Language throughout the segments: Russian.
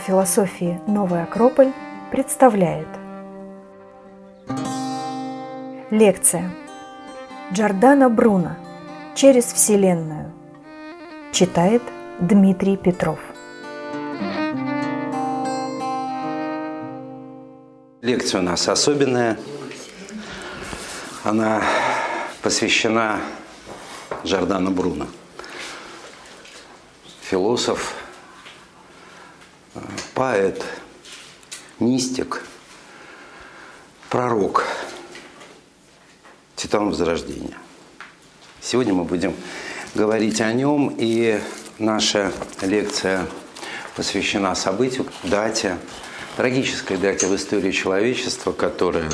философии «Новый Акрополь» представляет лекция Джордано Бруно «Через Вселенную». Читает Дмитрий Петров. Лекция у нас особенная. Она посвящена Джордано Бруно. Философ, поэт, мистик, пророк, титан Возрождения. Сегодня мы будем говорить о нем, и наша лекция посвящена событию, дате, трагической дате в истории человечества, которую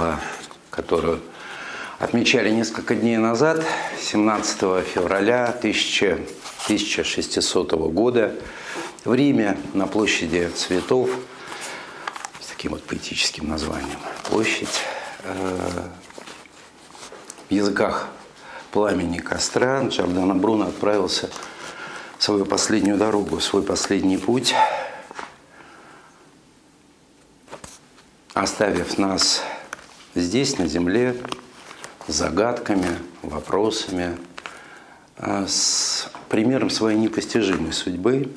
отмечали несколько дней назад, 17 февраля 1600 года в Риме на площади Цветов с таким вот поэтическим названием. Площадь в языках пламени костра Джордано Бруно отправился в свою последнюю дорогу, в свой последний путь, оставив нас здесь, на земле, с загадками, вопросами, с примером своей непостижимой судьбы,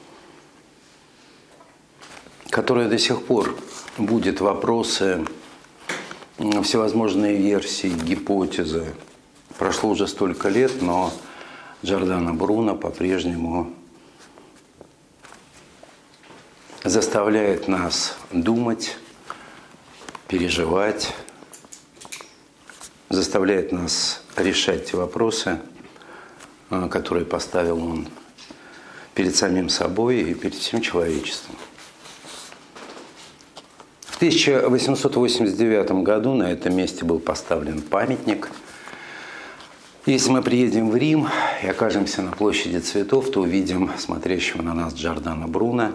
которая до сих пор будет вопросы, всевозможные версии, гипотезы. Прошло уже столько лет, но Джордано Бруно по-прежнему заставляет нас думать, переживать, заставляет нас решать те вопросы, которые поставил он перед самим собой и перед всем человечеством. В 1889 году на этом месте был поставлен памятник. Если мы приедем в Рим и окажемся на площади Цветов, то увидим смотрящего на нас Джордано Бруно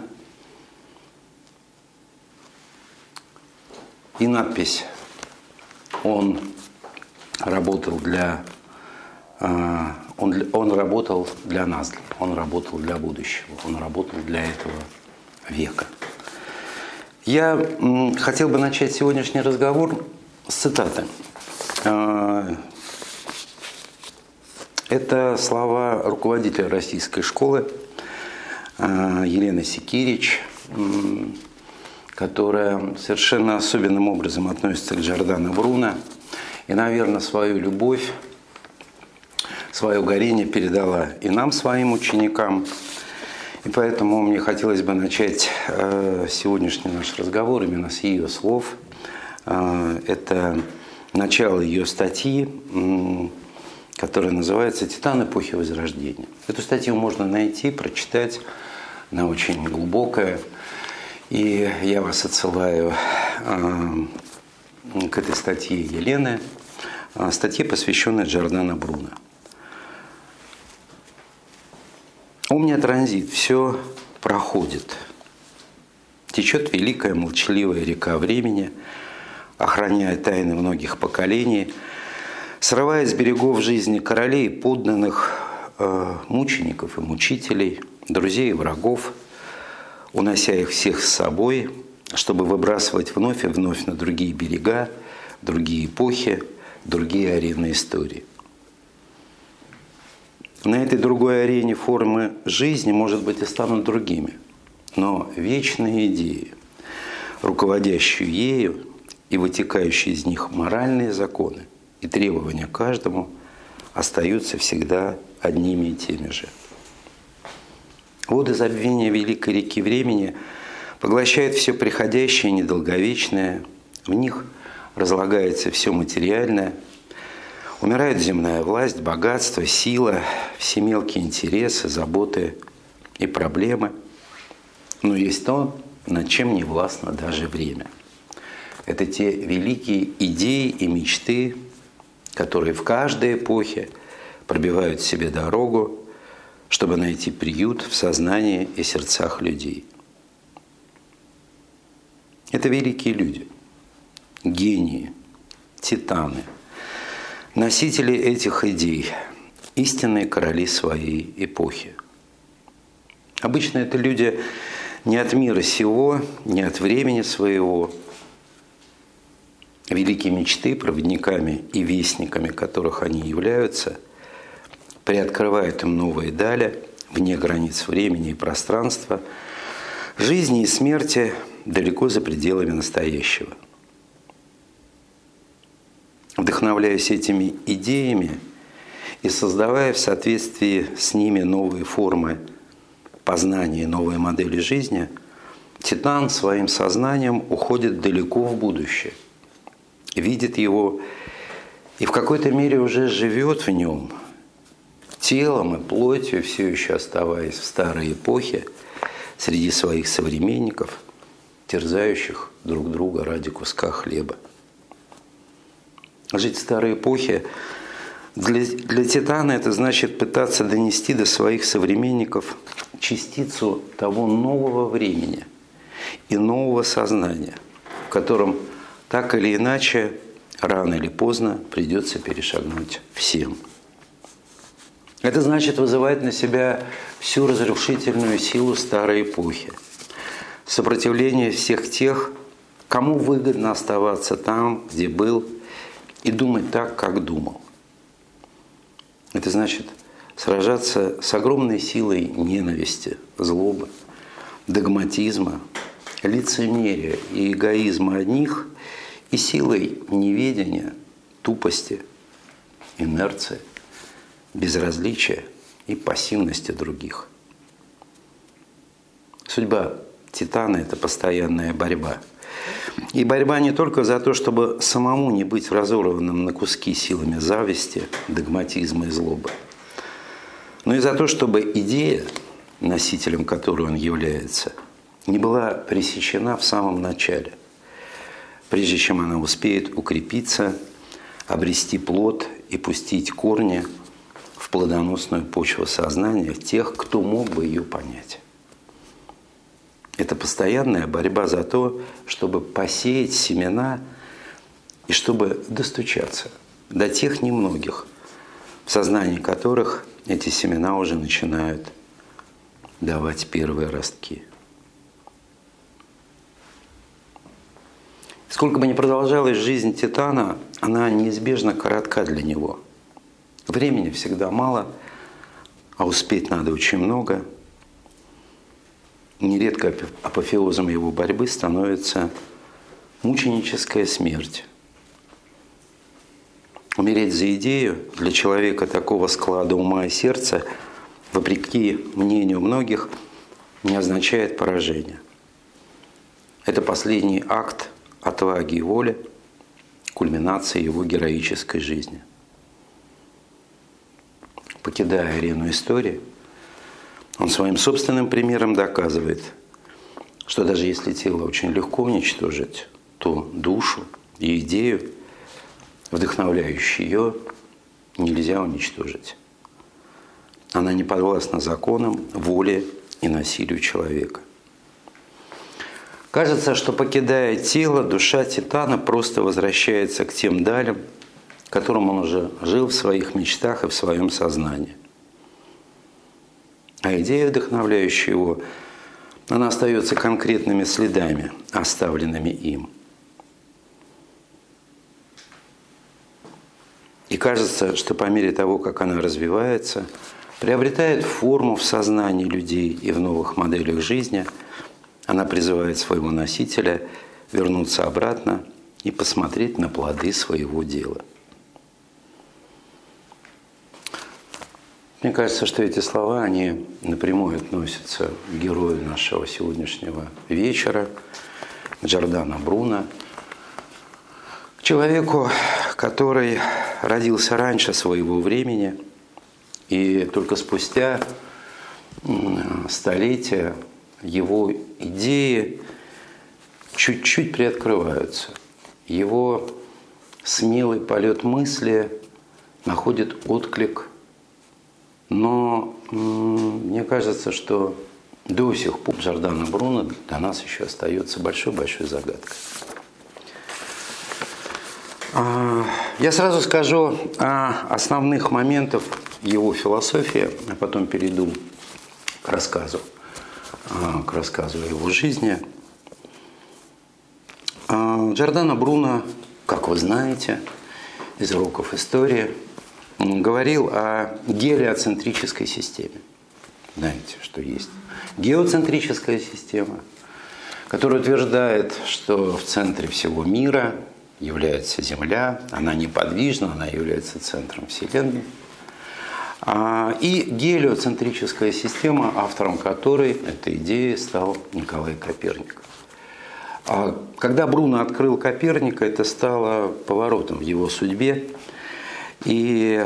и надпись: он работал для нас, он работал для будущего, он работал для этого века. Я хотел бы начать сегодняшний разговор с цитаты. Это слова руководителя российской школы Елены Секирич, которая совершенно особенным образом относится к Джордано Бруно и, наверное, свою любовь, свое горение передала и нам, своим ученикам. И поэтому мне хотелось бы начать сегодняшний наш разговор именно с ее слов. Это начало ее статьи, которая называется «Титан эпохи Возрождения». Эту статью можно найти, прочитать, она очень глубокая. И я вас отсылаю к этой статье Елены, статье, посвященной Джордано Бруно. У меня транзит, все проходит. Течет великая молчаливая река времени, охраняя тайны многих поколений, срывая с берегов жизни королей и подданных, мучеников и мучителей, друзей и врагов, унося их всех с собой, чтобы выбрасывать вновь и вновь на другие берега, другие эпохи, другие арены истории. На этой другой арене формы жизни, может быть, и станут другими, но вечные идеи, руководящие ею и вытекающие из них моральные законы и требования каждому, остаются всегда одними и теми же. Воды забвения великой реки времени поглощают все приходящее и недолговечное, в них разлагается все материальное, умирает земная власть, богатство, сила, все мелкие интересы, заботы и проблемы. Но есть то, над чем не властно даже время. Это те великие идеи и мечты, которые в каждой эпохе пробивают себе дорогу, чтобы найти приют в сознании и сердцах людей. Это великие люди, гении, титаны, носители этих идей, истинные короли своей эпохи. Обычно это люди не от мира сего, не от времени своего. Великие мечты, проводниками и вестниками которых они являются, приоткрывают им новые дали вне границ времени и пространства, жизни и смерти далеко за пределами настоящего. Вдохновляясь этими идеями и создавая в соответствии с ними новые формы познания и новые модели жизни, Титан своим сознанием уходит далеко в будущее, видит его и в какой-то мере уже живет в нем, телом и плотью, все еще оставаясь в старой эпохе среди своих современников, терзающих друг друга ради куска хлеба. Жить в старой эпохе для Титана это значит пытаться донести до своих современников частицу того нового времени и нового сознания, в котором так или иначе, рано или поздно придется перешагнуть всем. Это значит вызывать на себя всю разрушительную силу старой эпохи, сопротивление всех тех, кому выгодно оставаться там, где был, и думать так, как думал. Это значит сражаться с огромной силой ненависти, злобы, догматизма, лицемерия и эгоизма одних и силой неведения, тупости, инерции, безразличия и пассивности других. Судьба Титана – это постоянная борьба. И борьба не только за то, чтобы самому не быть разорванным на куски силами зависти, догматизма и злобы, но и за то, чтобы идея, носителем которой он является, не была пресечена в самом начале, прежде чем она успеет укрепиться, обрести плод и пустить корни в плодоносную почву сознания тех, кто мог бы ее понять. Это постоянная борьба за то, чтобы посеять семена и чтобы достучаться до тех немногих, в сознании которых эти семена уже начинают давать первые ростки. Сколько бы ни продолжалась жизнь Титана, она неизбежно коротка для него. Времени всегда мало, а успеть надо очень много. Нередко апофеозом его борьбы становится мученическая смерть. Умереть за идею для человека такого склада ума и сердца, вопреки мнению многих, не означает поражение. Это последний акт отваги и воли, кульминация его героической жизни. Покидая арену истории, он своим собственным примером доказывает, что даже если тело очень легко уничтожить, то душу и идею, вдохновляющую ее, нельзя уничтожить. Она не подвластна законам, воле и насилию человека. Кажется, что, покидая тело, душа Титана просто возвращается к тем далям, которым он уже жил в своих мечтах и в своем сознании. А идея, вдохновляющая его, она остается конкретными следами, оставленными им. И кажется, что по мере того, как она развивается, приобретает форму в сознании людей и в новых моделях жизни, она призывает своего носителя вернуться обратно и посмотреть на плоды своего дела. Мне кажется, что эти слова, они напрямую относятся к герою нашего сегодняшнего вечера, Джордано Бруно, к человеку, который родился раньше своего времени, и только спустя столетия его идеи чуть-чуть приоткрываются. Его смелый полет мысли находит отклик. Но мне кажется, что до сих пор Джордано Бруно для нас еще остается большой-большой загадкой. Я сразу скажу о основных моментах его философии, а потом перейду к рассказу к рассказу о его жизни. Джордано Бруно, как вы знаете из уроков истории, говорил о гелиоцентрической системе. Знаете, что есть геоцентрическая система, которая утверждает, что в центре всего мира является Земля, она неподвижна, она является центром Вселенной. И гелиоцентрическая система, автором которой этой идеи стал Николай Коперник. Когда Бруно открыл Коперника, это стало поворотом в его судьбе. И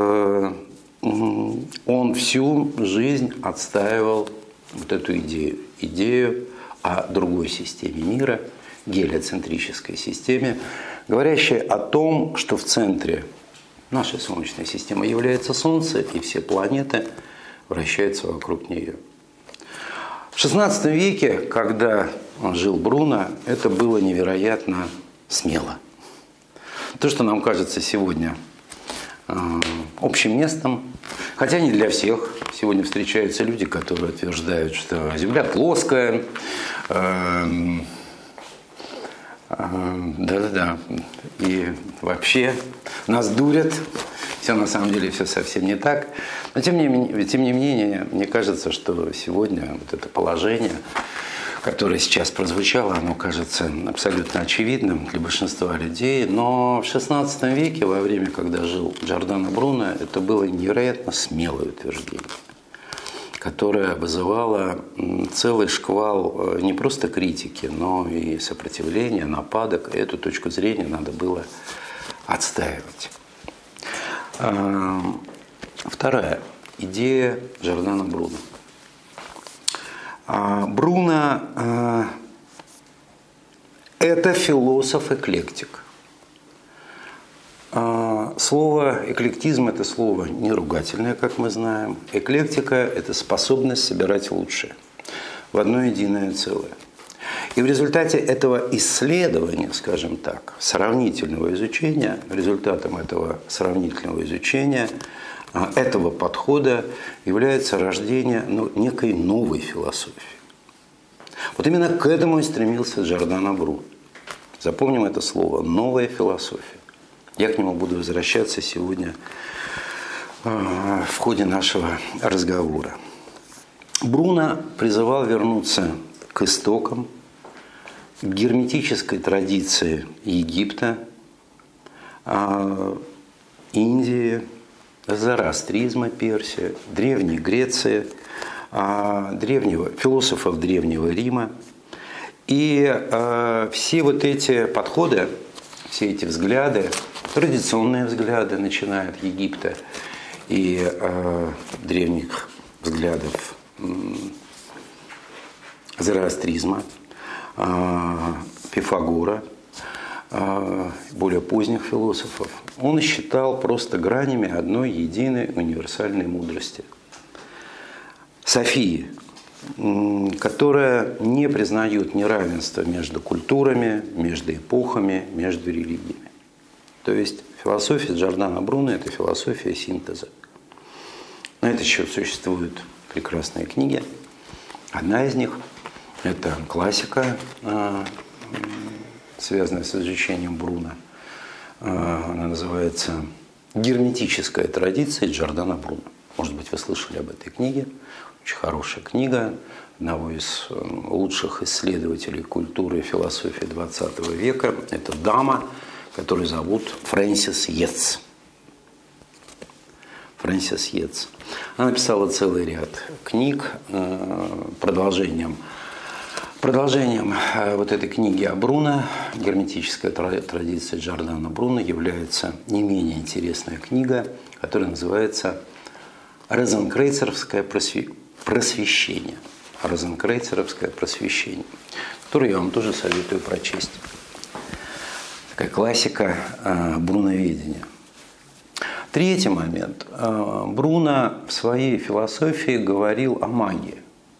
он всю жизнь отстаивал вот эту идею о другой системе мира, гелиоцентрической системе, говорящей о том, что в центре нашей Солнечной системы является Солнце, и все планеты вращаются вокруг нее. В XVI веке, когда жил Бруно, это было невероятно смело. То, что нам кажется сегодня общим местом, хотя не для всех. Сегодня встречаются люди, которые утверждают, что Земля плоская. Да-да-да. И вообще нас дурят. Все на самом деле все совсем не так. Но тем не менее, мне кажется, что сегодня вот это положение, которое сейчас прозвучало, оно кажется абсолютно очевидным для большинства людей. Но в XVI веке, во время, когда жил Джордано Бруно, это было невероятно смелое утверждение, которое вызывало целый шквал не просто критики, но и сопротивления, нападок. И эту точку зрения надо было отстаивать. Вторая идея Джордано Бруно. Бруно – это философ-эклектик. Слово «эклектизм» – это слово не ругательное, как мы знаем. Эклектика – это способность собирать лучшее в одно единое целое. И в результате этого исследования, скажем так, сравнительного изучения, результатом этого сравнительного изучения, этого подхода является рождение некой новой философии. Вот именно к этому и стремился Джордано Бруно. Запомним это слово «новая философия». Я к нему буду возвращаться сегодня в ходе нашего разговора. Бруно призывал вернуться к истокам, к герметической традиции Египта, Индии, зороастризма Персия, Древней Греции, философов Древнего Рима. И все вот эти подходы, все эти взгляды, традиционные взгляды, начиная от Египта и древних взглядов зороастризма, Пифагора, более поздних философов, он считал просто гранями одной единой универсальной мудрости. Софии, которая не признает неравенства между культурами, между эпохами, между религиями. То есть философия Джордано Бруно – это философия синтеза. На этот счет существуют прекрасные книги. Одна из них – это классика, связанная с изучением Бруно. Она называется «Герметическая традиция Джордано Бруно». Может быть, вы слышали об этой книге. Очень хорошая книга одного из лучших исследователей культуры и философии XX века. Это дама, которую зовут Фрэнсис Йейтс. Фрэнсис Йейтс. Она написала целый ряд книг. Продолжением вот этой книги о Бруно, герметическая традиция Джордано Бруно, является не менее интересная книга, которая называется «Розенкрейцеровское просвещение». «Розенкрейцеровское просвещение», которую я вам тоже советую прочесть. Такая классика бруноведения. Третий момент. Бруно в своей философии говорил о магии,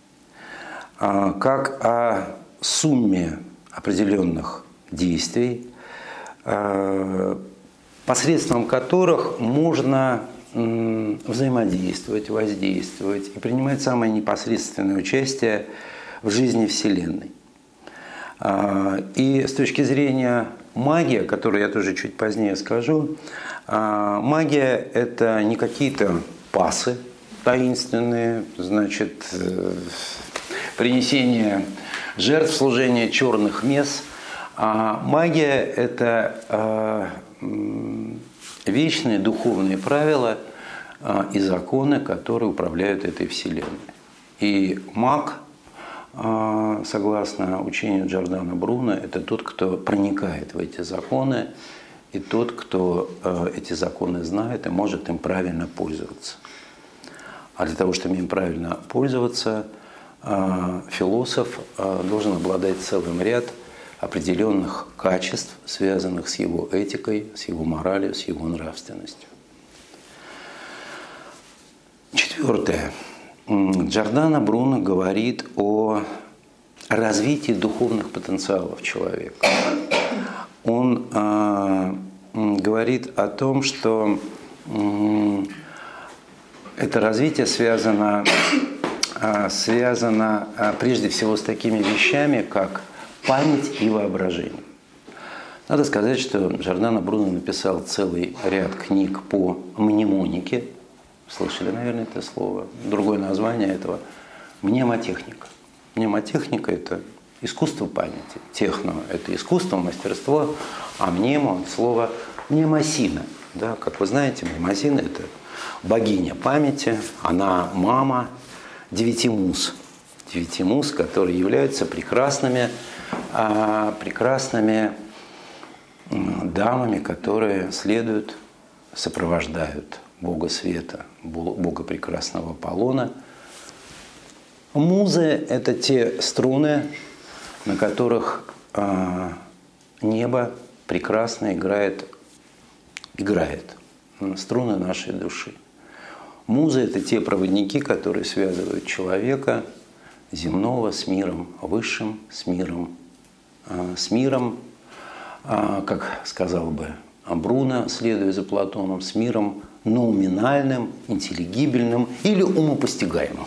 как о сумме определенных действий, посредством которых можно взаимодействовать, воздействовать и принимать самое непосредственное участие в жизни Вселенной. И с точки зрения магии, о которой я тоже чуть позднее скажу, магия – это не какие-то пассы таинственные, значит, принесение жертв, служение черных мес. А магия – это вечные духовные правила и законы, которые управляют этой Вселенной. И маг, согласно учению Джордано Бруно, это тот, кто проникает в эти законы, и тот, кто эти законы знает и может им правильно пользоваться. А для того, чтобы им правильно пользоваться, философ должен обладать целым ряд определенных качеств, связанных с его этикой, с его моралью, с его нравственностью. Четвертое. Джордано Бруно говорит о развитии духовных потенциалов человека. Он говорит о том, что это развитие связано прежде всего с такими вещами, как память и воображение. Надо сказать, что Джордано Бруно написал целый ряд книг по мнемонике. Слышали, наверное, это слово. Другое название этого – мнемотехника. Мнемотехника – это искусство памяти. Техно – это искусство, мастерство, а мнемо – слово мнемосина. Да, как вы знаете, мнемосина – это богиня памяти, она мама 9 муз. 9 муз, которые являются прекрасными дамами, которые следуют, сопровождают Бога света, Бога прекрасного Аполлона. Музы – это те струны, на которых небо прекрасно играет струны нашей души. Музы – это те проводники, которые связывают человека земного с миром высшим, с миром, как сказал бы Бруно, следуя за Платоном, с миром ноуминальным, интеллигибельным или умопостигаемым.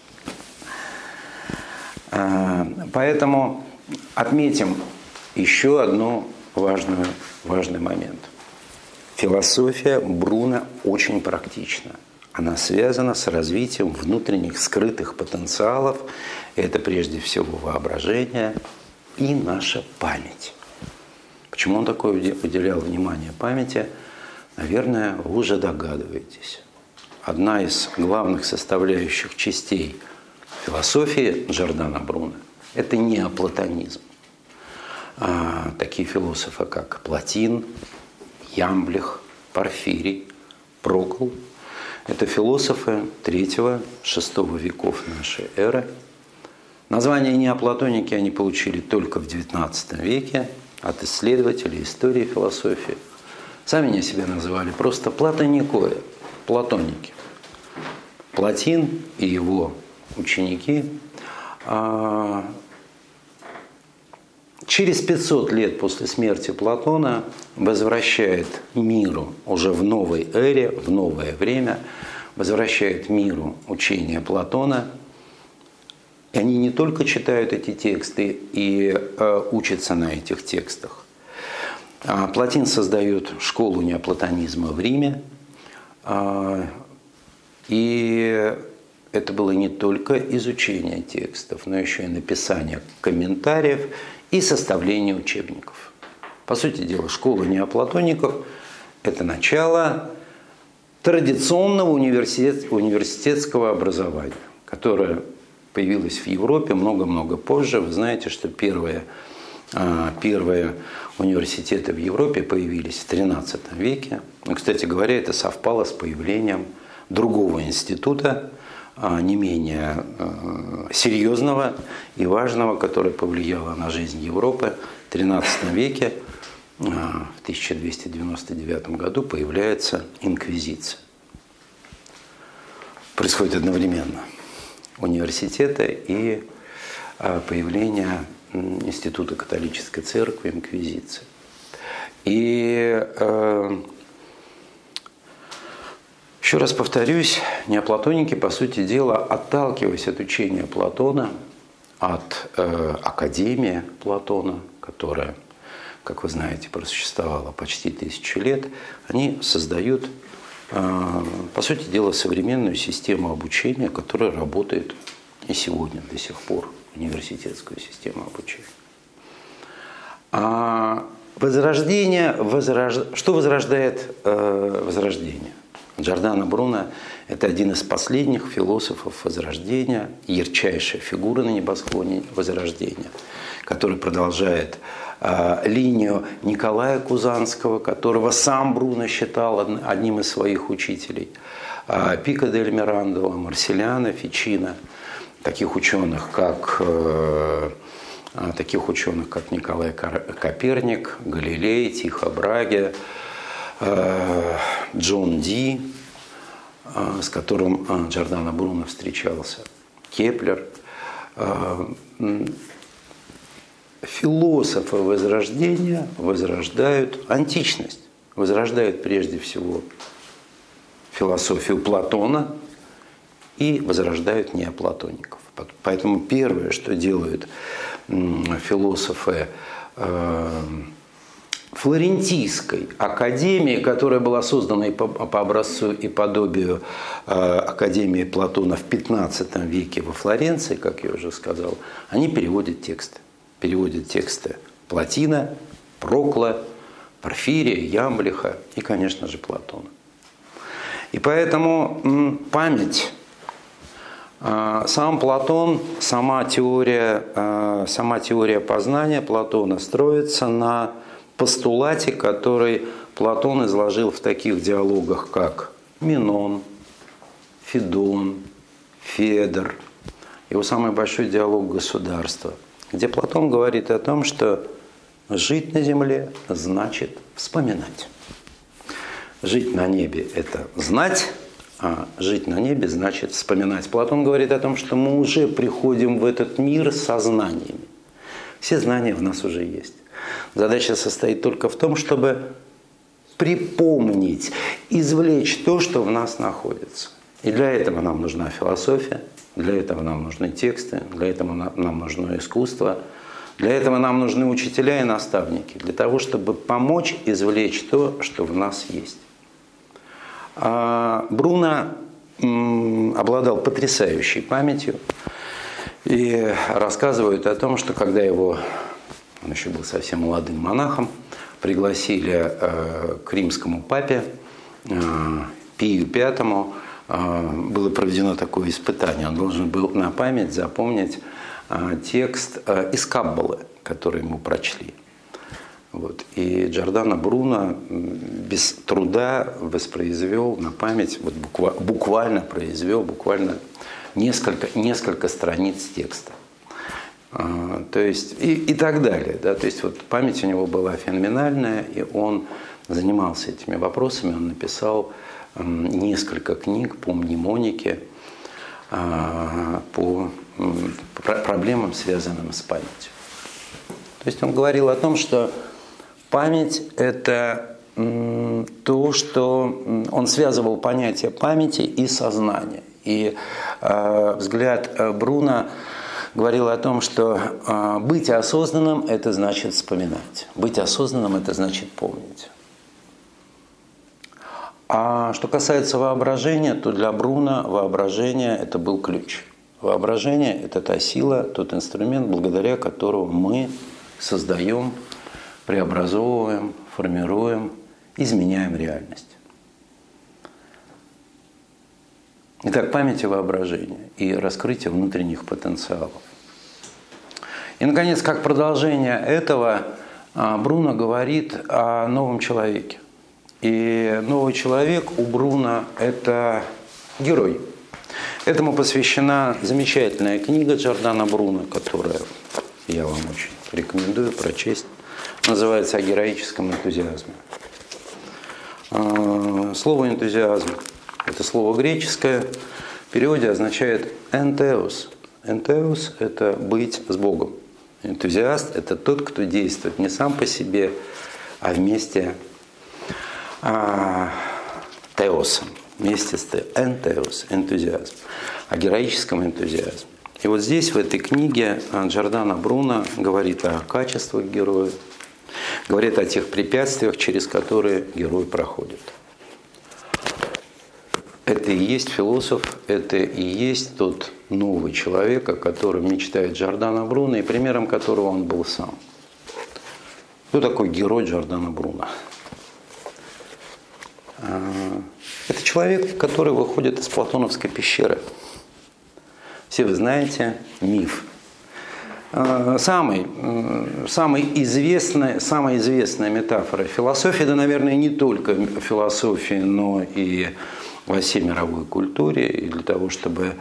Поэтому отметим еще один важный момент. Философия Бруно очень практична. Она связана с развитием внутренних скрытых потенциалов. Это прежде всего воображение и наша память. Почему он такое уделял внимание памяти? Наверное, вы уже догадываетесь. Одна из главных составляющих частей философии Джордано Бруно – это неоплатонизм. Такие философы, как Платин, Ямблих, Порфирий, Прокл – это философы 3-6 веков нашей эры. Название неоплатоники они получили только в XIX веке от исследователей истории философии. Сами они себя называли просто платоникои, платоники. Платин и его ученики через 500 лет после смерти Платона возвращает миру уже в новой эре, в новое время, возвращает миру учение Платона. И они не только читают эти тексты и учатся на этих текстах. Платин создает школу неоплатонизма в Риме. И это было не только изучение текстов, но еще и написание комментариев и составление учебников. По сути дела, школа неоплатоников – это начало традиционного университетского образования, которое появилось в Европе много-много позже. Вы знаете, что первые университеты в Европе появились в XIII веке. Но, кстати говоря, это совпало с появлением другого института, не менее серьезного и важного, которое повлияло на жизнь Европы. В XIII веке, в 1299 году, появляется инквизиция. Происходит одновременно университета и появление института католической церкви, инквизиции. И Еще раз повторюсь, неоплатоники, по сути дела, отталкиваясь от учения Платона, от академии Платона, которая, как вы знаете, просуществовала почти 1000 лет, они создают, по сути дела, современную систему обучения, которая работает и сегодня до сих пор, университетскую систему обучения. А возрождение, что возрождает возрождение? Джордано Бруно – это один из последних философов Возрождения, ярчайшая фигура на небосклоне Возрождения, который продолжает линию Николая Кузанского, которого сам Бруно считал одним из своих учителей, Пико дель Мирандо, Марсилиано, Фичино, таких ученых, как Николай Коперник, Галилей, Тихо Браге, Джон Ди, с которым Джордано Бруно встречался, Кеплер. Философы Возрождения возрождают античность, возрождают прежде всего философию Платона и возрождают неоплатоников. Поэтому первое, что делают философы Флорентийской академии, которая была создана по образцу и подобию академии Платона в 15 веке во Флоренции, как я уже сказал, они переводят тексты. Переводят тексты Платина, Прокла, Порфирия, Ямблиха и, конечно же, Платона. И поэтому память, сам Платон, сама теория познания Платона строится на постулате, который Платон изложил в таких диалогах, как Минон, Федон, Федор, его самый большой диалог «Государство», где Платон говорит о том, что жить на земле значит вспоминать. Жить на небе – это знать, а жить на небе значит вспоминать. Платон говорит о том, что мы уже приходим в этот мир со знаниями. Все знания в нас уже есть. Задача состоит только в том, чтобы припомнить, извлечь то, что в нас находится. И для этого нам нужна философия, для этого нам нужны тексты, для этого нам нужно искусство, для этого нам нужны учителя и наставники, для того, чтобы помочь извлечь то, что в нас есть. Бруно обладал потрясающей памятью и рассказывают о том, что когда он еще был совсем молодым монахом, пригласили к римскому папе Пию V, было проведено такое испытание. Он должен был на память запомнить текст из Каббалы, который ему прочли. Вот. И Джордано Бруно без труда воспроизвел на память, буквально несколько страниц текста. То есть, и так далее. Да? То есть вот память у него была феноменальная, и он занимался этими вопросами, он написал несколько книг по мнемонике, по проблемам, связанным с памятью. То есть он говорил о том, что память – это то, что он связывал понятие памяти и сознания. И взгляд Бруно говорил о том, что быть осознанным – это значит вспоминать, быть осознанным – это значит помнить. А что касается воображения, то для Бруно воображение – это был ключ. Воображение – это та сила, тот инструмент, благодаря которому мы создаем, преобразовываем, формируем, изменяем реальность. Итак, память и воображение и раскрытие внутренних потенциалов. И, наконец, как продолжение этого, Бруно говорит о новом человеке. И новый человек у Бруно – это герой. Этому посвящена замечательная книга Джордано Бруно, которую я вам очень рекомендую прочесть. Называется «О героическом энтузиазме». Слово «энтузиазм» – это слово греческое, в переводе означает «энтеос». «Энтеос» – это «быть с Богом». Энтузиаст – это тот, кто действует не сам по себе, а вместе теосом, Местисты, энтеос, энтузиазм, о героическом энтузиазме. И вот здесь, в этой книге, Джордано Бруно говорит о качествах героя, говорит о тех препятствиях, через которые герой проходит. Это и есть философ, это и есть тот новый человек, о котором мечтает Джордано Бруно, и примером которого он был сам. Кто такой герой Джордано Бруно? Это человек, который выходит из платоновской пещеры. Все вы знаете миф. Самая известная метафора философии, да, наверное, не только философии, но и во всей мировой культуре, и для того, чтобы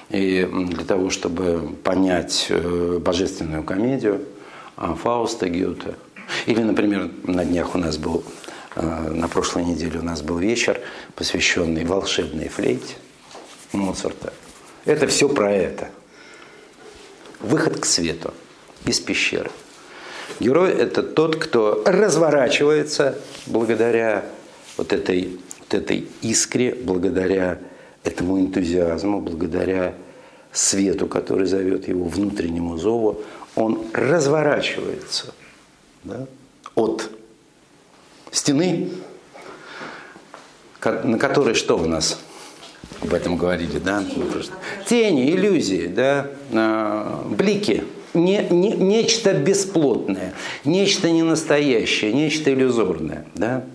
понять божественную комедию Фауста Гёте. Или, например, на днях у нас был, на прошлой неделе у нас был вечер, посвященный волшебной флейте Моцарта. Это все про это. Выход к свету из пещеры. Герой – это тот, кто разворачивается благодаря вот этой искре, благодаря этому энтузиазму, благодаря свету, который зовет его, внутреннему зову. Он разворачивается, да, от стены, на которой что у нас? Об этом говорили, да? Тени, иллюзии, да? Блики. Нечто бесплотное, нечто ненастоящее, нечто иллюзорное. Да?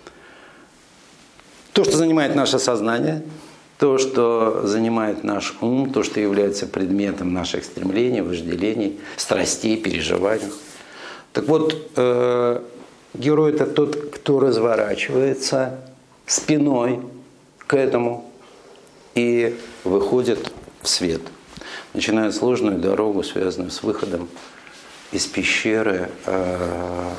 То, что занимает наше сознание, то, что занимает наш ум, то, что является предметом наших стремлений, вожделений, страстей, переживаний. Так вот, герой – это тот, кто разворачивается спиной к этому и выходит в свет. Начинает сложную дорогу, связанную с выходом из пещеры в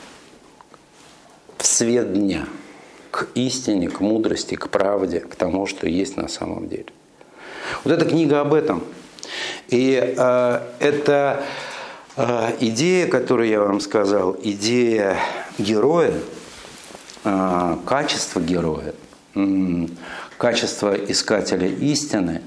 свет дня, к истине, к мудрости, к правде, к тому, что есть на самом деле. Вот эта книга об этом. И это идея, которую я вам сказал, идея героя, качество героя, качество искателя истины,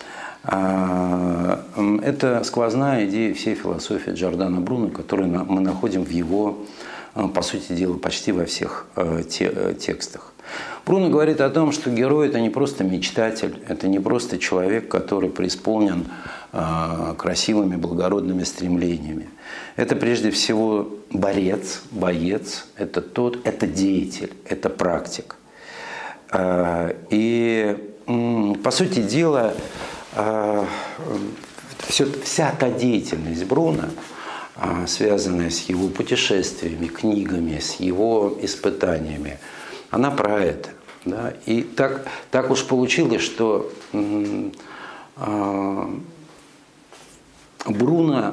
это сквозная идея всей философии Джордано Бруно, которую мы находим в его, по сути дела, почти во всех текстах. Бруно говорит о том, что герой – это не просто мечтатель, это не просто человек, который преисполнен красивыми, благородными стремлениями. Это прежде всего боец, это деятель, это практик. И, по сути дела, вся та деятельность Бруно, связанная с его путешествиями, книгами, с его испытаниями, она про это. Да? И так уж получилось, что Бруно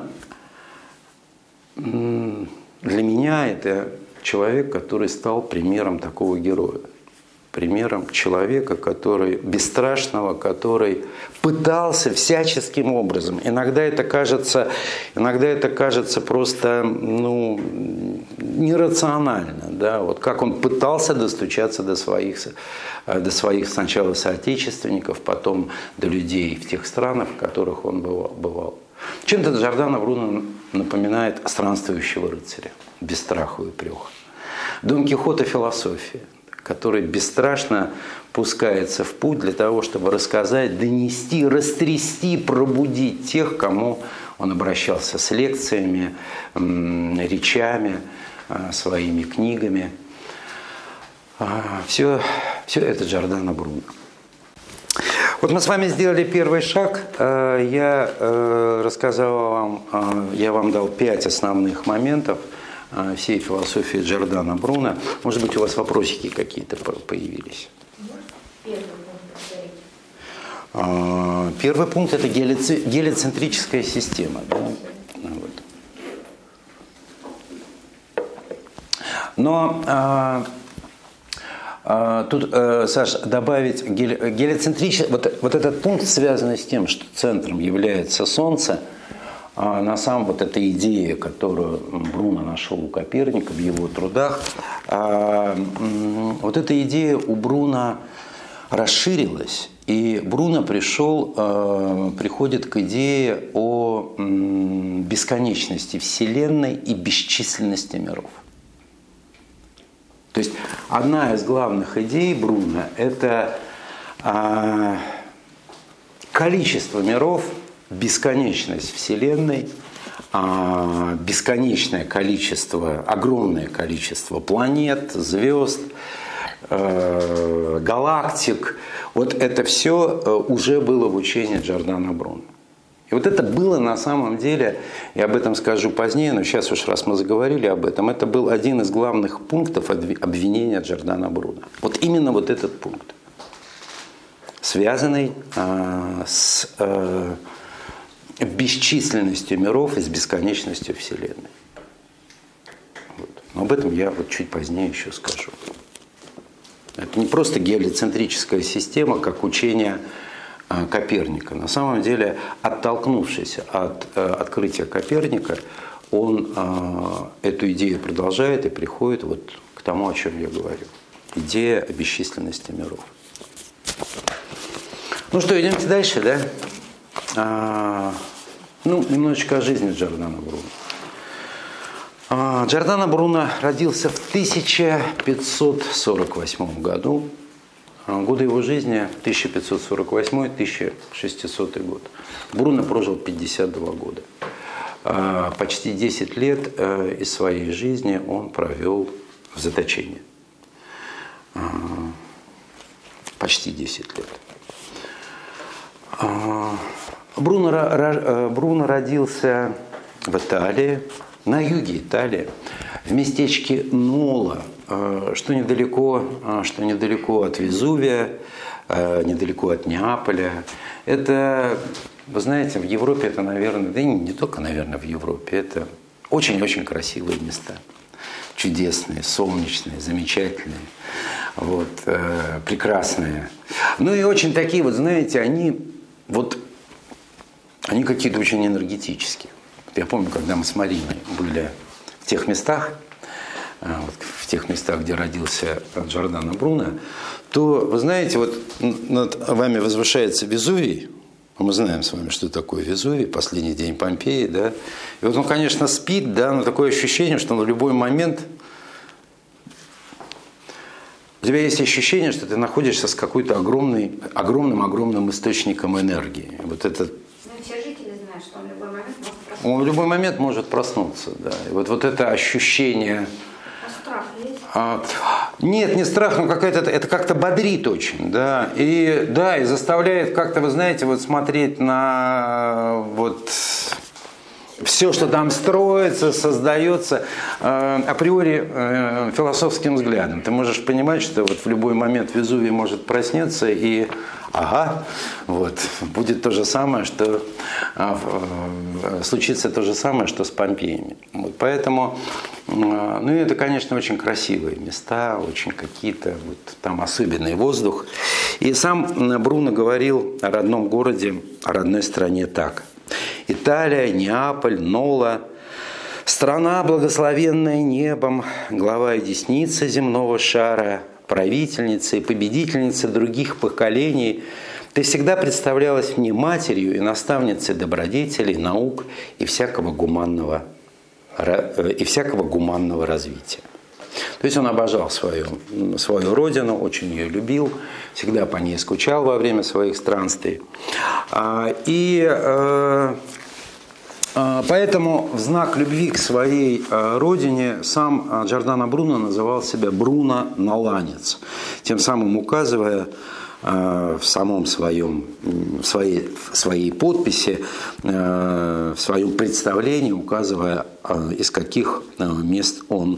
для меня это человек, который стал примером такого героя. Примером человека, который бесстрашного, который пытался всяческим образом. Иногда это кажется просто нерационально. Да? Вот как он пытался достучаться до своих сначала соотечественников, потом до людей в тех странах, в которых он бывал. Чем-то Джордано Бруно напоминает странствующего рыцаря, без страха и упреха. Дон Кихота философия, который бесстрашно пускается в путь для того, чтобы рассказать, донести, растрясти, пробудить тех, кому он обращался с лекциями, речами, своими книгами. Все это Джордано Бруно. Вот мы с вами сделали первый шаг. Я вам дал 5 основных моментов всей философии Джордано Бруно. Может быть, у вас вопросики какие-то появились? Первый пункт – это гелиоцентрическая система. Да? Вот. Но тут, Саш, добавить гелиоцентрический, вот этот пункт связан с тем, что центром является Солнце. На самом вот эта идея, которую Бруно нашел у Коперника в его трудах, вот эта идея у Бруно расширилось, и Бруно приходит к идее о бесконечности Вселенной и бесчисленности миров. То есть одна из главных идей Бруно – это количество миров, бесконечность Вселенной, бесконечное количество, огромное количество планет, звезд, галактик. Вот это все уже было в учении Джордано Бруно. И вот это было на самом деле, я об этом скажу позднее, но сейчас уж раз мы заговорили об этом, это был один из главных пунктов обвинения Джордано Бруно. Вот именно вот этот пункт, связанный с бесчисленностью миров и с бесконечностью Вселенной. Вот. Но об этом я вот чуть позднее еще скажу. Это не просто гелиоцентрическая система, как учение Коперника. На самом деле, оттолкнувшись от открытия Коперника, он эту идею продолжает и приходит вот к тому, о чем я говорю. Идея о бесчисленности миров. Ну что, идемте дальше, да? Немножечко о жизни Джордано Бруно. Джордано Бруно родился в 1548 году. Годы его жизни 1548-1600 год. Бруно прожил 52 года. Почти 10 лет из своей жизни он провел в заточении. Почти 10 лет. Бруно родился в Италии, на юге Италии, в местечке Нола, что недалеко от Везувия, недалеко от Неаполя. Это, вы знаете, в Европе это, наверное, да и не только, наверное, в Европе, это очень-очень красивые места. Чудесные, солнечные, замечательные, вот, прекрасные. Ну и очень такие, вот, знаете, они какие-то очень энергетические. Я помню, когда мы с Мариной были в тех местах, где родился Джордано Бруно, то, вы знаете, вот над вами возвышается Везувий. Мы знаем с вами, что такое Везувий, последний день Помпеи, да. И вот он, конечно, спит, да, но такое ощущение, что в любой момент у тебя есть ощущение, что ты находишься с какой-то огромным источником энергии. Вот это. Все жители знают, что он в любой момент может проснуться. Он в любой момент может проснуться, да. И вот это ощущение. А страх есть? Нет, не страх, но это как-то бодрит очень, да. И заставляет как-то, вы знаете, вот смотреть на вот все, что там строится, создается априори философским взглядом. Ты можешь понимать, что вот в любой момент Везувий может проснуться и будет то же самое, что случится то же самое, что с Помпеями. Вот, поэтому, это, конечно, очень красивые места, очень какие-то, вот там особенный воздух. И сам Бруно говорил о родном городе, о родной стране так. Италия, Неаполь, Нола, страна, благословенная небом, глава и десница земного шара, правительница и победительница других поколений, ты всегда представлялась мне матерью и наставницей добродетелей, наук и всякого гуманного развития. То есть он обожал свою родину, очень ее любил, всегда по ней скучал во время своих странствий. Поэтому в знак любви к своей родине сам Джордано Бруно называл себя Бруно-Ноланец, тем самым указывая в своей подписи, в своем представлении, указывая, из каких он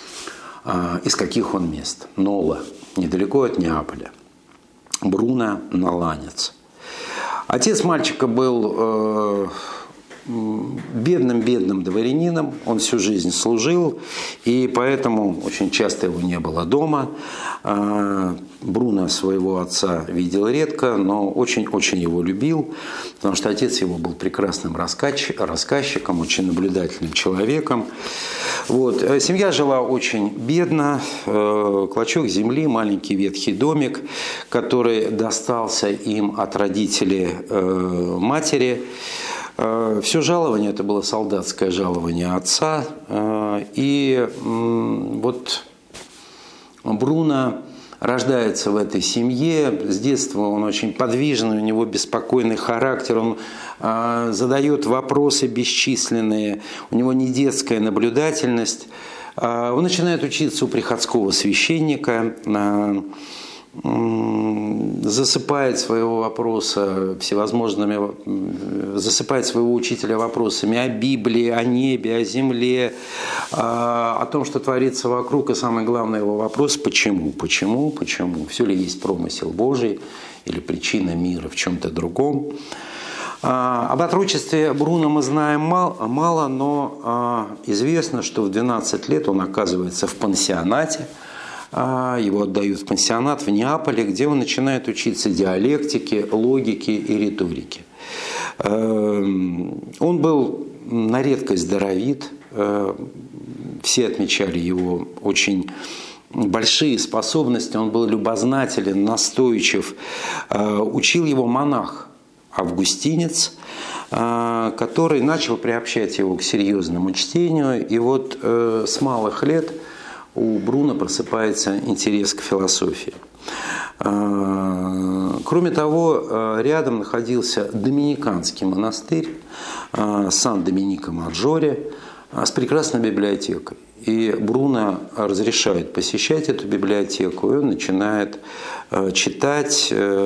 мест. Нола, недалеко от Неаполя. Бруно-Ноланец. Отец мальчика был бедным дворянином, он всю жизнь служил, и поэтому очень часто его не было дома. Бруно своего отца видел редко, но очень-очень его любил, потому что отец его был прекрасным рассказчиком, очень наблюдательным человеком. Вот. Семья жила очень бедно, клочок земли, маленький ветхий домик, который достался им от родителей матери. Все жалование, это было солдатское жалование отца. И вот Бруно рождается в этой семье. С детства он очень подвижный, у него беспокойный характер, он задает вопросы бесчисленные, у него не детская наблюдательность. Он начинает учиться у приходского священника, засыпает своего учителя вопросами о Библии, о небе, о земле, о том, что творится вокруг, и самый главный его вопрос – почему? Все ли есть промысел Божий или причина мира в чем-то другом? Об отрочестве Бруно мы знаем мало, но известно, что в 12 лет он оказывается в пансионате. Его отдают в пансионат в Неаполе, где он начинает учиться диалектике, логике и риторике. Он был на редкость даровит. Все отмечали его очень большие способности. Он был любознателен, настойчив. Учил его монах августинец, который начал приобщать его к серьезному чтению. И вот с малых лет у Бруно просыпается интерес к философии. Кроме того, рядом находился доминиканский монастырь Сан-Доминика-Маджоре с прекрасной библиотекой. И Бруно разрешает посещать эту библиотеку, и он начинает читать.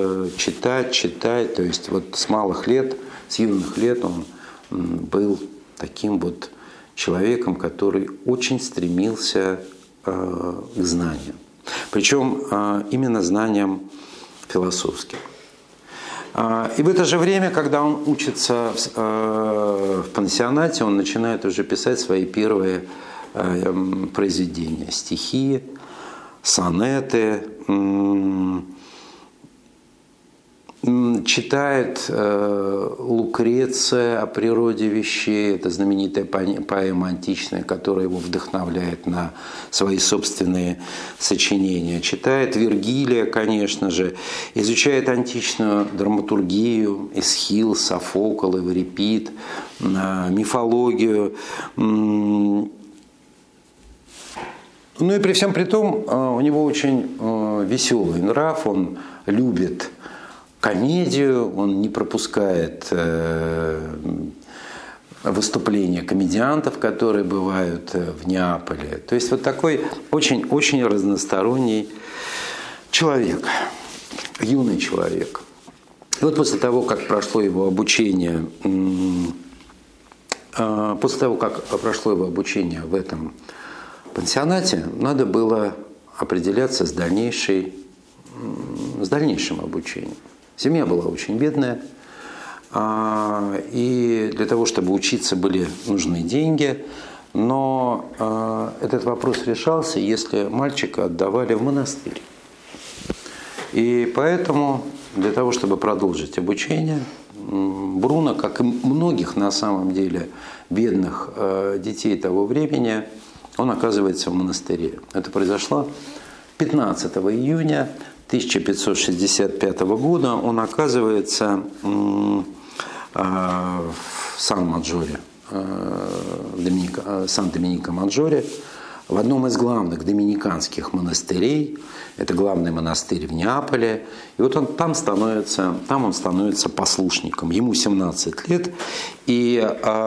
То есть вот с малых лет, с юных лет он был таким вот человеком, который очень стремился к знаниям. Причем именно знаниям философским. И в это же время, когда он учится в пансионате, он начинает уже писать свои первые произведения, стихи, сонеты, читает Лукреция о природе вещей, это знаменитая поэма античная, которая его вдохновляет на свои собственные сочинения. Читает Вергилия, конечно же, изучает античную драматургию, Эсхил, Софокл, Эврипид, мифологию. Ну и при всем при том, у него очень веселый нрав, он любит комедию, он не пропускает выступления комедиантов, которые бывают в Неаполе. То есть вот такой очень-очень разносторонний человек, юный человек. И вот после того, как прошло его обучение, в этом пансионате, надо было определяться с дальнейшим обучением. Семья была очень бедная, и для того, чтобы учиться, были нужны деньги, но этот вопрос решался, если мальчика отдавали в монастырь. И поэтому для того, чтобы продолжить обучение, Бруно, как и многих на самом деле бедных детей того времени, он оказывается в монастыре. Это произошло 15 июня 1565 года. Он оказывается в Сан-Маджоре, Сан-Доминика-Маджоре, в одном из главных доминиканских монастырей. Это главный монастырь в Неаполе. И вот он там он становится послушником. Ему 17 лет. И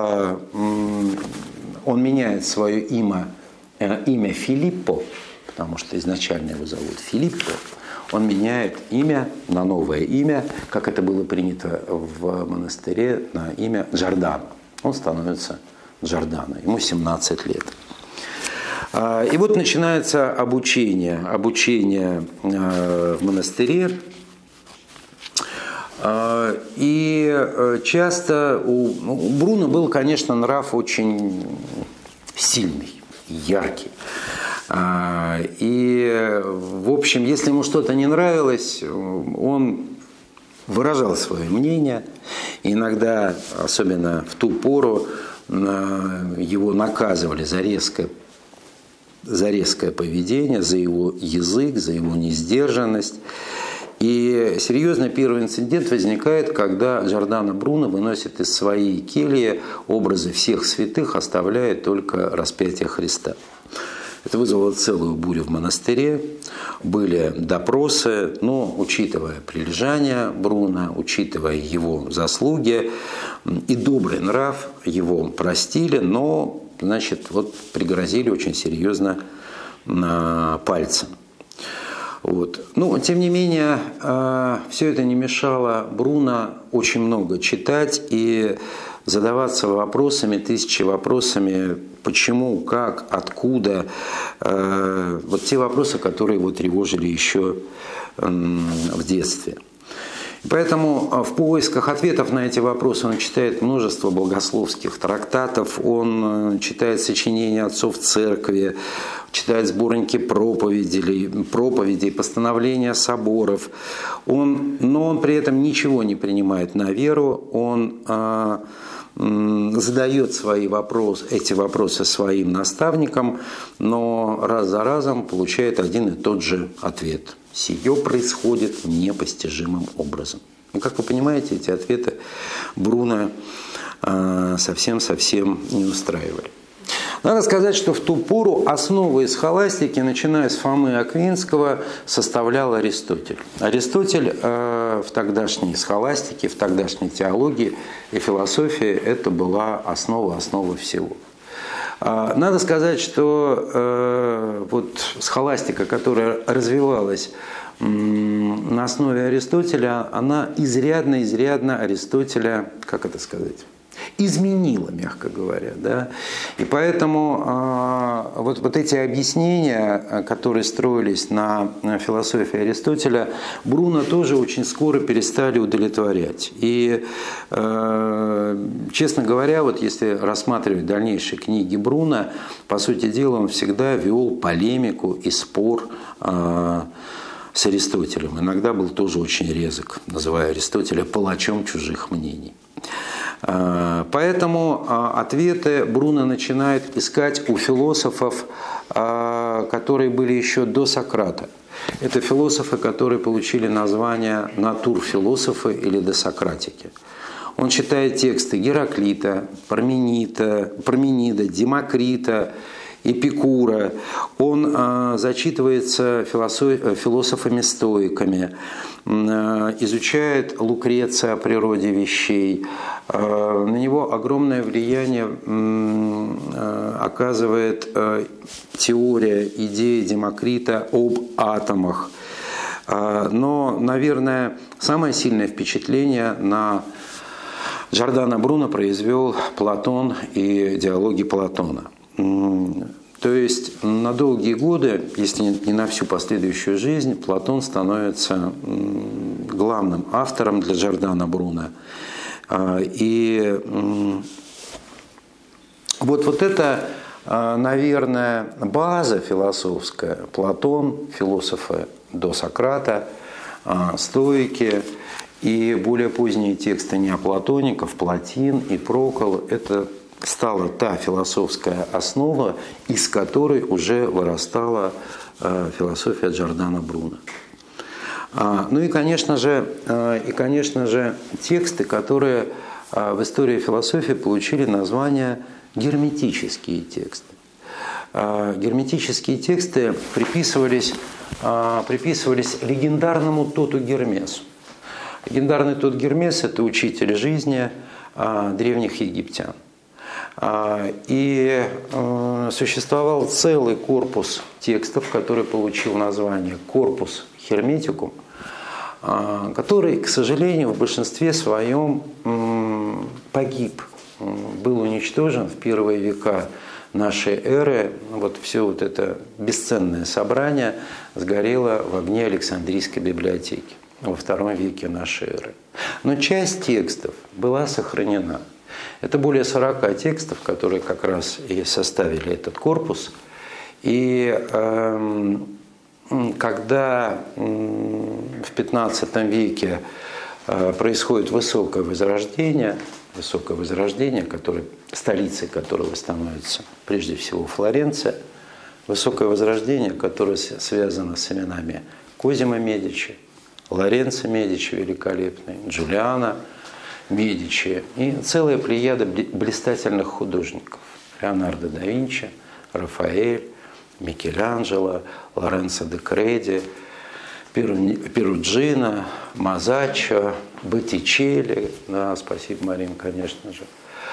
он меняет свое имя Филиппо, потому что изначально его зовут Филиппо. Он меняет имя на новое имя, как это было принято в монастыре, на имя Джордано. Он становится Джордано. Ему 17 лет. И вот начинается обучение в монастыре. И часто у Бруно был, конечно, нрав очень сильный, яркий. И, в общем, если ему что-то не нравилось, он выражал свое мнение. Иногда, особенно в ту пору, его наказывали за резкое поведение, за его язык, за его несдержанность. И серьезно первый инцидент возникает, когда Джордано Бруно выносит из своей кельи образы всех святых, оставляя только распятие Христа. Это вызвало целую бурю в монастыре. Были допросы, но, учитывая прилежание Бруно, учитывая его заслуги и добрый нрав, его простили, но, вот, пригрозили очень серьезно пальцем. Вот. Но, тем не менее, все это не мешало Бруно очень много читать и задаваться вопросами, тысячи вопросами, почему, как, откуда. Вот те вопросы, которые его тревожили еще в детстве. Поэтому в поисках ответов на эти вопросы он читает множество богословских трактатов, он читает сочинения отцов церкви, читает сборники проповедей, постановления соборов. Но он при этом ничего не принимает на веру, он задает эти вопросы своим наставникам, но раз за разом получает один и тот же ответ. Сие происходит непостижимым образом. Как вы понимаете, эти ответы Бруно совсем не устраивали. Надо сказать, что в ту пору основы схоластики, начиная с Фомы Аквинского, составлял Аристотель. Аристотель в тогдашней схоластике, в тогдашней теологии и философии это была основа всего. Надо сказать, что схоластика, которая развивалась на основе Аристотеля, она изрядно Аристотеля, изменила, мягко говоря. Да? И поэтому вот эти объяснения, которые строились на философии Аристотеля, Бруно тоже очень скоро перестали удовлетворять. И, честно говоря, если рассматривать дальнейшие книги Бруно, по сути дела, он всегда вел полемику и спор с Аристотелем. Иногда был тоже очень резок, называя Аристотеля палачом чужих мнений. Поэтому ответы Бруно начинает искать у философов, которые были еще до Сократа. Это философы, которые получили название натурфилософы или досократики. Он читает тексты Гераклита, Парменида, Демокрита, Эпикура. Он зачитывается философами-стоиками, изучает Лукреция о природе вещей. На него огромное влияние оказывает теория, идея Демокрита об атомах. Но, наверное, самое сильное впечатление на Джордано Бруно произвел Платон и диалоги Платона. То есть на долгие годы, если не на всю последующую жизнь, Платон становится главным автором для Джордано Бруно. И вот это, наверное, база философская. Платон, философы до Сократа, стоики и более поздние тексты неоплатоников, Платин и Прокл – это стала та философская основа, из которой уже вырастала философия Джордано Бруно. Ну и, конечно же, тексты, которые в истории философии получили название герметические тексты. Герметические тексты приписывались легендарному Тоту Гермесу. Легендарный Тот Гермес – это учитель жизни древних египтян. И существовал целый корпус текстов, который получил название «Корпус Херметикум», который, к сожалению, в большинстве своем погиб, был уничтожен в первые века нашей эры. Все это бесценное собрание сгорело в огне Александрийской библиотеки. во II веке нашей эры. Но часть текстов была сохранена. Это более 40 текстов, которые как раз и составили этот корпус. И когда в XV веке происходит высокое возрождение, столицей которого становится прежде всего Флоренция, высокое возрождение, которое связано с именами Козимо Медичи, Лоренцо Медичи великолепный, Джулиано Медичи и целая плеяда блистательных художников. Леонардо да Винчи, Рафаэль, Микеланджело, Лоренцо де Креди, Перуджино, Мазаччо, Боттичелли, да, спасибо, Марин, конечно же.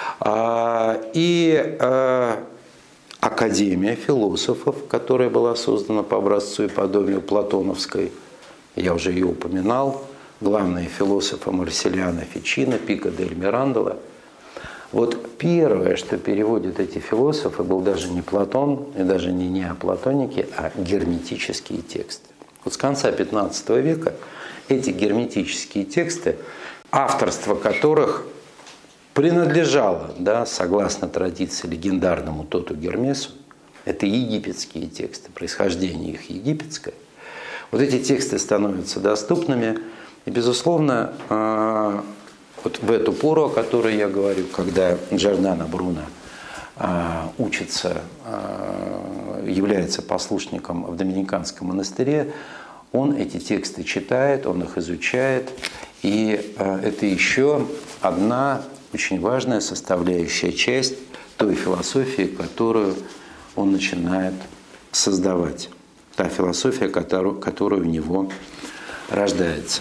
И Академия философов, которая была создана по образцу и подобию Платоновской, я уже ее упоминал, главные философы Марсилиано Фичино, Пико дель Мирандола. Вот первое, что переводят эти философы, был даже не Платон и даже не неоплатоники, а герметические тексты. Вот с конца XV века эти герметические тексты, авторство которых принадлежало, да, согласно традиции легендарному Тоту Гермесу, это египетские тексты, происхождение их египетское. Вот эти тексты становятся доступными, и, безусловно, вот в эту пору, о которой я говорю, когда Джордано Бруно учится, является послушником в Доминиканском монастыре, он эти тексты читает, он их изучает, и это еще одна очень важная составляющая часть той философии, которую он начинает создавать, та философия, которая у него рождается.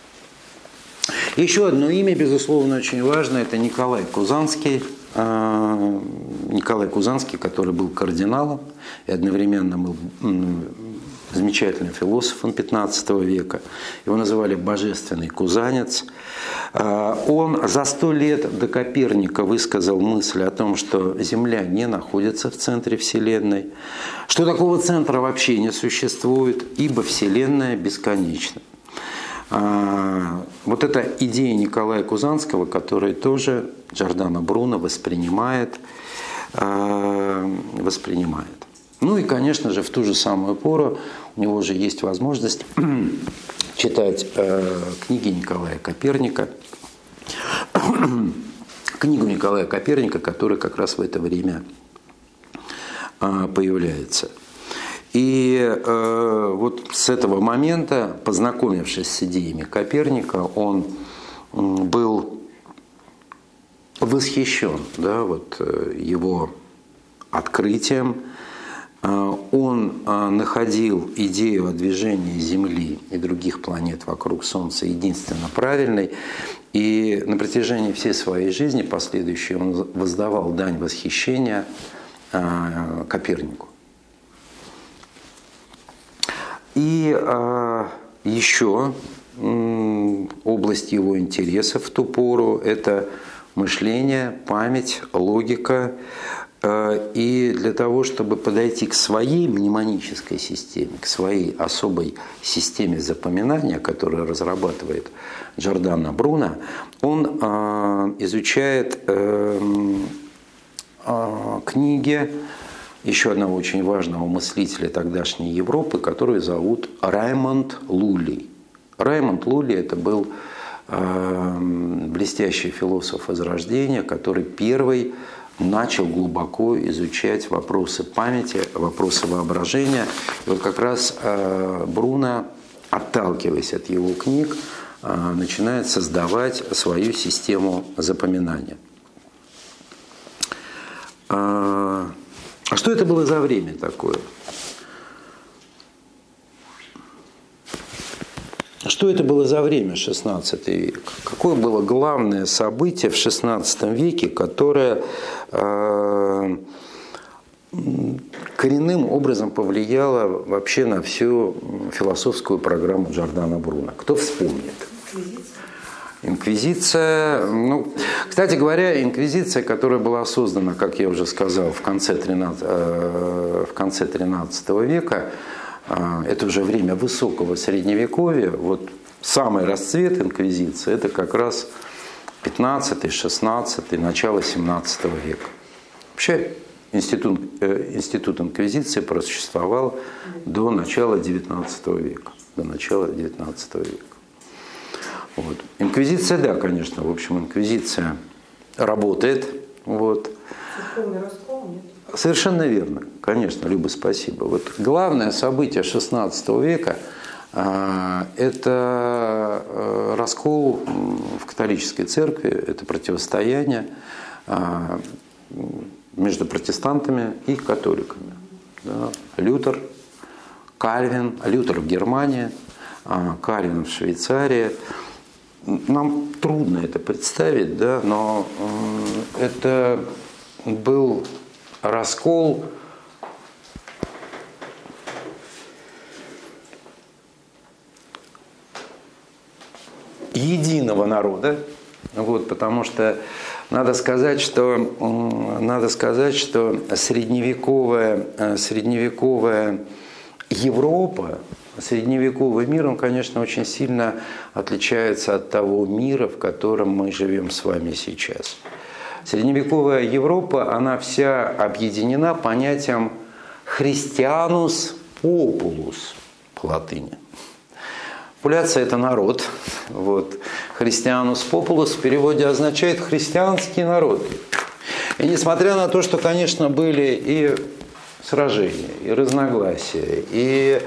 Еще одно имя, безусловно, очень важное, это Николай Кузанский. Николай Кузанский, который был кардиналом и одновременно был замечательным философом XV века. Его называли «божественный кузанец». Он за 100 лет до Коперника высказал мысль о том, что Земля не находится в центре Вселенной, что такого центра вообще не существует, ибо Вселенная бесконечна. Вот эта идея Николая Кузанского, которую тоже Джордано Бруно воспринимает. Ну и, конечно же, в ту же самую пору у него уже есть возможность читать книги Николая Коперника, книгу Николая Коперника, которая как раз в это время появляется. И вот с этого момента, познакомившись с идеями Коперника, он был восхищен, да, вот, его открытием. Он находил идею о движении Земли и других планет вокруг Солнца единственно правильной. И на протяжении всей своей жизни последующей он воздавал дань восхищения Копернику. И еще область его интересов в ту пору – это мышление, память, логика. И для того, чтобы подойти к своей мнемонической системе, к своей особой системе запоминания, которую разрабатывает Джордано Бруно, он изучает книги еще одного очень важного мыслителя тогдашней Европы, которую зовут Раймонд Лулли. Раймонд Лулли – это был блестящий философ Возрождения, который первый начал глубоко изучать вопросы памяти, вопросы воображения. И вот как раз Бруно, отталкиваясь от его книг, начинает создавать свою систему запоминания. А что это было за время такое? Что это было за время, 16 век? Какое было главное событие в 16 веке, которое коренным образом повлияло вообще на всю философскую программу Джордано Бруно? Кто вспомнит? Инквизиция. Ну, кстати говоря, инквизиция, которая была создана, как я уже сказал, в конце 13 века, это уже время высокого средневековья. Вот самый расцвет инквизиции – это как раз 15-16, начало 17 века. Вообще институт инквизиции просуществовал до начала 19 века. До начала 19 века. Вот. Инквизиция, да, конечно, в общем, инквизиция работает. Вот. Церковный раскол, нет? Совершенно верно, конечно, Люба, спасибо. Вот главное событие 16 века это раскол в католической церкви, это противостояние между протестантами и католиками. Да. Лютер, Кальвин, Лютер в Германии, Кальвин в Швейцарии. Нам трудно это представить, да, но это был раскол единого народа, вот, потому что надо сказать, что средневековая Европа, средневековый мир, он, конечно, очень сильно отличается от того мира, в котором мы живем с вами сейчас. Средневековая Европа, она вся объединена понятием «христианус популус» по латыни. Популяция – это народ. Вот. «Христианус популус» в переводе означает «христианский народ». И несмотря на то, что, конечно, были и сражения, и разногласия,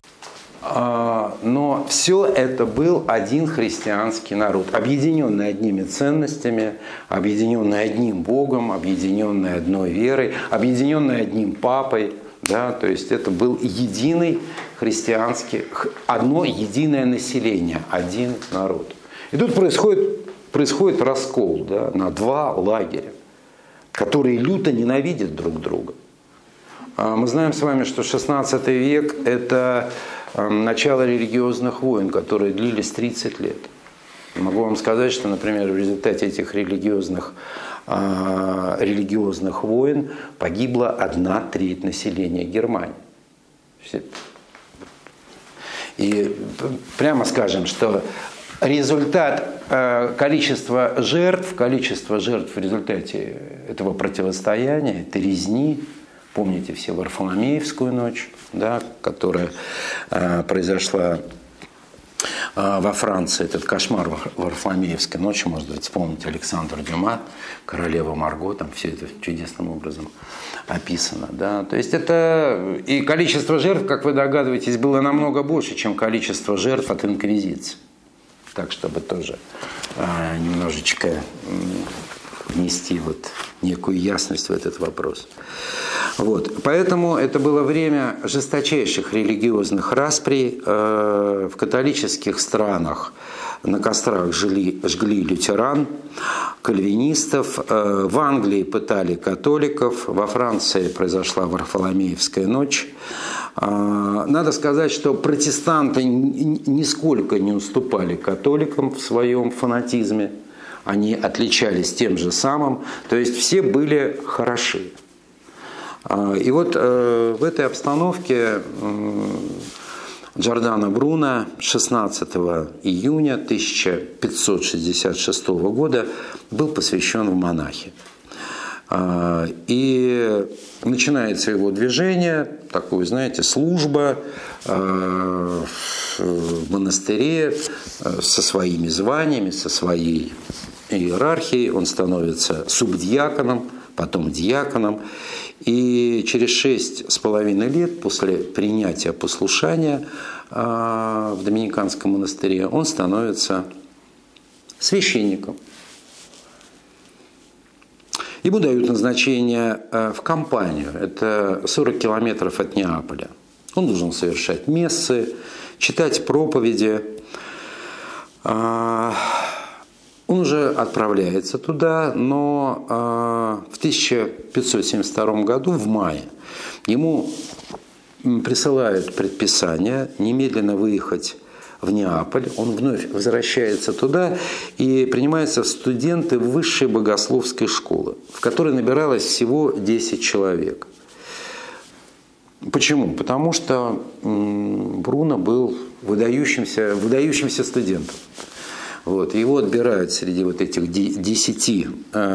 но все это был один христианский народ, объединенный одними ценностями, объединенный одним Богом, объединенный одной верой, объединенный одним папой. Да, то есть это был единый христианский, одно единое население, один народ. И тут происходит раскол, да, на два лагеря, которые люто ненавидят друг друга. Мы знаем с вами, что 16 век – это начало религиозных войн, которые длились 30 лет. Могу вам сказать, что, например, в результате этих религиозных войн погибла 1/3 населения Германии. И прямо скажем, что результат количества жертв в результате этого противостояния, этой резни, помните все Варфоломеевскую ночь, да, которая произошла во Франции, этот кошмар Варфоломеевской ночи, может быть, вспомните Александр Дюма, королева Марго, там все это чудесным образом описано. Да. То есть это и количество жертв, как вы догадываетесь, было намного больше, чем количество жертв от инквизиции. Так, чтобы тоже немножечко внести вот некую ясность в этот вопрос. Вот. Поэтому это было время жесточайших религиозных расприй. В католических странах на кострах жгли лютеран, кальвинистов. В Англии пытали католиков. Во Франции произошла Варфоломеевская ночь. Надо сказать, что протестанты нисколько не уступали католикам в своем фанатизме. Они отличались тем же самым. То есть все были хороши. И вот в этой обстановке Джордано Бруно 16 июня 1566 года был посвящен в монахи. И начинается его движение, такое, знаете, служба в монастыре со своими званиями, со своей иерархией. Он становится субдиаконом, потом диаконом. И через 6,5 лет после принятия послушания в Доминиканском монастыре он становится священником. Ему дают назначение в Кампанию, это 40 километров от Неаполя. Он должен совершать мессы, читать проповеди. Он уже отправляется туда, но в 1572 году, в мае, ему присылают предписание немедленно выехать в Неаполь. Он вновь возвращается туда и принимается в студенты высшей богословской школы, в которой набиралось всего 10 человек. Почему? Потому что Бруно был выдающимся студентом. Вот. Его отбирают среди вот этих 10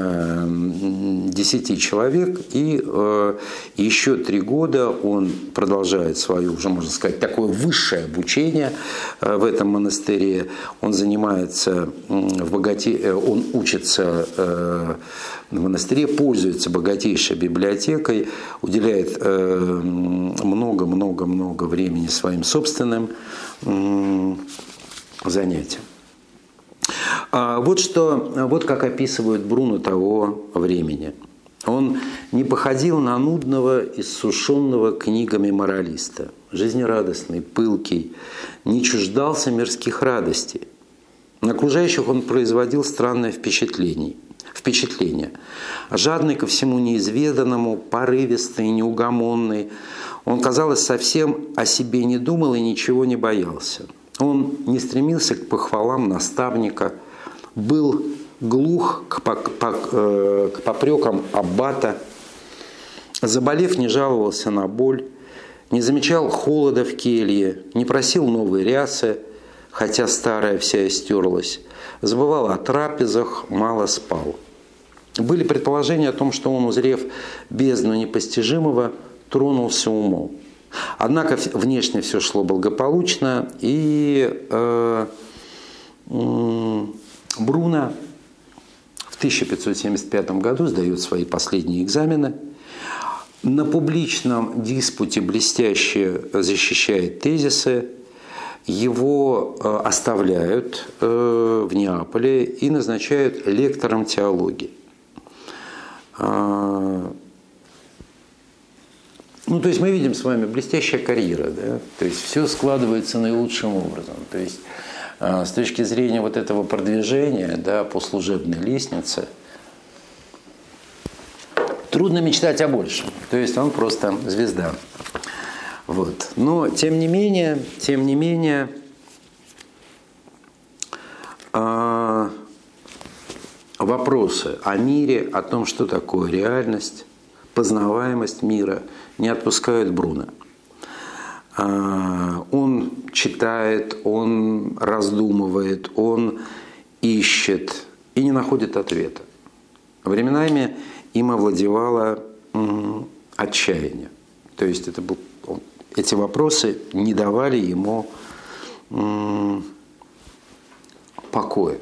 человек, и еще 3 года он продолжает свое, уже можно сказать, такое высшее обучение в этом монастыре. Он занимается он учится в монастыре, пользуется богатейшей библиотекой, уделяет много-много-много времени своим собственным занятиям. Вот как описывают Бруно того времени. Он не походил на нудного, иссушенного книгами моралиста, жизнерадостный, пылкий, не чуждался мирских радостей. На окружающих он производил странное впечатление. Жадный ко всему неизведанному, порывистый, неугомонный, он, казалось, совсем о себе не думал и ничего не боялся. Он не стремился к похвалам наставника, был глух к попрекам аббата, заболев, не жаловался на боль, не замечал холода в келье, не просил новой рясы, хотя старая вся истерлась, забывал о трапезах, мало спал. Были предположения о том, что он, узрев бездну непостижимого, тронулся умом. Однако внешне все шло благополучно, и Бруно в 1575 году сдает свои последние экзамены. На публичном диспуте блестяще защищает тезисы. Его оставляют в Неаполе и назначают лектором теологии. То есть мы видим с вами блестящая карьера, да? То есть все складывается наилучшим образом. То есть с точки зрения вот этого продвижения, да, по служебной лестнице, трудно мечтать о большем. То есть он просто звезда. Вот. Но тем не менее, вопросы о мире, о том, что такое реальность, познаваемость мира, не отпускают Бруно. Он читает, он раздумывает, он ищет и не находит ответа. Временами им овладевало отчаяние. То есть эти вопросы не давали ему покоя.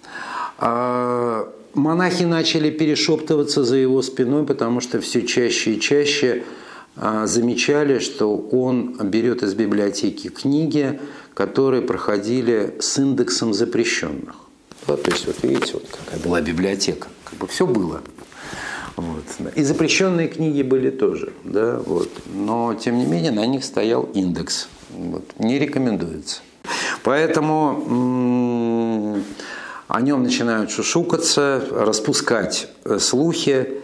Монахи начали перешептываться за его спиной, потому что все чаще и чаще замечали, что он берет из библиотеки книги, которые проходили с индексом запрещенных. Да, то есть, вот видите, вот какая была библиотека. Как бы все было. Вот. И запрещенные книги были тоже. Да, вот. Но, тем не менее, на них стоял индекс. Вот. Не рекомендуется. Поэтому о нем начинают шушукаться, распускать слухи.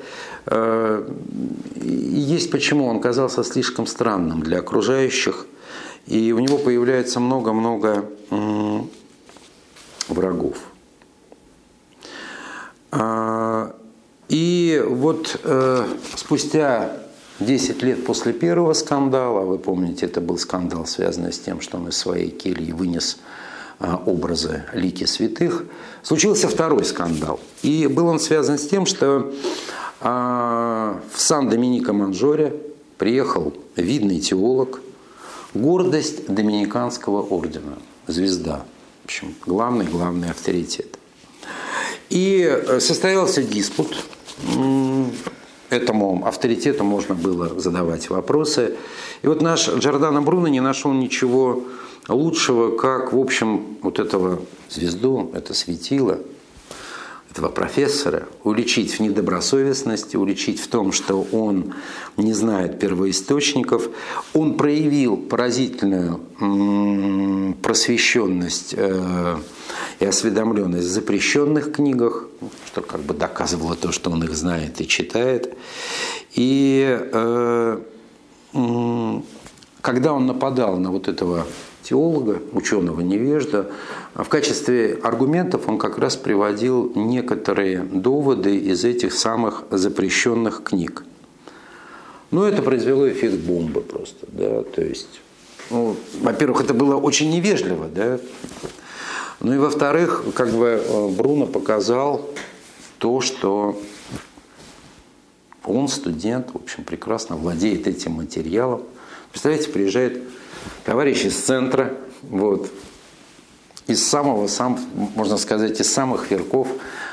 И есть почему. Он казался слишком странным для окружающих. И у него появляется много-много врагов. И вот спустя 10 лет после первого скандала, вы помните, это был скандал, связанный с тем, что он из своей кельи вынес образы лики святых, случился второй скандал. И был он связан с тем, что в Сан-Доминико-Манджоре приехал видный теолог, гордость доминиканского ордена, звезда, в общем, главный авторитет. И состоялся диспут. Этому авторитету можно было задавать вопросы. И вот наш Джордано Бруно не нашел ничего лучшего, как, в общем, вот этого звезду, это светило, этого профессора уличить в недобросовестности, уличить в том, что он не знает первоисточников. Он проявил поразительную просвещенность и осведомленность в запрещенных книгах, что как бы доказывало то, что он их знает и читает. И когда он нападал на вот этого теолога, ученого-невежда, в качестве аргументов он как раз приводил некоторые доводы из этих самых запрещенных книг. Ну, это произвело эффект бомбы просто, да, то есть Ну, во-первых, это было очень невежливо, да. Ну и во-вторых, как бы Бруно показал то, что он, студент, в общем, прекрасно владеет этим материалом. Представляете, приезжает товарищ из центра, вот, можно сказать, из самых верхов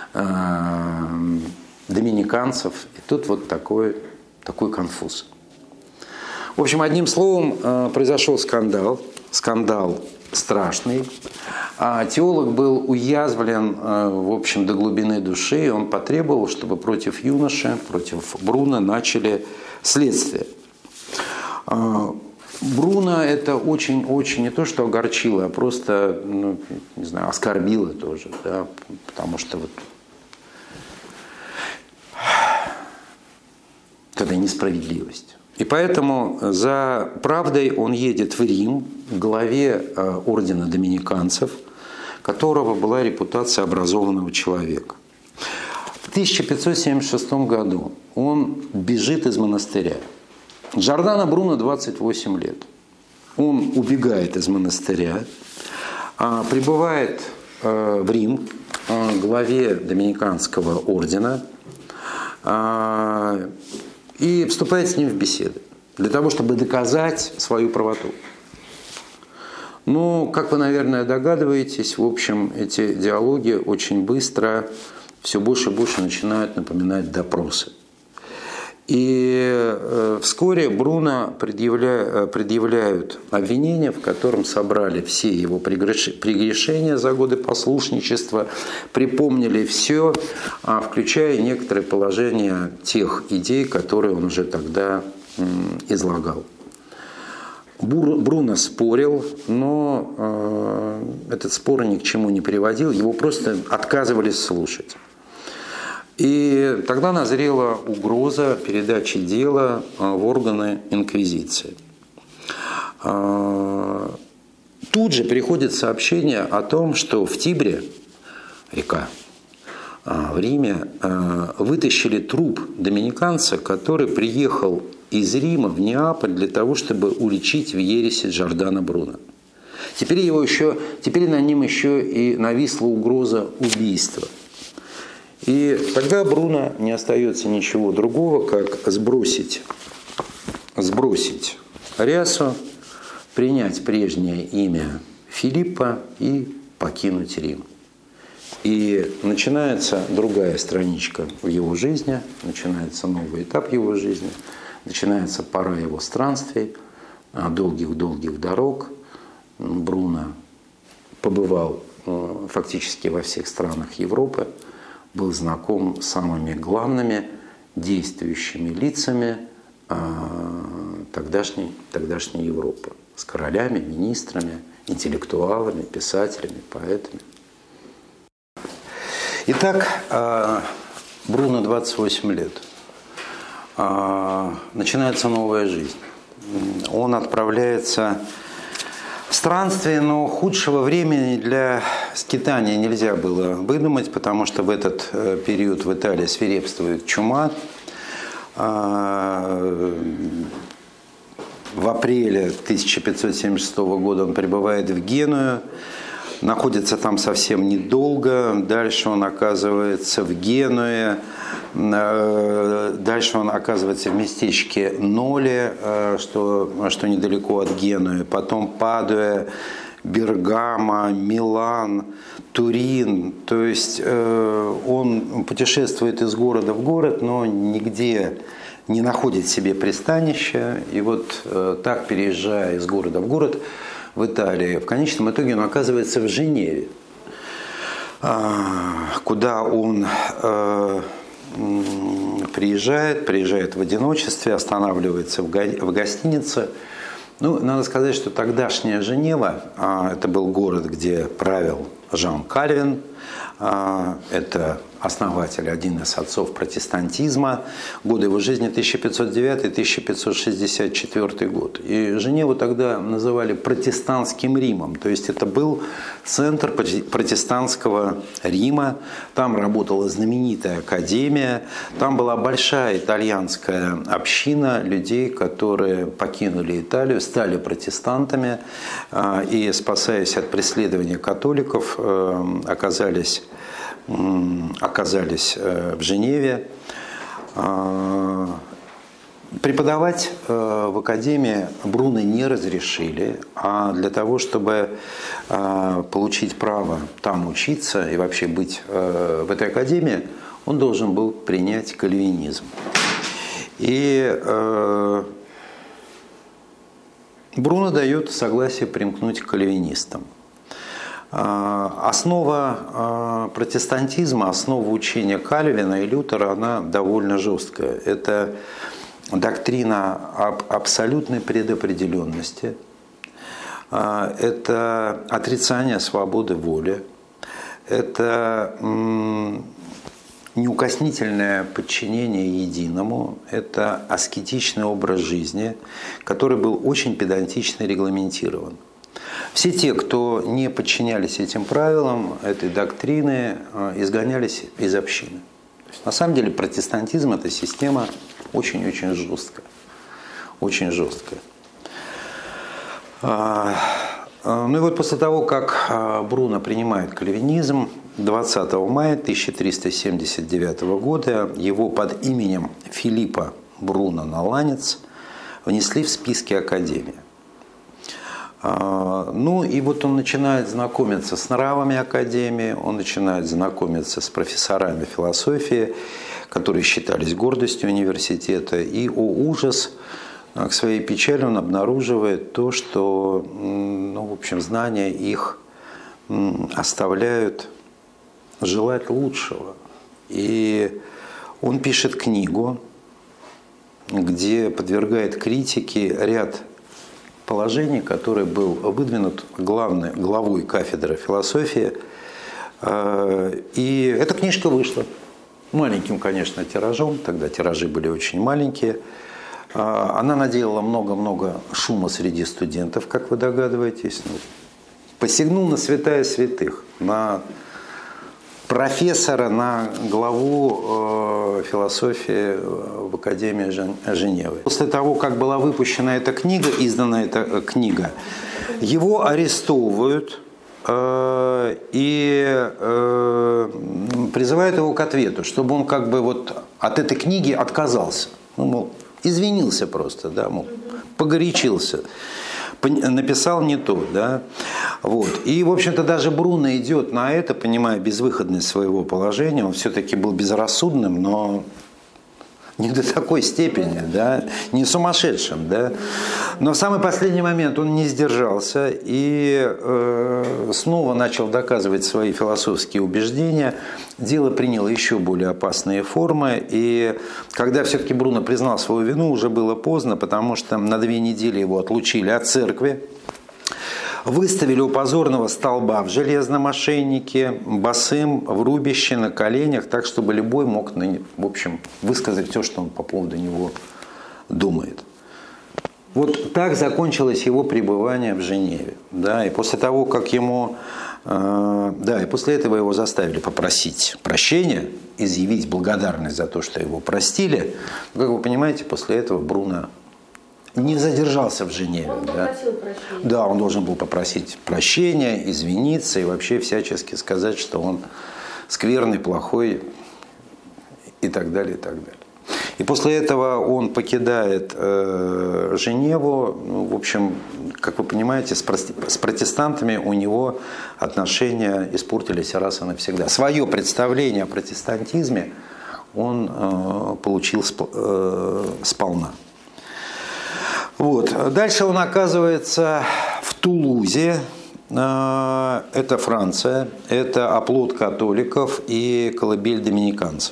доминиканцев. И тут вот такой конфуз. В общем, одним словом, произошел скандал страшный. Теолог был уязвлен, в общем, до глубины души, и он потребовал, чтобы против юноши, против Бруно начали следствие. Бруно это очень не то, что огорчило, а просто, не знаю, оскорбило тоже, да, потому что вот это несправедливость. И поэтому за правдой он едет в Рим к главе ордена доминиканцев, которого была репутация образованного человека. В 1576 году он бежит из монастыря. Джордано Бруно 28 лет. Он убегает из монастыря, прибывает в Рим к главе доминиканского ордена и вступает с ним в беседы для того, чтобы доказать свою правоту. Но, как вы, наверное, догадываетесь, в общем, эти диалоги очень быстро все больше и больше начинают напоминать допросы. И вскоре Бруно предъявляют обвинение, в котором собрали все его прегрешения за годы послушничества, припомнили все, включая некоторые положения тех идей, которые он уже тогда излагал. Бруно спорил, но этот спор ни к чему не приводил, его просто отказывались слушать. И тогда назрела угроза передачи дела в органы инквизиции. Тут же приходит сообщение о том, что в Тибре, река, в Риме, вытащили труп доминиканца, который приехал из Рима в Неаполь для того, чтобы уличить в ереси Джордано Бруно. Теперь на ним еще и нависла угроза убийства. И тогда Бруно не остается ничего другого, как сбросить рясу, принять прежнее имя Филиппа и покинуть Рим. И начинается другая страничка в его жизни, начинается новый этап его жизни, начинается пора его странствий, долгих дорог. Бруно побывал фактически во всех странах Европы, был знаком с самыми главными действующими лицами тогдашней Европы. С королями, министрами, интеллектуалами, писателями, поэтами. Итак, Бруно 28 лет. Начинается новая жизнь. Он отправляется в странствие, но худшего времени для скитания нельзя было выдумать, потому что в этот период в Италии свирепствует чума. В апреле 1576 года он прибывает в Геную, находится там совсем недолго, дальше он оказывается в Генуе, дальше он оказывается в местечке Ноле, что недалеко от Генуи, потом Падуя, Бергамо, Милан, Турин. То есть он путешествует из города в город, но нигде не находит себе пристанища. И вот так, переезжая из города в город в Италии, в конечном итоге он оказывается в Женеве, куда он приезжает в одиночестве, останавливается в гостинице. Ну, надо сказать, что тогдашняя Женева, это был город, где правил Жан Кальвин. Это основатель, один из отцов протестантизма. Годы его жизни 1509-1564 год. И Женеву тогда называли протестантским Римом. То есть это был центр протестантского Рима. Там работала знаменитая академия. Там была большая итальянская община людей, которые покинули Италию, стали протестантами и, спасаясь от преследования католиков, оказались в Женеве. Преподавать в академии Бруно не разрешили, а для того, чтобы получить право там учиться и вообще быть в этой академии, он должен был принять кальвинизм. И Бруно дает согласие примкнуть к кальвинистам. Основа протестантизма, основа учения Кальвина и Лютера, она довольно жесткая. Это доктрина об абсолютной предопределенности, это отрицание свободы воли, это неукоснительное подчинение единому, это аскетичный образ жизни, который был очень педантично регламентирован. Все те, кто не подчинялись этим правилам, этой доктрины, изгонялись из общины. То есть, на самом деле протестантизм – это система очень-очень жесткая. Очень жесткая. Ну и вот после того, как Бруно принимает кальвинизм, 20 мая 1379 года его под именем Филиппа Бруно Наланец внесли в списки академии. Ну и вот он начинает знакомиться с нравами академии, он начинает знакомиться с профессорами философии, которые считались гордостью университета. И, о ужас, к своей печали он обнаруживает то, что, ну, в общем, знания их оставляют желать лучшего. И он пишет книгу, где подвергает критике ряд положений, который был выдвинут главой кафедры философии. И эта книжка вышла маленьким, конечно, тиражом, тогда тиражи были очень маленькие. Она наделала много-много шума среди студентов, как вы догадываетесь. Посягнул на святая святых, на профессора, на главу философии в Академии Женевы. После того, как была выпущена эта книга, издана эта книга, его арестовывают и призывают его к ответу, чтобы он как бы вот от этой книги отказался. Ну, мол, извинился просто, да, мол, погорячился. Написал не то, да, вот. И, в общем-то, даже Бруно идет на это, понимая безвыходность своего положения. Он все-таки был безрассудным, но не до такой степени, да, не сумасшедшим, да. Но в самый последний момент он не сдержался и снова начал доказывать свои философские убеждения. Дело приняло еще более опасные формы, и когда все-таки Бруно признал свою вину, уже было поздно, потому что на 2 недели его отлучили от церкви, выставили у позорного столба в железном ошейнике, босым, в рубище, на коленях, так, чтобы любой мог, в общем, высказать все, что он по поводу него думает. Вот так закончилось его пребывание в Женеве. Да, и после того, как ему... Да, и после этого его заставили попросить прощения, изъявить благодарность за то, что его простили. Как вы понимаете, после этого Бруно не задержался в Женеве. Он попросил прощения. Да, он должен был попросить прощения, извиниться и вообще всячески сказать, что он скверный, плохой и так далее, и так далее. И после этого он покидает Женеву. Ну, в общем, как вы понимаете, с протестантами у него отношения испортились раз и навсегда. Свое представление о протестантизме он получил сполна. Вот. Дальше он оказывается в Тулузе. Это Франция, это оплот католиков и колыбель доминиканцев.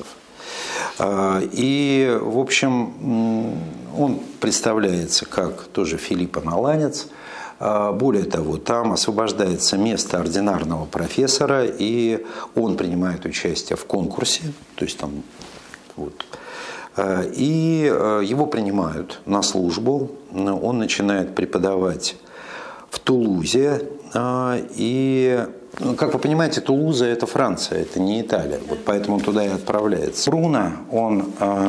И, в общем, он представляется как тоже Филиппа Наланец. Более того, там освобождается место ординарного профессора, и он принимает участие в конкурсе, то есть там вот. И его принимают на службу, он начинает преподавать в Тулузе, и, как вы понимаете, Тулуза – это Франция, это не Италия, вот поэтому он туда и отправляется. Бруно, он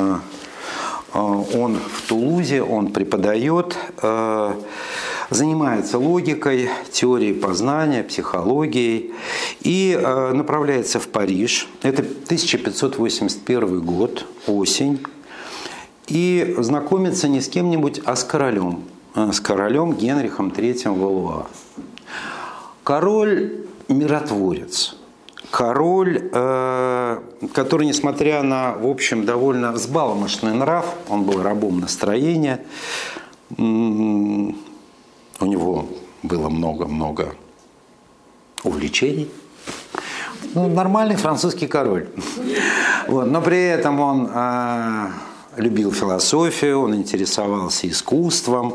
в Тулузе, он преподает, занимается логикой, теорией познания, психологией и направляется в Париж. Это 1581 год, осень. И знакомится не с кем-нибудь, а с королем Генрихом III Валуа. Король – миротворец. Король, который, несмотря на, в общем, довольно взбалмошный нрав, он был рабом настроения, у него было много-много увлечений. Нормальный французский король. Вот. Но при этом он любил философию, он интересовался искусством.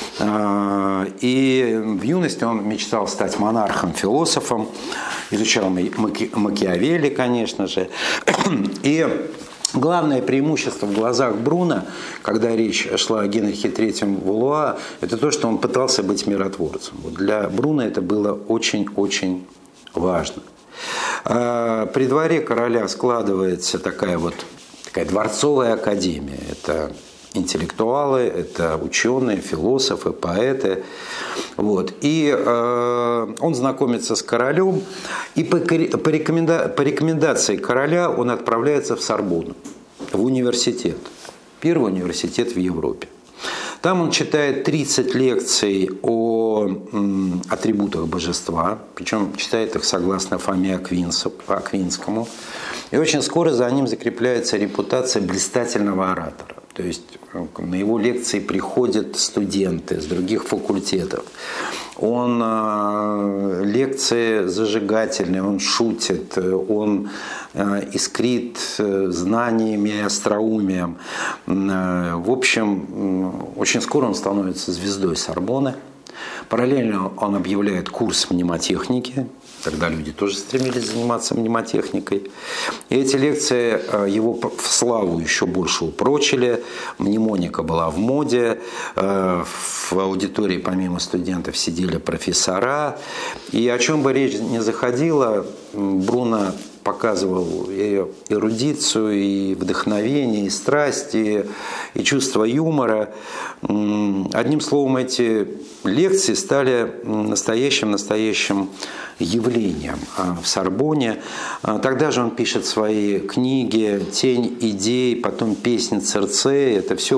И в юности он мечтал стать монархом-философом. Изучал Макиавелли, конечно же. И главное преимущество в глазах Бруно, когда речь шла о Генрихе III Валуа, это то, что он пытался быть миротворцем. Вот для Бруно это было очень-очень важно. При дворе короля складывается такая дворцовая академия. Это интеллектуалы, это ученые, философы, поэты. Вот. И он знакомится с королем, и по рекомендации короля он отправляется в Сорбонну, в университет. Первый университет в Европе. Там он читает 30 лекций о атрибутах божества, причем читает их согласно Фоме Аквинскому. И очень скоро за ним закрепляется репутация блистательного оратора. То есть на его лекции приходят студенты с других факультетов. Он лекции зажигательные, он шутит, он искрит знаниями и остроумием. В общем, очень скоро он становится звездой Сорбонны. Параллельно он объявляет курс мнемотехники. Тогда люди тоже стремились заниматься мнемотехникой. И эти лекции его в славу еще больше упрочили. Мнемоника была в моде. В аудитории помимо студентов сидели профессора. И о чем бы речь ни заходила, Бруно показывал и эрудицию, и вдохновение, и страсть, и чувство юмора. Одним словом, эти лекции стали настоящим явлением в Сорбонне. Тогда же он пишет свои книги «Тень идей», потом «Песнь Цирцея». Это все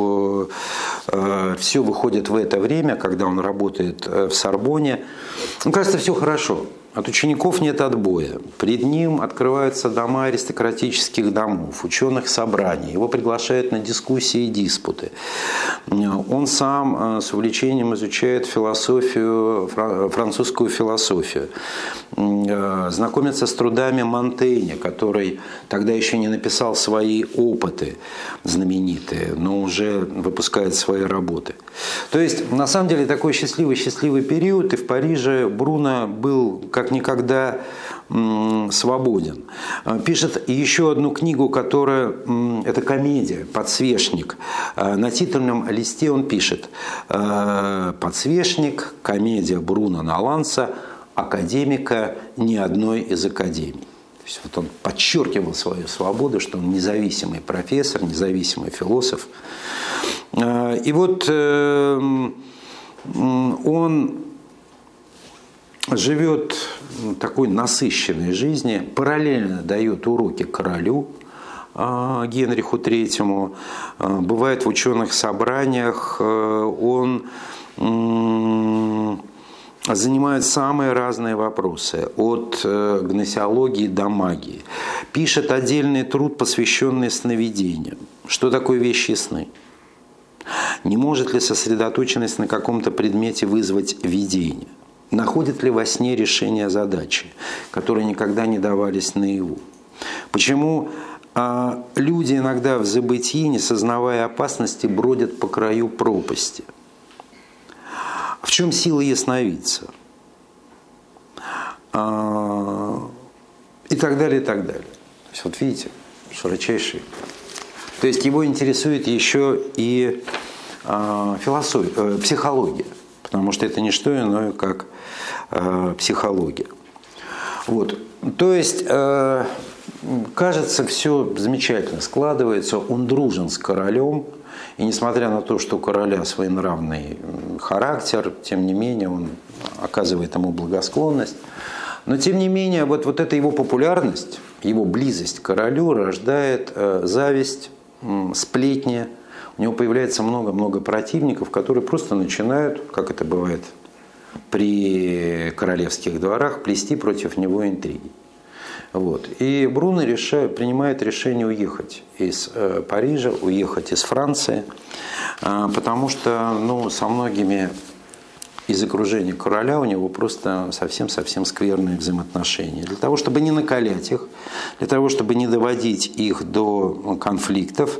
выходит в это время, когда он работает в Сорбонне. Кажется, все хорошо. От учеников нет отбоя. Пред ним открываются дома аристократических домов, ученых собраний. Его приглашают на дискуссии и диспуты. Он сам с увлечением изучает философию, французскую философию. Знакомится с трудами Монтэня, который тогда еще не написал свои опыты знаменитые, но уже выпускает свои работы. То есть, на самом деле, такой счастливый период, и в Париже Бруно был как никогда свободен. Пишет еще одну книгу, которая, это комедия «Подсвечник». На титульном листе он пишет: «Подсвечник, комедия Бруно Наланса, академика ни одной из академий». То есть вот он подчеркивал свою свободу, что он независимый профессор, независимый философ. И вот он живет такой насыщенной жизнью, параллельно дает уроки королю Генриху III, бывает в ученых собраниях, он занимает самые разные вопросы, от гносеологии до магии. Пишет отдельный труд, посвященный сновидениям. Что такое вещи и сны? Не может ли сосредоточенность на каком-то предмете вызвать видение? Находит ли во сне решение задачи, которые никогда не давались наяву? Почему люди иногда в забытии, не сознавая опасности, бродят по краю пропасти? В В чем сила ясновидца? И так далее, и так далее. То есть, вот видите, широчайший. То есть его интересует еще и психология, потому что это не что иное, как психология. Вот. То есть, кажется, все замечательно складывается, он дружен с королем, и несмотря на то, что у короля своенравный характер, тем не менее он оказывает ему благосклонность. Но тем не менее, вот эта его популярность, его близость к королю рождает зависть, сплетни. У него появляется много-много противников, которые просто начинают, как это бывает при королевских дворах, плести против него интриги. Вот. И Бруно принимает решение уехать из Парижа, уехать из Франции, потому что со многими из окружения короля у него просто совсем-совсем скверные взаимоотношения. Для того, чтобы не накалять их, для того, чтобы не доводить их до конфликтов,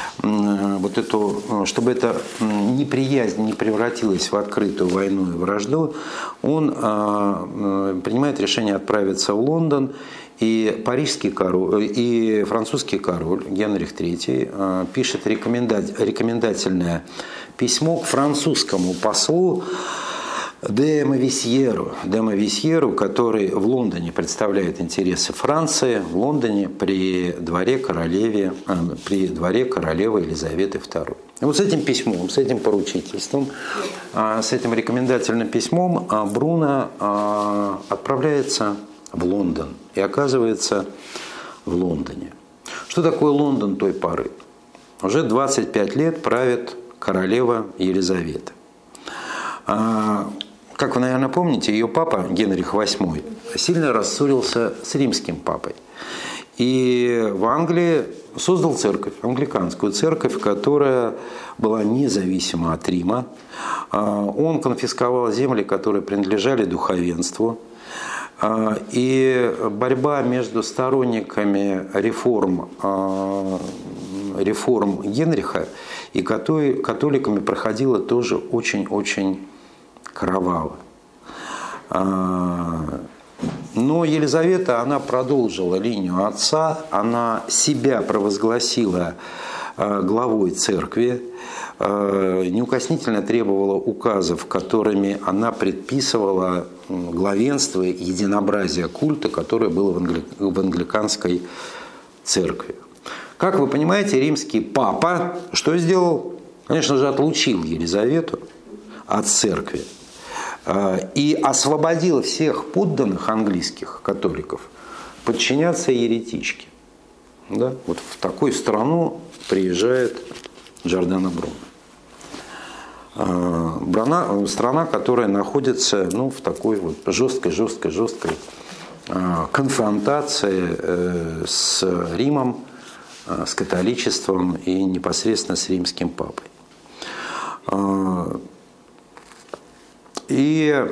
чтобы эта неприязнь не превратилась в открытую войну и вражду, он принимает решение отправиться в Лондон. И парижский король, и французский король Генрих III пишет рекомендательное письмо к французскому послу де Мависьеру, который в Лондоне представляет интересы Франции, в Лондоне при дворе королевы Елизаветы II. И вот с этим письмом, с этим поручительством, с этим рекомендательным письмом Бруно отправляется в Лондон и оказывается в Лондоне. Что такое Лондон той поры? Уже 25 лет правит королева Елизавета. Как вы, наверное, помните, ее папа Генрих VIII сильно рассорился с римским папой. И в Англии создал церковь, англиканскую церковь, которая была независима от Рима. Он конфисковал земли, которые принадлежали духовенству. И борьба между сторонниками реформ Генриха и католиками проходила тоже очень-очень кроваво. Но Елизавета, она продолжила линию отца, она себя провозгласила главой церкви, неукоснительно требовала указов, которыми она предписывала главенство и единообразие культа, которое было в англиканской церкви. Как вы понимаете, римский папа что сделал? Конечно же, отлучил Елизавету от церкви и освободил всех подданных английских католиков подчиняться еретичке. Да? Вот в такую страну приезжает Джордано Бруно. Страна, которая находится в такой вот жесткой конфронтации с Римом, с католичеством и непосредственно с римским папой. И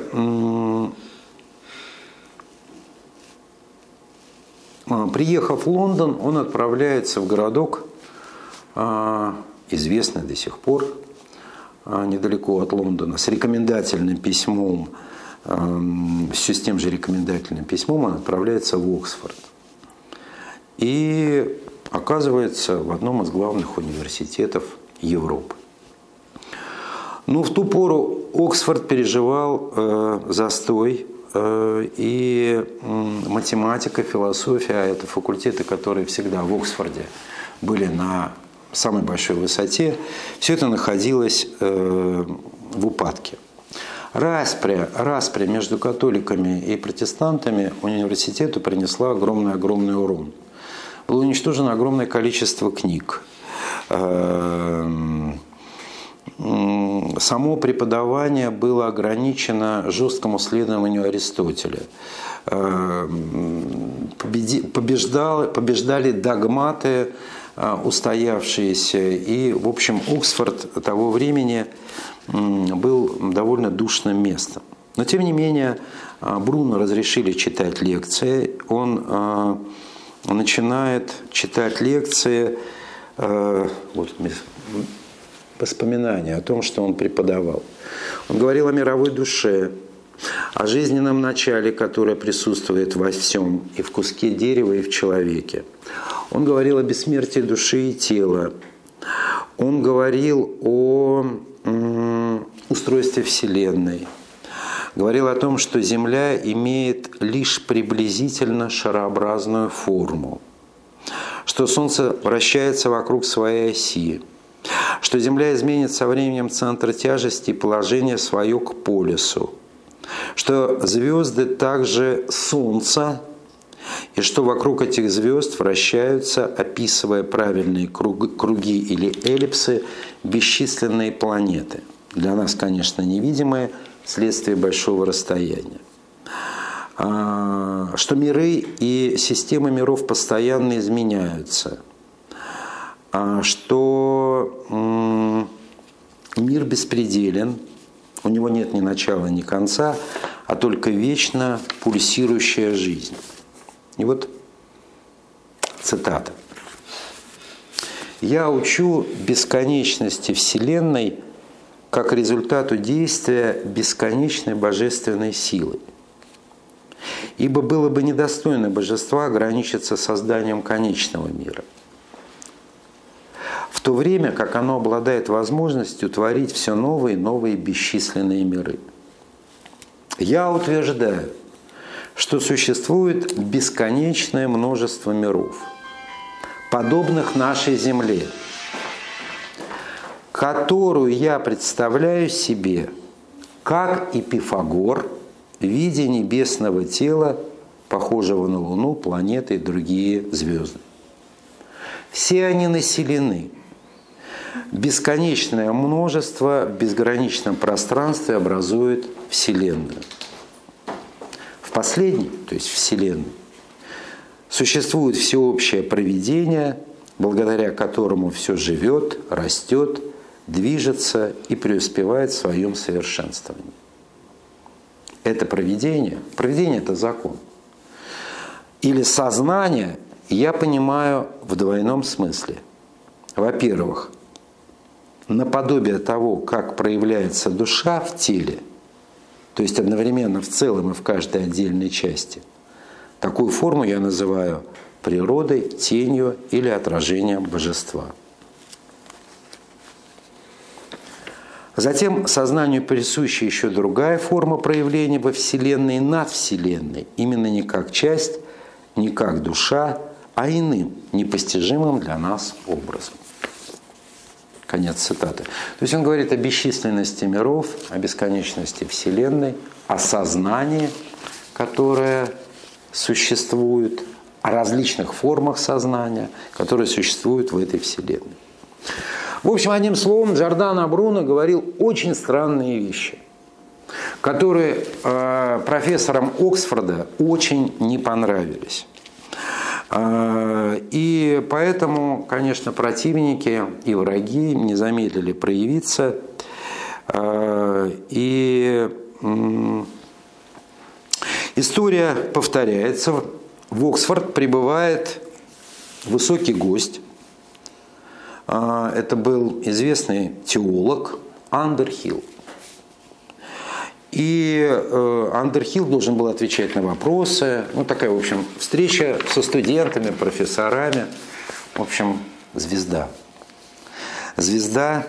приехав в Лондон, он отправляется в городок, известный до сих пор, недалеко от Лондона, с рекомендательным письмом, с тем же рекомендательным письмом он отправляется в Оксфорд. И оказывается в одном из главных университетов Европы. Но в ту пору Оксфорд переживал застой, и математика, философия, это факультеты, которые всегда в Оксфорде были на самой большой высоте, все это находилось в упадке. Распря между католиками и протестантами университету принесла огромный урон. Было уничтожено огромное количество книг. Само преподавание было ограничено жесткому следованию Аристотеля. Побеждали догматы устоявшиеся. И, в общем, Оксфорд того времени был довольно душным местом. Но, тем не менее, Бруно разрешили читать лекции. Он начинает читать лекции. Вот, воспоминания о том, что он преподавал. Он говорил о мировой душе, о жизненном начале, которое присутствует во всем, и в куске дерева, и в человеке. Он говорил о бессмертии души и тела. Он говорил о устройстве Вселенной. Говорил о том, что Земля имеет лишь приблизительно шарообразную форму, что Солнце вращается вокруг своей оси, что Земля изменит со временем центр тяжести и положение свое к полюсу, что звезды также Солнца, и что вокруг этих звезд вращаются, описывая правильные круги или эллипсы, бесчисленные планеты. Для нас, конечно, невидимые, вследствие большого расстояния. Что миры и системы миров постоянно изменяются. Что мир беспределен, у него нет ни начала, ни конца, а только вечно пульсирующая жизнь. И вот цитата. «Я учу бесконечности Вселенной как результату действия бесконечной божественной силы. Ибо было бы недостойно божества ограничиться созданием конечного мира, в то время как оно обладает возможностью творить все новые и новые бесчисленные миры. Я утверждаю, что существует бесконечное множество миров, подобных нашей Земле, которую я представляю себе, как и Пифагор, в виде небесного тела, похожего на Луну, планеты и другие звезды. Все они населены. Бесконечное множество в безграничном пространстве образует Вселенную. В последней, то есть Вселенной, существует всеобщее провидение, благодаря которому все живет, растет, движется и преуспевает в своем совершенствовании. Это провидение. Провидение – это закон. Или сознание я понимаю в двойном смысле. Во-первых, наподобие того, как проявляется душа в теле, то есть одновременно в целом и в каждой отдельной части, такую форму я называю природой, тенью или отражением божества. Затем сознанию присуща еще другая форма проявления во Вселенной над Вселенной, именно не как часть, не как душа, а иным, непостижимым для нас образом. Конец цитаты. То есть он говорит о бесчисленности миров, о бесконечности Вселенной, о сознании, которое существует, о различных формах сознания, которые существуют в этой Вселенной. В общем, одним словом, Джордано Бруно говорил очень странные вещи, которые профессорам Оксфорда очень не понравились. И поэтому, конечно, противники и враги не замедлили проявиться. И история повторяется. В Оксфорд прибывает высокий гость. Это был известный теолог Андерхилл. И Андерхилл должен был отвечать на вопросы. Ну, такая, в общем, встреча со студентами, профессорами. В общем, звезда. Звезда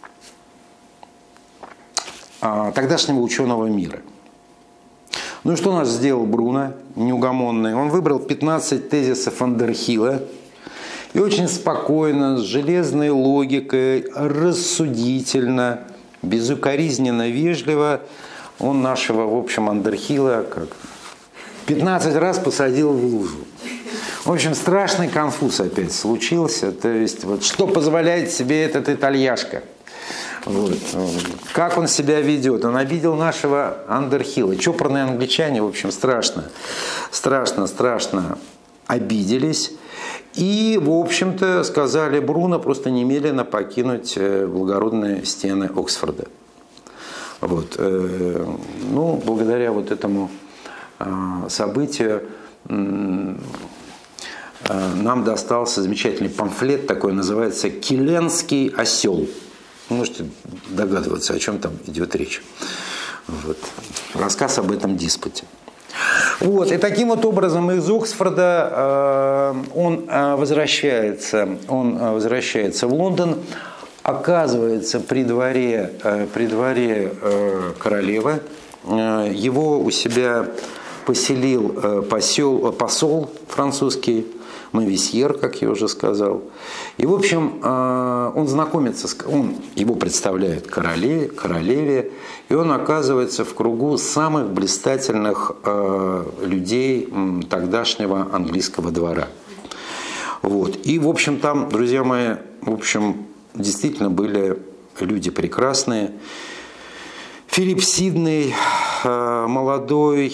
тогдашнего ученого мира. Ну и что у нас сделал Бруно, неугомонный? Он выбрал 15 тезисов Андерхилла и очень спокойно, с железной логикой, рассудительно, безукоризненно, вежливо он нашего, в общем, Андерхилла как 15 раз посадил в лужу. В общем, страшный конфуз опять случился. То есть, вот, что позволяет себе этот итальяшка? Вот. Как он себя ведет? Он обидел нашего Андерхилла. Чопорные англичане, в общем, страшно обиделись. И, в общем-то, сказали Бруно просто немедленно покинуть благородные стены Оксфорда. Вот. Ну, благодаря вот этому событию нам достался замечательный памфлет, такой называется «Киленский осел». Можете догадываться, о чем там идет речь. Вот. Рассказ об этом диспуте. Вот. И таким вот образом из Оксфорда он возвращается в Лондон, оказывается при дворе королевы. Его у себя поселил посол французский, Мависьер, как я уже сказал. И, в общем, он знакомится, его представляет королеве, и он оказывается в кругу самых блистательных людей тогдашнего английского двора. Вот. И, в общем, там, друзья мои, действительно были люди прекрасные. Филипп Сидней, молодой,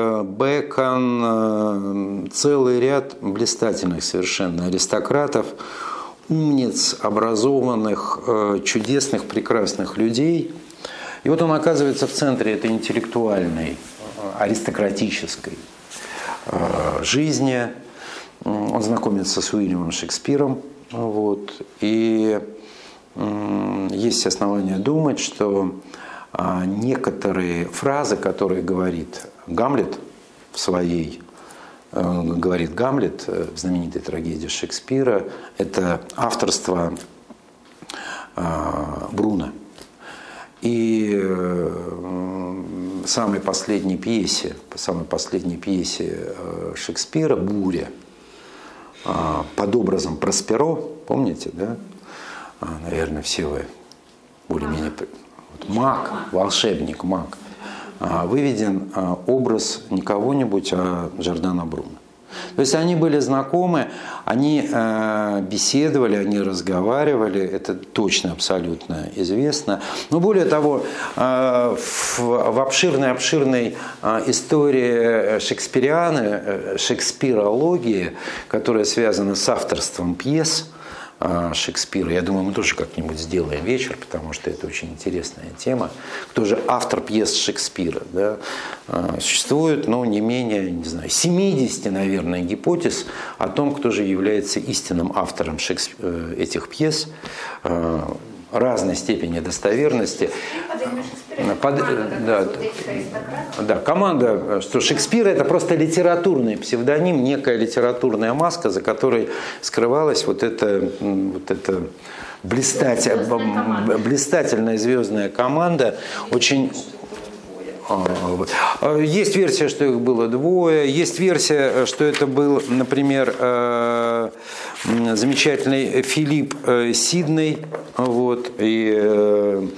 Бэкон, целый ряд блистательных совершенно аристократов, умниц, образованных, чудесных, прекрасных людей. И вот он оказывается в центре этой интеллектуальной, аристократической жизни. Он знакомится с Уильямом Шекспиром. Вот. И есть основания думать, что некоторые фразы, которые говорит Гамлет в знаменитой трагедии Шекспира, это авторство Бруно. И в самой последней пьесе Шекспира «Буря» под образом Просперо, помните, да? Наверное, все вы более-менее... Маг, волшебник, маг. Выведен образ не кого-нибудь, а Джордано Бруно. То есть они были знакомы, они беседовали, они разговаривали, это точно, абсолютно известно. Но более того, в обширной истории шекспирологии, которая связана с авторством пьес Шекспира. Я думаю, мы тоже как-нибудь сделаем вечер, потому что это очень интересная тема. Кто же автор пьес Шекспира? Да? Существует, не менее, 70, наверное, гипотез о том, кто же является истинным автором этих пьес. Разной степени достоверности. Команда, что Шекспир — это просто литературный псевдоним, некая литературная маска, за которой скрывалась вот эта блистательная звездная команда. Очень... Есть версия, что их было двое, есть версия, что это был, например, замечательный Филипп Сидней, и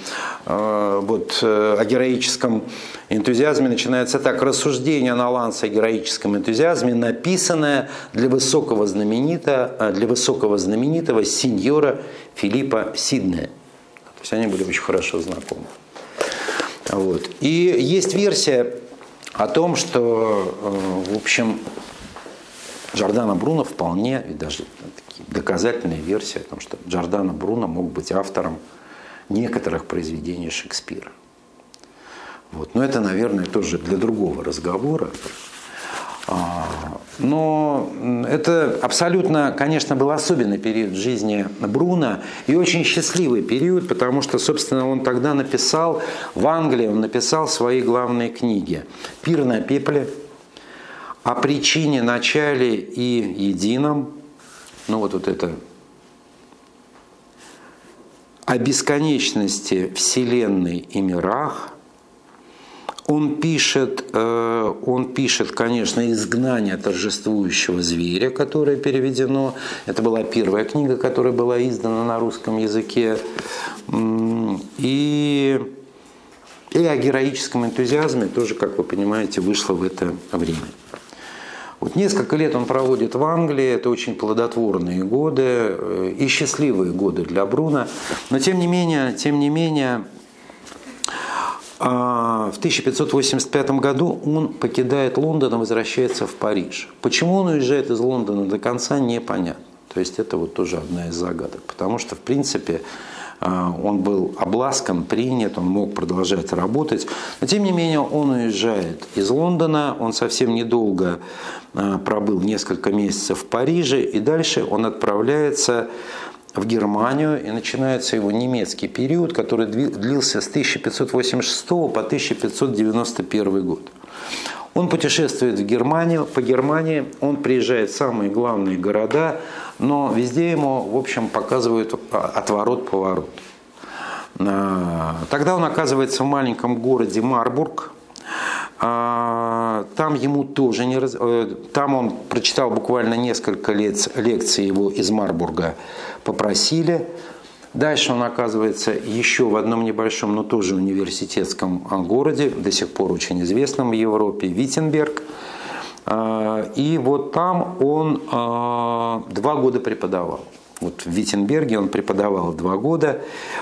о героическом энтузиазме начинается так: рассуждение на Ланса о героическом энтузиазме, написанное для высокого знаменитого сеньора Филиппа Сиднея. То есть они были очень хорошо знакомы. И есть версия о том, что, в общем, Джордано Бруно вполне, и даже доказательная версия о том, что Джордано Бруно мог быть автором некоторых произведений Шекспира. Но это, наверное, тоже для другого разговора. Но это абсолютно, конечно, был особенный период в жизни Бруно и очень счастливый период, потому что, собственно, он тогда написал в Англии, свои главные книги: «Пир на пепле», «О причине, начале и едином», это «О бесконечности Вселенной и мирах». Он пишет, конечно, «Изгнание торжествующего зверя», которое переведено. Это была первая книга, которая была издана на русском языке. И о героическом энтузиазме тоже, как вы понимаете, вышло в это время. Несколько лет он проводит в Англии. Это очень плодотворные годы и счастливые годы для Бруно. Но тем не менее, в 1585 году он покидает Лондон и возвращается в Париж. Почему он уезжает из Лондона до конца, непонятно. То есть это тоже одна из загадок. Потому что, в принципе, он был обласкан, принят, он мог продолжать работать. Но, тем не менее, он уезжает из Лондона. Он совсем недолго пробыл, несколько месяцев в Париже. И дальше он отправляется в Германию, и начинается его немецкий период, который длился с 1586 по 1591 год. Он путешествует в Германию, по Германии, он приезжает в самые главные города, но везде ему, в общем, показывают отворот-поворот. Тогда он оказывается в маленьком городе Марбург. Там ему тоже там он прочитал буквально несколько лекций, его из Марбурга попросили. Дальше он оказывается еще в одном небольшом, но тоже университетском городе, до сих пор очень известном в Европе, Виттенберг. И вот там он 2 года преподавал. Вот в Виттенберге он преподавал 2 года,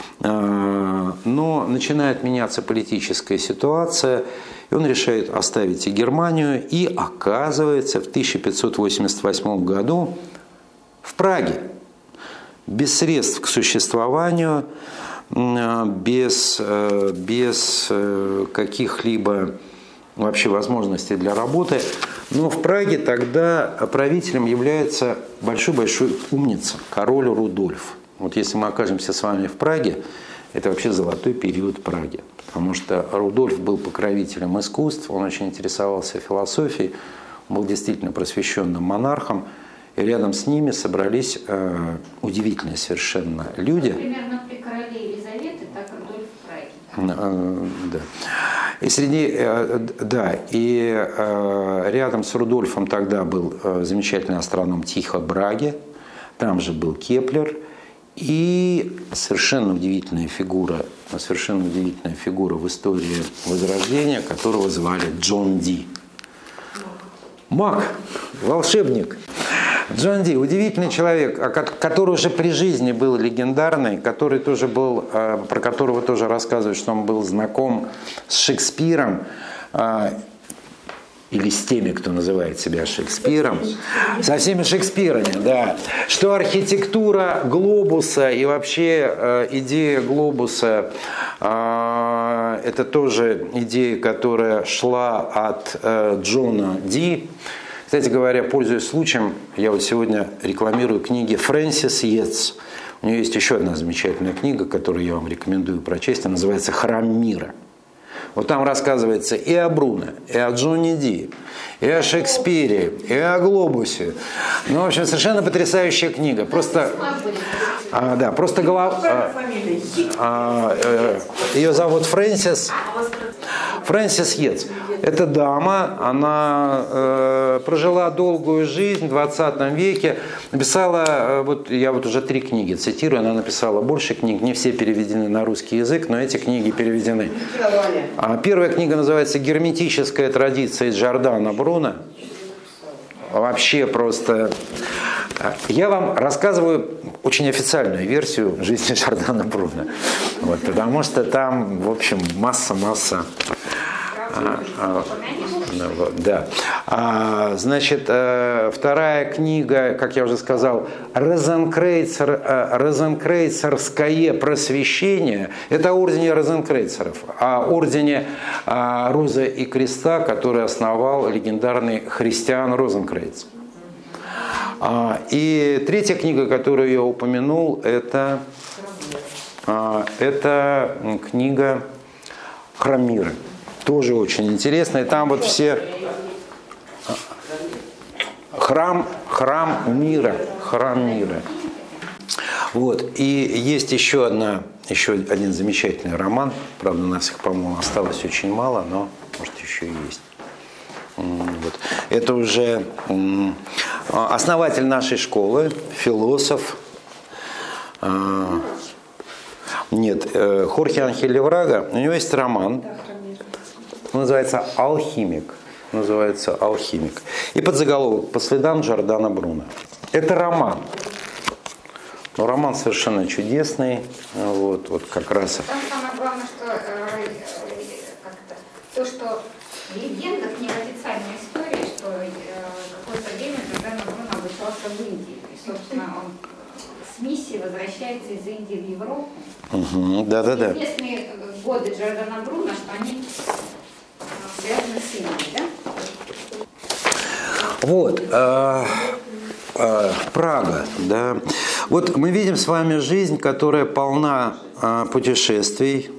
но начинает меняться политическая ситуация, и он решает оставить и Германию, и оказывается в 1588 году в Праге, без средств к существованию, без каких-либо вообще возможностей для работы. Но в Праге тогда правителем является большой-большой умница, король Рудольф. Вот если мы окажемся с вами в Праге, это вообще золотой период Праги. Потому что Рудольф был покровителем искусств, он очень интересовался философией, был действительно просвещенным монархом. И рядом с ними собрались удивительные совершенно люди. Примерно при короле Елизаветы, так Рудольф в Праге. Да. И рядом с Рудольфом тогда был замечательный астроном Тихо Браге, там же был Кеплер, и совершенно удивительная фигура в истории Возрождения, которого звали Джон Ди. Маг, волшебник. Джон Ди, удивительный человек, который уже при жизни был легендарный, который тоже был, про которого тоже рассказывают, что он был знаком с Шекспиром, или с теми, кто называет себя Шекспиром, со всеми Шекспирами, да. Что архитектура глобуса и вообще идея глобуса это тоже идея, которая шла от Джона Ди. Кстати говоря, пользуясь случаем, я вот сегодня рекламирую книги Фрэнсис Йетс. У нее есть еще одна замечательная книга, которую я вам рекомендую прочесть. Она называется «Храм мира». Вот там рассказывается и о Бруно, и о Джоне Ди, и о Шекспире, и о глобусе. Ну, в общем, совершенно потрясающая книга. Просто голова... Ее зовут Фрэнсис Йетс. Эта дама, она прожила долгую жизнь в 20 веке, написала, я уже 3 книги цитирую, она написала больше книг, не все переведены на русский язык, но эти книги переведены. Первая книга называется «Герметическая традиция» Джордано Бруно. Вообще просто... Я вам рассказываю очень официальную версию жизни Джордано Бруно. Потому что там, в общем, масса... Да. Значит, вторая книга, как я уже сказал, «Розенкрейцерское просвещение». Это о ордене розенкрейцеров, о ордене Розы и Креста, который основал легендарный Христиан Розенкрейц. И третья книга, которую я упомянул, это книга «Храм мира». Тоже очень интересно. И там вот все... Храм мира. Вот. И есть еще один замечательный роман. Правда, у нас их, по-моему, осталось очень мало, но, может, еще и есть. Вот. Это уже основатель нашей школы, философ. Хорхе Анхель Леврага. У него есть роман. Он называется «Алхимик». И подзаголовок «По следам Джордано Бруно». Это роман. Но роман совершенно чудесный. Вот как раз. Там самое главное, что в легендах, не в официальной истории, что какое-то время Джордано Бруно обучался в Индии. И, собственно, он с миссией возвращается из Индии в Европу. Да. Известные годы Джордано Бруно, что они связаны с Индией, да? Вот. Прага, да. Вот мы видим с вами жизнь, которая полна путешествий,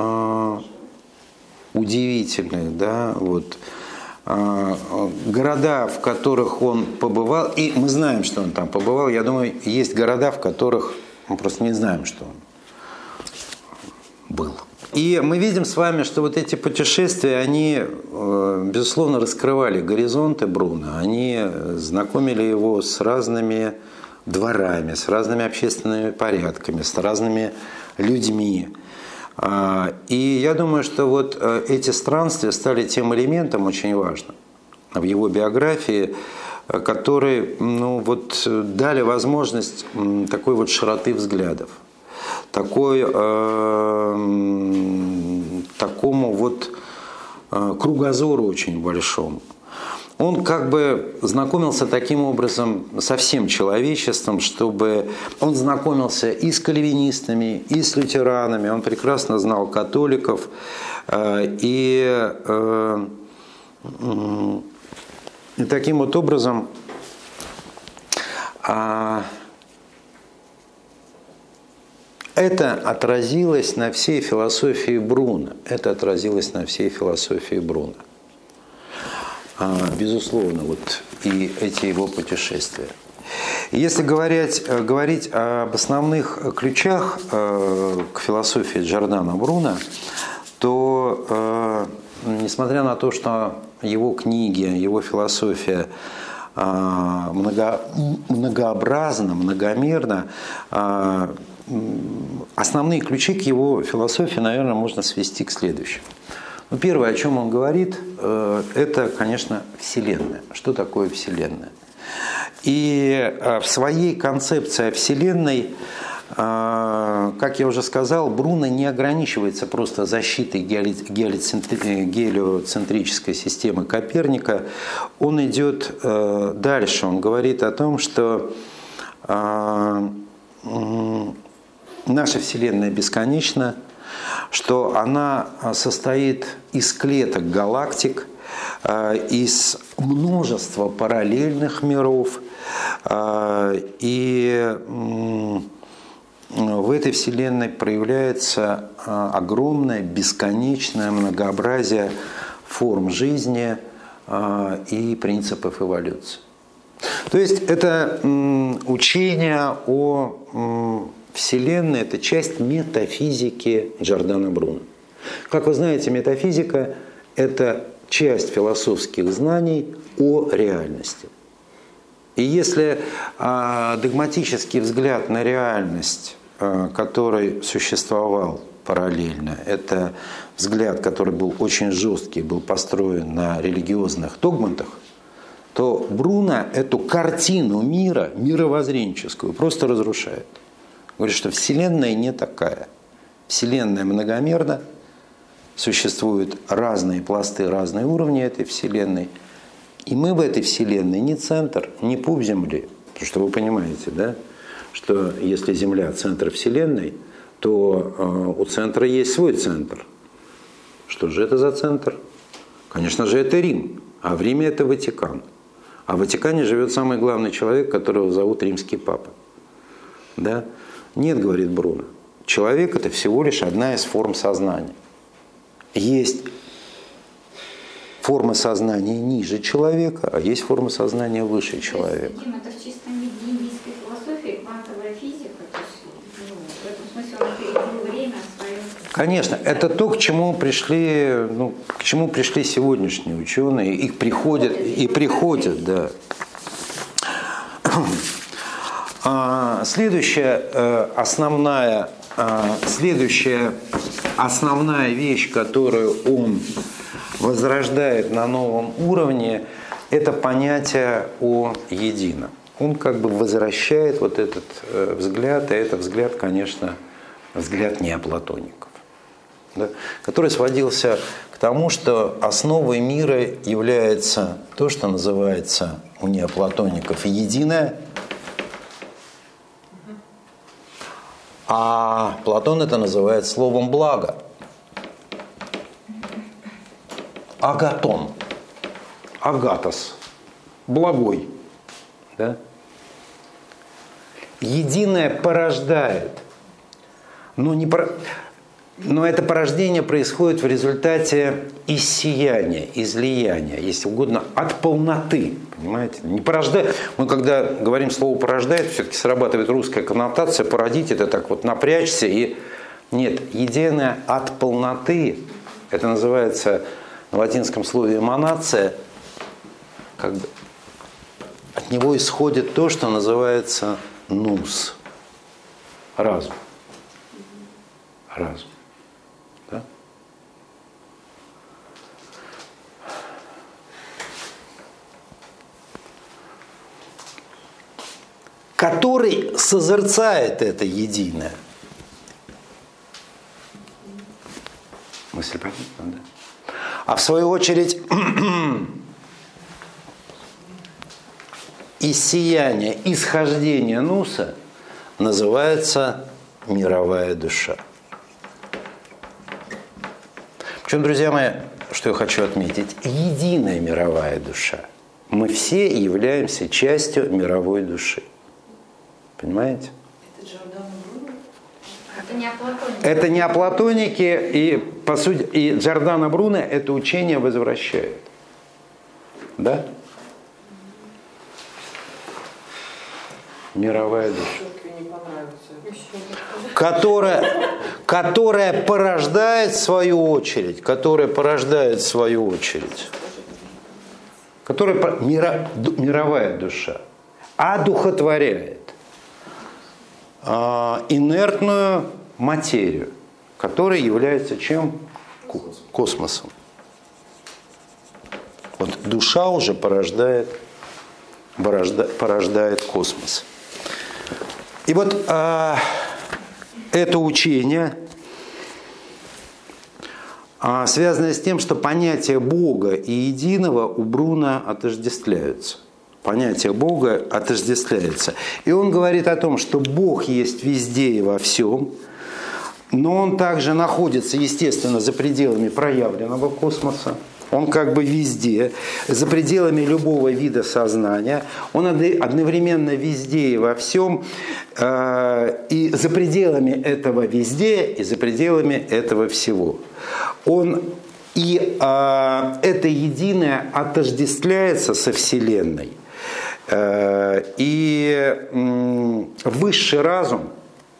удивительных, да, вот, города, в которых он побывал, и мы знаем, что он там побывал, я думаю, есть города, в которых мы просто не знаем, что он был. И мы видим с вами, что вот эти путешествия, они, безусловно, раскрывали горизонты Бруно, они знакомили его с разными дворами, с разными общественными порядками, с разными людьми. И я думаю, что вот эти странствия стали тем элементом очень важным в его биографии, которые, ну, вот, дали возможность такой вот широты взглядов, такому вот кругозору очень большому. Он как бы знакомился таким образом со всем человечеством, чтобы он знакомился и с кальвинистами, и с лютеранами, он прекрасно знал католиков, и таким вот образом это отразилось на всей философии Бруно. Это отразилось на всей философии Бруно. Безусловно, вот и эти его путешествия. Если говорить об основных ключах к философии Джордано Бруно, то, несмотря на то, что его книги, его философия многообразна, многомерна, основные ключи к его философии, наверное, можно свести к следующему. Ну, первое, о чем он говорит, это, конечно, Вселенная. Что такое Вселенная? И в своей концепции о Вселенной, как я уже сказал, Бруно не ограничивается просто защитой гелиоцентрической системы Коперника. Он идет дальше. Он говорит о том, что наша Вселенная бесконечна, что она состоит из клеток галактик, из множества параллельных миров, и в этой Вселенной проявляется огромное, бесконечное многообразие форм жизни и принципов эволюции. То есть это учение о Вселенной – это часть метафизики Джордано Бруно. Как вы знаете, метафизика – это часть философских знаний о реальности. И если догматический взгляд на реальность, который существовал параллельно, это взгляд, который был очень жесткий, был построен на религиозных догматах, то Бруно эту картину мира, мировоззренческую, просто разрушает. Говорит, что Вселенная не такая. Вселенная многомерна, существуют разные пласты, разные уровни этой Вселенной. И мы в этой Вселенной не центр, не пуп Земли. Потому что вы понимаете, да, что если Земля – центр Вселенной, то у центра есть свой центр. Что же это за центр? Конечно же, это Рим. А в Риме это Ватикан. А в Ватикане живет самый главный человек, которого зовут Римский Папа. Да? Нет, говорит Бруно, человек – это всего лишь одна из форм сознания. Есть формы сознания ниже человека, а есть формы сознания выше человека. Дим, это в чистом виде индийской философии, квантовая физика, то есть, в этом смысле он опередил время свое. Конечно, это то, к чему пришли сегодняшние ученые, и приходят, да. Следующая основная вещь, которую он возрождает на новом уровне, это понятие о едином. Он как бы возвращает вот этот взгляд, и этот взгляд, конечно, взгляд неоплатоников, да, который сводился к тому, что основой мира является то, что называется у неоплатоников единое, а Платон это называет словом «благо». Агатон, агатос, благой. Да? единое порождает, но это порождение происходит в результате иссияния, излияния, если угодно, от полноты. Понимаете? Не порождает. Мы когда говорим слово «порождает», все-таки срабатывает русская коннотация. Породить — это так вот напрячься и... Нет, единое от полноты, это называется на латинском слове эманация, как бы от него исходит то, что называется нус, разум. Разум. Да? Который созерцает это единое. Мысль понятна, да? А в свою очередь иссияние, исхождение нуса называется мировая душа. Причем, друзья мои, что я хочу отметить, единая мировая душа. Мы все являемся частью мировой души. Понимаете? Это не о платонике, и по сути, и Джордано Бруно это учение возвращает. Да? Мировая душа. Которая порождает в свою очередь, мировая душа одухотворяет инертную материю, которая является чем? Космосом. Вот душа уже порождает космос. И вот это учение, связанное с тем, что понятия Бога и единого у Бруно отождествляются. Понятие Бога отождествляется. И он говорит о том, что Бог есть везде и во всем, но он также находится, естественно, за пределами проявленного космоса. Он как бы везде, за пределами любого вида сознания. Он одновременно везде и во всем, и за пределами этого везде, и за пределами этого всего. Это единое отождествляется со Вселенной. И высший разум,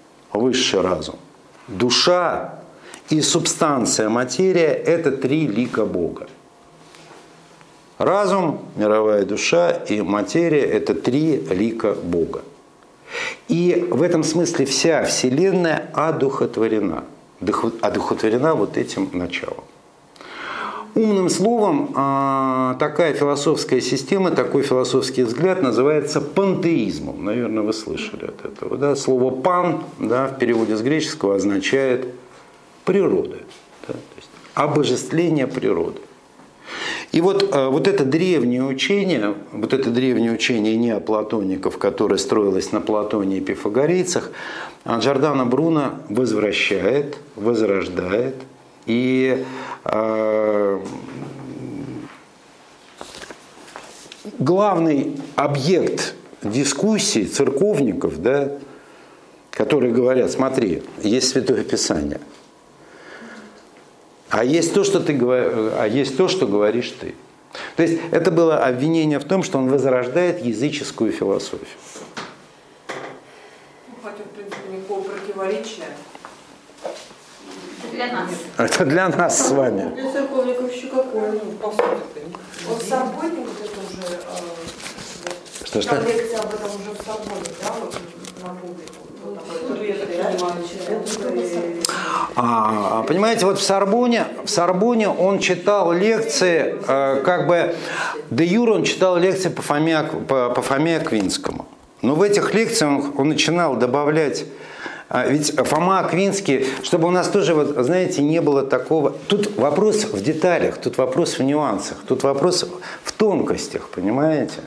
душа и субстанция, материя – это три лика Бога. Разум, мировая душа и материя – это три лика Бога. И в этом смысле вся Вселенная одухотворена вот этим началом. Умным словом, такая философская система, такой философский взгляд называется пантеизмом. Наверное, вы слышали от этого. Да? Слово «пан», да, в переводе с греческого означает «природа», да? То есть обожествление природы. И вот это древнее учение неоплатоников, которое строилось на Платоне и пифагорейцах, Джордано Бруно возвращает, возрождает. И главный объект дискуссий церковников, да, которые говорят: смотри, есть Святое Писание, а есть то, что говоришь ты. То есть это было обвинение в том, что он возрождает языческую философию. Хотя, в принципе, никакого противоречия. Для нас. Это для нас с вами. Для церковников еще какое? По сути. Вот в Сорбоне вот это уже... Что? Лекция об этом уже в Сорбоне, да? Вот на публику. Понимаете, вот в Сорбоне он читал лекции, как бы де юре он читал лекции по Фоме Аквинскому. Но в этих лекциях он начинал добавлять. Ведь Фома Аквинский, чтобы у нас тоже, вот, знаете, не было такого... Тут вопрос в деталях, тут вопрос в нюансах, тут вопрос в тонкостях, понимаете?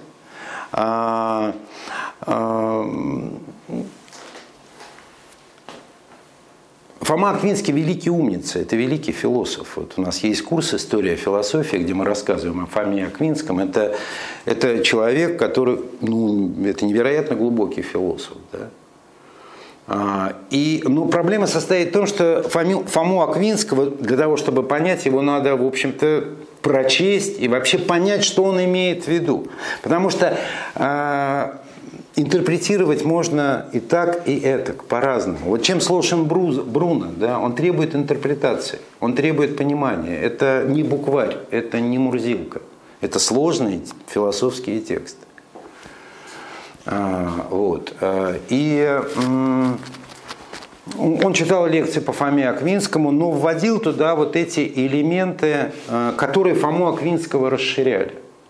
Фома Аквинский великий умница, это великий философ. Вот у нас есть курс «История философии», где мы рассказываем о Фоме Аквинском. Это человек, который, это невероятно глубокий философ, да? Но проблема состоит в том, что Фому Аквинского, для того, чтобы понять, его надо, в общем-то, прочесть и вообще понять, что он имеет в виду. Потому что интерпретировать можно и так, и этак, по-разному. Вот чем сложен Бруно, да, он требует интерпретации, он требует понимания. Это не букварь, это не Мурзилка. Это сложные философские тексты. Вот. И он читал лекции по Фоме Аквинскому, но вводил туда вот эти элементы, которые Фому Аквинского расширяли.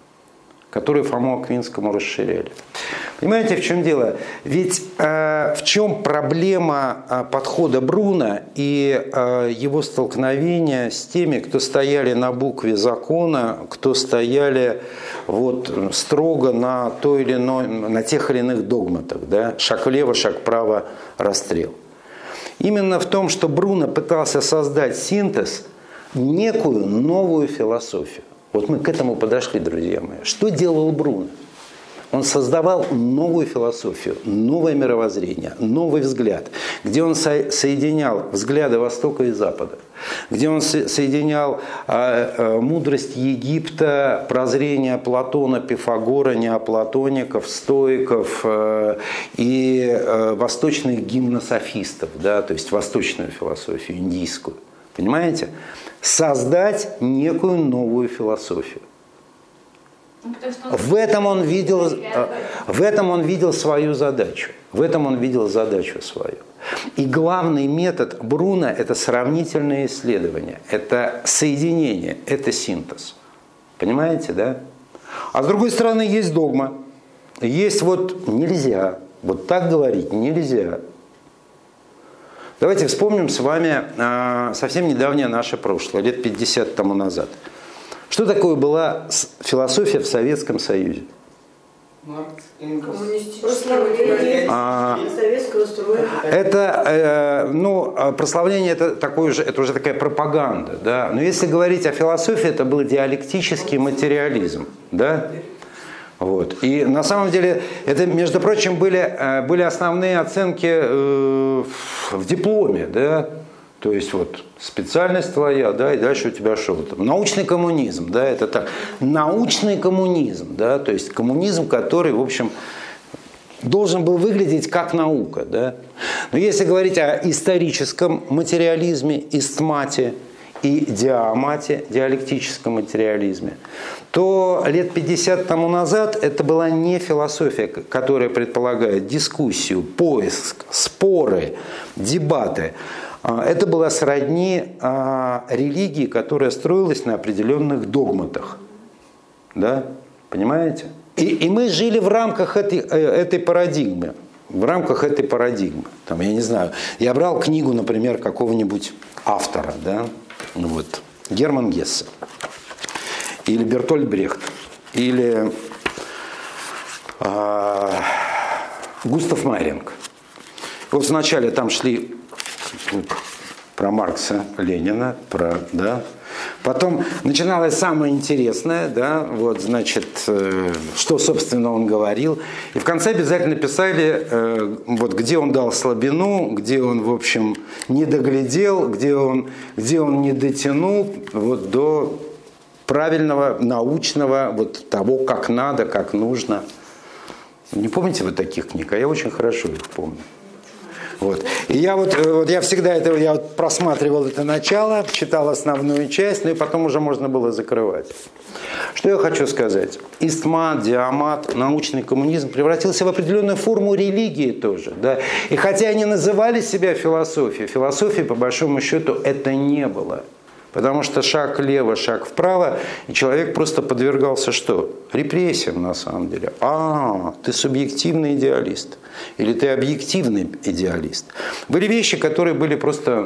Понимаете, в чем дело? Ведь в чем проблема подхода Бруно и его столкновения с теми, кто стояли на букве закона, кто стояли вот строго на тех или иных догматах, да? Шаг влево, шаг вправо, расстрел. Именно в том, что Бруно пытался создать синтез, некую новую философию. Вот мы к этому подошли, друзья мои. Что делал Бруно? Он создавал новую философию, новое мировоззрение, новый взгляд, где он соединял взгляды Востока и Запада, где он соединял мудрость Египта, прозрение Платона, Пифагора, неоплатоников, стоиков и восточных гимнософистов, да, то есть восточную философию, индийскую. Понимаете? Создать некую новую философию. В этом он видел свою задачу. свою. И главный метод Бруно – это сравнительное исследование, это соединение, это синтез. Понимаете, да? А с другой стороны есть догма. Есть вот нельзя, вот так говорить нельзя. Давайте вспомним с вами совсем недавнее наше прошлое, лет 50 тому назад. Что такое была философия в Советском Союзе? Советского строя. Это, прославление это уже такая пропаганда, да. Но если говорить о философии, это был диалектический материализм, да. Вот. И на самом деле это, между прочим, были основные оценки в дипломе, да. То есть вот специальность твоя, да, и дальше у тебя что там? Научный коммунизм, да, это так. Научный коммунизм, да, то есть коммунизм, который, в общем, должен был выглядеть как наука, да. Но если говорить о историческом материализме, истмате и диамате, диалектическом материализме, то лет 50 тому назад это была не философия, которая предполагает дискуссию, поиск, споры, дебаты. Это было сродни религии, которая строилась на определенных догматах. Да? Понимаете? И мы жили в рамках этой парадигмы. Там, я не знаю, я брал книгу, например, какого-нибудь автора, да? Вот. Герман Гессе. Или Бертольд Брехт. Или Густав Майринг. Вот вначале там шли про Маркса, Ленина, да. Потом начиналось самое интересное, да, вот, значит, что, собственно, он говорил. И в конце обязательно писали, вот, где он дал слабину, где он, в общем, не доглядел, где он не дотянул вот, до правильного, научного, вот, того, как надо, как нужно. Не помните вы таких книг? А я очень хорошо их помню. Вот. И я я всегда просматривал это начало, читал основную часть, ну и потом уже можно было закрывать. Что я хочу сказать? Истмат, диамат, научный коммунизм превратился в определенную форму религии тоже. Да? И хотя они называли себя философией по большому счету это не было. Потому что шаг влево, шаг вправо, и человек просто подвергался что? Репрессиям на самом деле. Ты субъективный идеалист. Или ты объективный идеалист. Были вещи, которые были просто,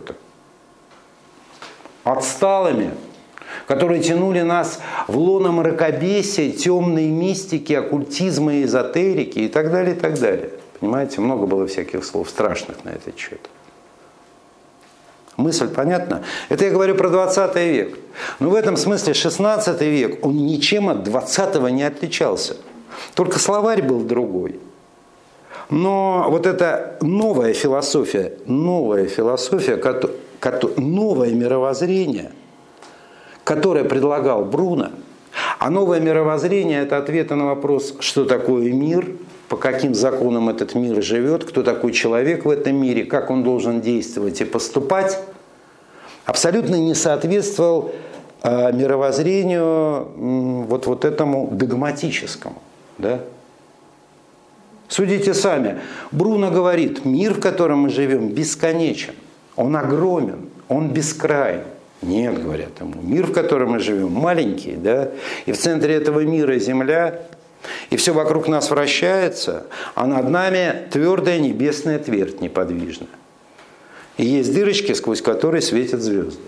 отсталыми, которые тянули нас в лоно мракобесия, темной мистики, оккультизма, эзотерики и так далее, и так далее. Понимаете, много было всяких слов страшных на этот счет. Мысль понятна? Это я говорю про 20 век. Но в этом смысле 16 век, он ничем от 20-го не отличался. Только словарь был другой. Но вот эта новая философия, новое мировоззрение, которое предлагал Бруно, а новое мировоззрение – это ответы на вопрос, что такое мир, по каким законам этот мир живет, кто такой человек в этом мире, как он должен действовать и поступать, абсолютно не соответствовал мировоззрению вот этому догматическому. Да? Судите сами. Бруно говорит, мир, в котором мы живем, бесконечен, он огромен, он бескрайний. Нет, говорят ему, мир, в котором мы живем, маленький, да, и в центре этого мира Земля, и все вокруг нас вращается, а над нами твердая небесная твердь неподвижная. И есть дырочки, сквозь которые светят звезды.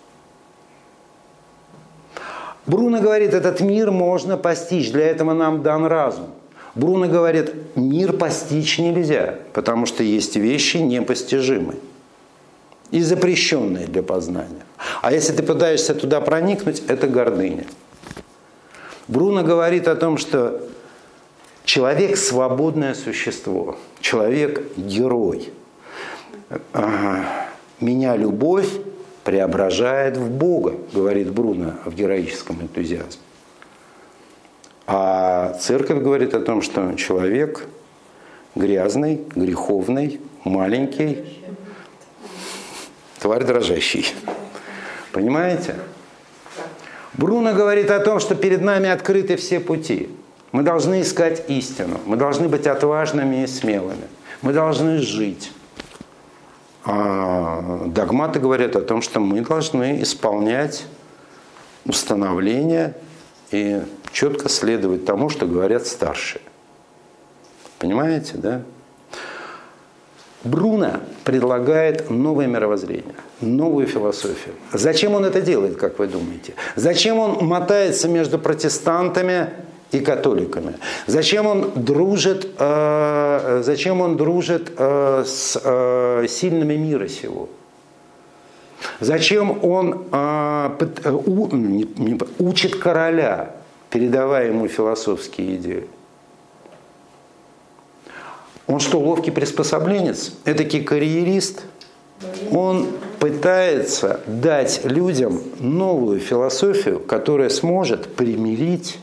Бруно говорит, этот мир можно постичь, для этого нам дан разум. Бруно говорит, мир постичь нельзя, потому что есть вещи непостижимые и запрещенные для познания. А если ты пытаешься туда проникнуть, это гордыня. Бруно говорит о том, что человек – свободное существо, человек – герой. Меня любовь преображает в Бога, говорит Бруно в героическом энтузиазме. А церковь говорит о том, что человек грязный, греховный, маленький, тварь дрожащий. Понимаете? Бруно говорит о том, что перед нами открыты все пути. Мы должны искать истину. Мы должны быть отважными и смелыми. Мы должны жить. А догматы говорят о том, что мы должны исполнять установления и четко следовать тому, что говорят старшие. Понимаете, да? Бруно предлагает новое мировоззрение, новую философию. Зачем он это делает, как вы думаете? Зачем он мотается между протестантами и католиками? Зачем он дружит с сильными мира сего? Зачем он учит короля, передавая ему философские идеи? Он что, ловкий приспособленец? Этакий карьерист? Он пытается дать людям новую философию, которая сможет примирить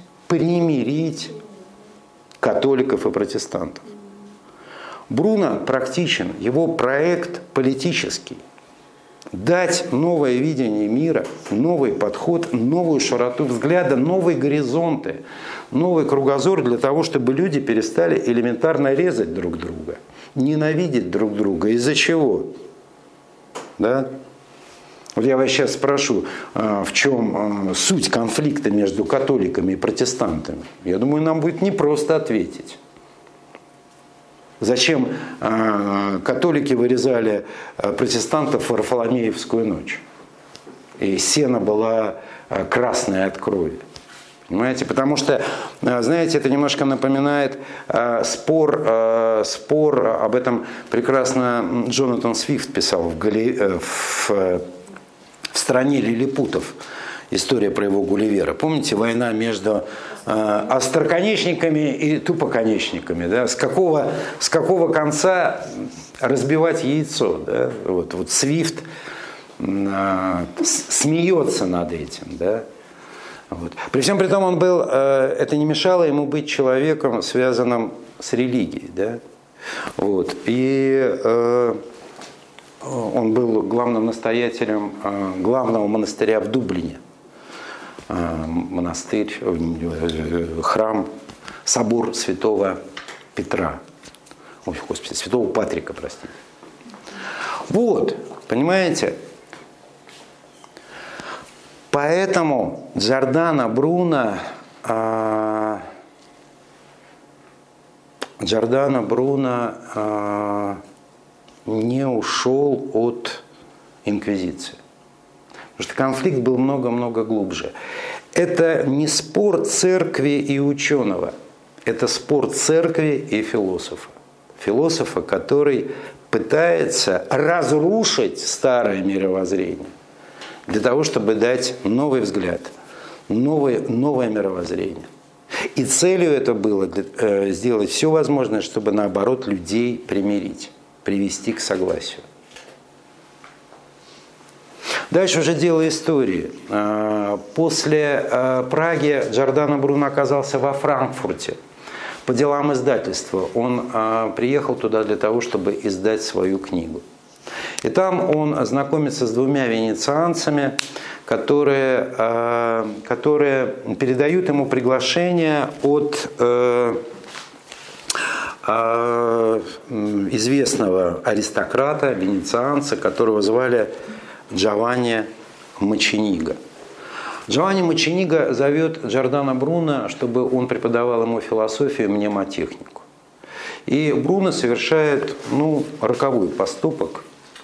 католиков и протестантов. Бруно практичен, его проект политический. Дать новое видение мира, новый подход, новую широту взгляда, новые горизонты, новый кругозор для того, чтобы люди перестали элементарно резать друг друга, ненавидеть друг друга. Из-за чего? Да? Вот я вас сейчас спрошу, в чем суть конфликта между католиками и протестантами. Я думаю, нам будет непросто ответить. Зачем католики вырезали протестантов в Варфоломеевскую ночь? И сена была красная от крови. Понимаете? Потому что, знаете, это немножко напоминает спор об этом прекрасно Джонатан Свифт писал в «Стране лилипутов». История про его Гулливера. Помните, война между остроконечниками и тупоконечниками? Да? С какого конца разбивать яйцо? Да? Вот Свифт смеется над этим. Да? Вот. При всем при том, это не мешало ему быть человеком, связанным с религией. Да? Вот. И он был главным настоятелем главного монастыря в Дублине. Монастырь, храм, собор святого Петра. Ой, Господи, святого Патрика, простите. Вот, понимаете? Поэтому Джордано Бруно не ушел от инквизиции. Потому что конфликт был много-много глубже. Это не спор церкви и ученого. Это спор церкви и философа. Философа, который пытается разрушить старое мировоззрение для того, чтобы дать новый взгляд, новое мировоззрение. И целью это было сделать все возможное, чтобы наоборот людей примирить, привести к согласию. Дальше уже дело истории. После Праги Джордано Бруно оказался во Франкфурте по делам издательства. Он приехал туда для того, чтобы издать свою книгу. И там он знакомится с двумя венецианцами, которые передают ему приглашение от известного аристократа, венецианца, которого звали Джованни Мочениго. Джованни Мочениго зовет Джордано Бруно, чтобы он преподавал ему философию и мнемотехнику. И Бруно совершает роковой поступок.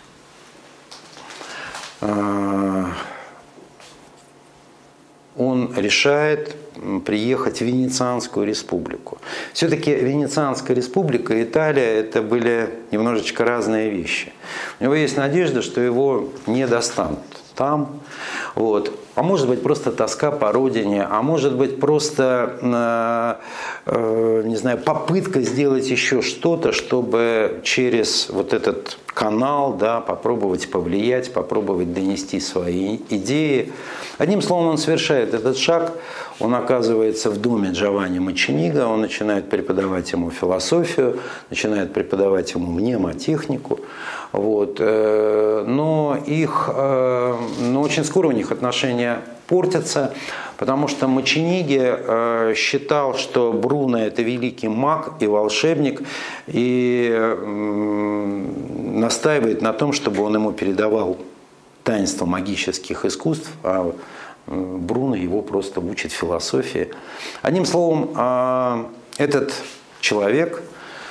Он решает приехать в Венецианскую республику. Все-таки Венецианская республика и Италия – это были немножечко разные вещи. У него есть надежда, что его не достанут там. Вот. А может быть, просто тоска по родине, а может быть, просто, не знаю, попытка сделать еще что-то, чтобы через вот этот канал, да, попробовать повлиять, попробовать донести свои идеи. Одним словом, он совершает этот шаг, он оказывается в доме Джованни Мочениго, он начинает преподавать ему философию, начинает преподавать ему мнемотехнику. Вот. Но очень скоро у них отношения портятся, потому что Мочениго считал, что Бруно – это великий маг и волшебник, и настаивает на том, чтобы он ему передавал таинство магических искусств, а Бруно его просто учит философии. Одним словом, этот человек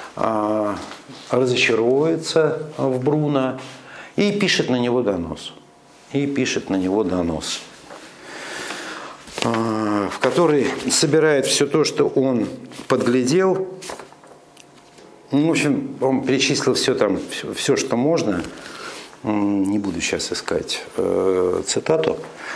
разочаровывается в Бруно и пишет на него донос. В который собирает все то, что он подглядел. В общем, он перечислил все, что можно. Не буду сейчас искать цитату.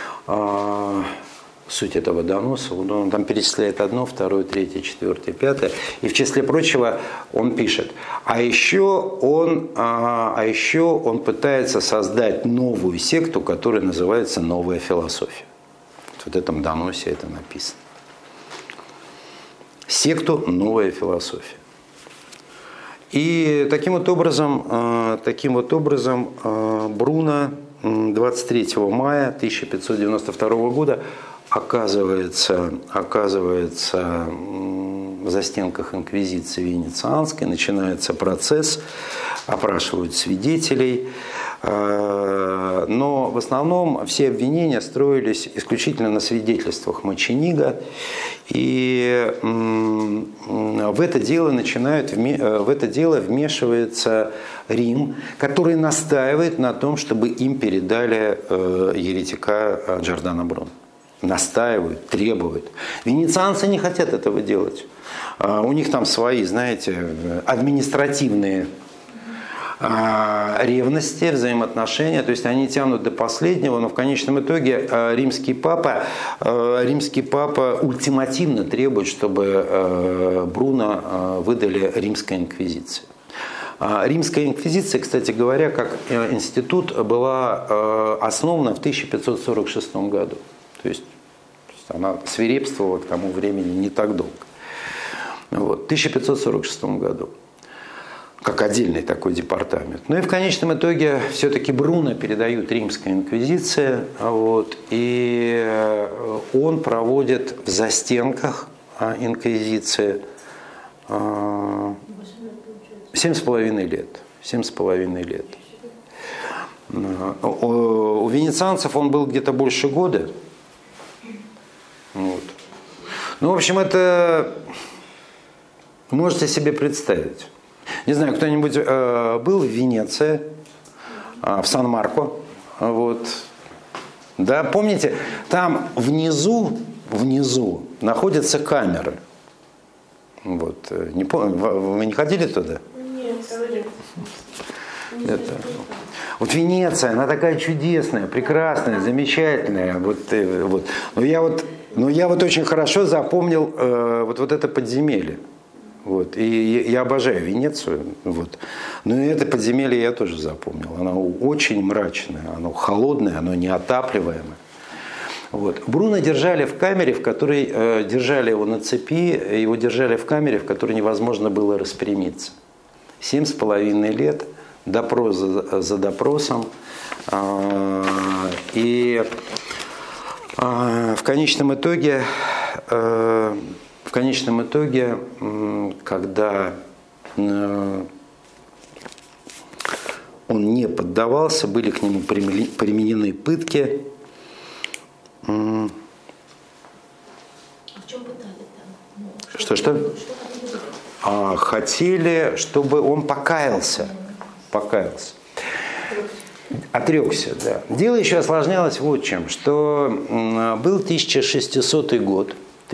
Суть этого доноса. Он там перечисляет 1, 2, 3, 4, 5. И в числе прочего он пишет. А еще он пытается создать новую секту, которая называется «Новая философия». Вот в этом доносе это написано. Секту «Новая философия». И таким вот образом Бруно 23 мая 1592 года оказывается в застенках инквизиции венецианской, начинается процесс, опрашивают свидетелей, но в основном все обвинения строились исключительно на свидетельствах Мочениго, и в это дело вмешивается Рим, который настаивает на том, чтобы им передали еретика Джордано Бруно. Настаивают, требуют. Венецианцы не хотят этого делать. У них там свои, знаете, административные ревности, взаимоотношения, то есть они тянут до последнего, но в конечном итоге римский папа ультимативно требует, чтобы Бруно выдали римской инквизиции. Римская инквизиция, кстати говоря, как институт, была основана в 1546 году. То есть она свирепствовала к тому времени не так долго. Вот, в 1546 году. Как отдельный такой департамент. Ну и в конечном итоге все-таки Бруно передают римской инквизиции. Вот, и он проводит в застенках инквизиции 7,5 лет. 7,5 лет. У венецианцев он был где-то больше года. Вот. Ну, в общем, это можете себе представить. Не знаю, кто-нибудь был в Венеции, в Сан-Марко? Вот. Да, помните, там внизу находятся камеры. Вот. Не помню, вы не ходили туда? Нет, Вот Венеция, она такая чудесная, прекрасная, замечательная. Но я очень хорошо запомнил вот это подземелье. Вот. И я обожаю Венецию. Вот. Но и это подземелье я тоже запомнил. Оно очень мрачное, оно холодное, оно неотапливаемое. Вот. Бруно держали в камере, в которой держали его на цепи, его держали в камере, в которой невозможно было распрямиться. 7,5 лет, допрос за допросом. И в конечном итоге, когда он не поддавался, были к нему применены пытки. А в чем пытали-то? Что? Хотели, чтобы он покаялся. Отрекся, да. Дело еще осложнялось вот чем, что был 1600 год,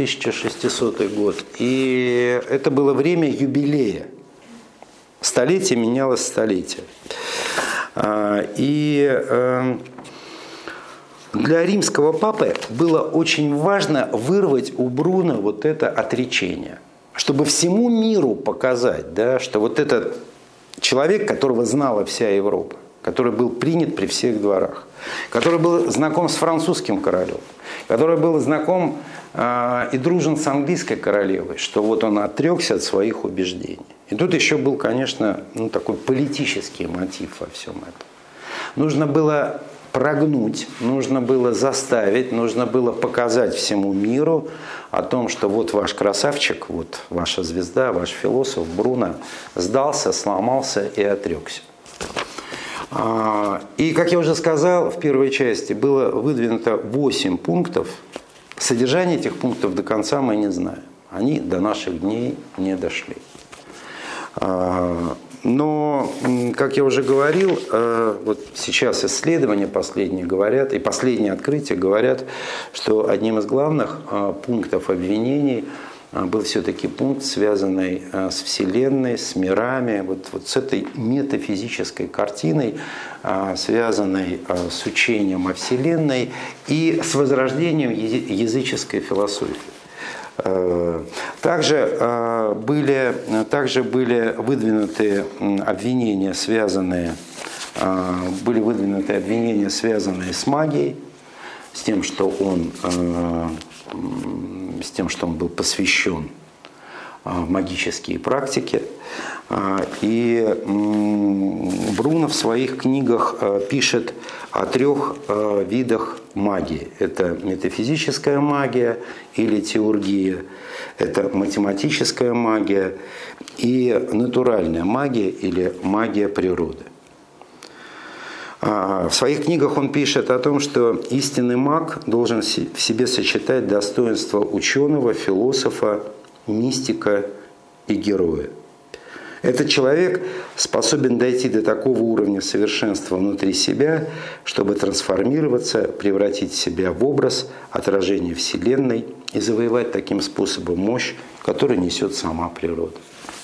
и это было время юбилея. Столетие менялось столетие. И для римского папы было очень важно вырвать у Бруно вот это отречение, чтобы всему миру показать, да, что вот этот человек, которого знала вся Европа, который был принят при всех дворах, который был знаком с французским королем, который был знаком и дружен с английской королевой, что вот он отрекся от своих убеждений. И тут еще был, конечно, такой политический мотив во всем этом. Нужно было прогнуть, нужно было заставить, нужно было показать всему миру о том, что вот ваш красавчик, вот ваша звезда, ваш философ Бруно сдался, сломался и отрекся. И, как я уже сказал, в первой части было выдвинуто 8 пунктов. Содержание этих пунктов до конца мы не знаем. Они до наших дней не дошли. Но, как я уже говорил, вот сейчас исследования последние говорят, и последние открытия говорят, что одним из главных пунктов обвинений был все-таки пункт, связанный с Вселенной, с мирами, вот с этой метафизической картиной, связанной с учением о Вселенной и с возрождением языческой философии. Также были выдвинуты обвинения, связанные с магией, с тем, что он был посвящен магические практики. И Бруно в своих книгах пишет о 3 видах магии. Это метафизическая магия или теургия, это математическая магия и натуральная магия или магия природы. В своих книгах он пишет о том, что истинный маг должен в себе сочетать достоинства ученого, философа, мистика и героя. Этот человек способен дойти до такого уровня совершенства внутри себя, чтобы трансформироваться, превратить себя в образ, отражение Вселенной и завоевать таким способом мощь, которую несет сама природа.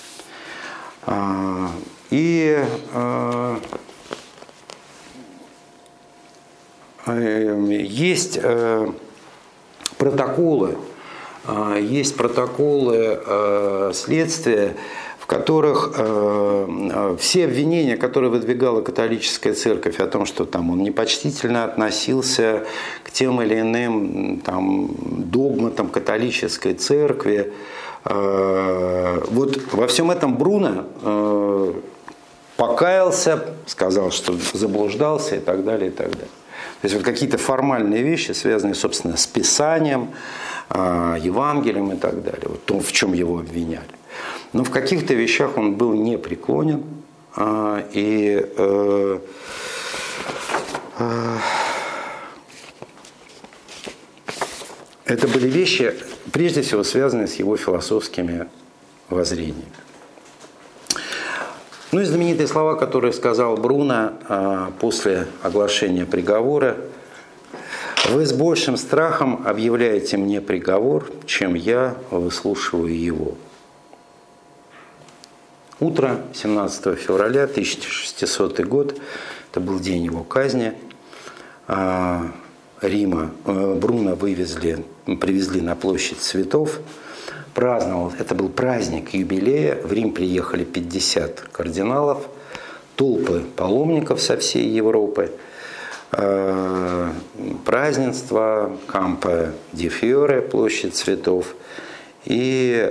Есть протоколы следствия, в которых все обвинения, которые выдвигала католическая церковь о том, что там он непочтительно относился к тем или иным догматам католической церкви, вот во всем этом Бруно покаялся, сказал, что заблуждался и так далее, и так далее. То есть вот какие-то формальные вещи, связанные, собственно, с Писанием, Евангелием и так далее, вот то, в чем его обвиняли. Но в каких-то вещах он был непреклонен, и это были вещи, прежде всего, связанные с его философскими воззрениями. Ну и знаменитые слова, которые сказал Бруно после оглашения приговора: «Вы с большим страхом объявляете мне приговор, чем я выслушиваю его». Утро 17 февраля 1600 год, это был день его казни. Бруно привезли на площадь цветов. Праздновал, это был праздник юбилея. В Рим приехали 50 кардиналов, толпы паломников со всей Европы. Празднество, Кампо ди Фьоре, площадь цветов, и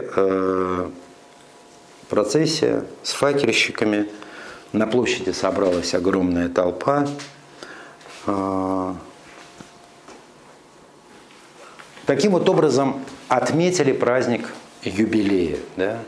процессия с факельщиками. На площади собралась огромная толпа. Таким вот образом отметили праздник юбилея. Да?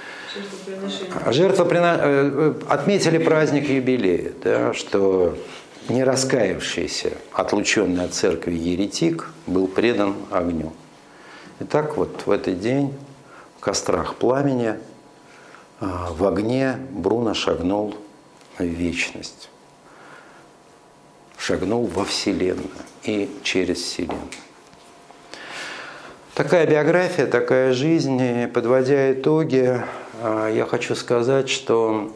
Отметили праздник юбилея, да, что не раскаявшийся, отлученный от церкви еретик был предан огню. Итак, вот в этот день в кострах пламени, в огне Бруно шагнул в вечность. Шагнул во Вселенную и через Вселенную. Такая биография, такая жизнь. И подводя итоги, я хочу сказать, что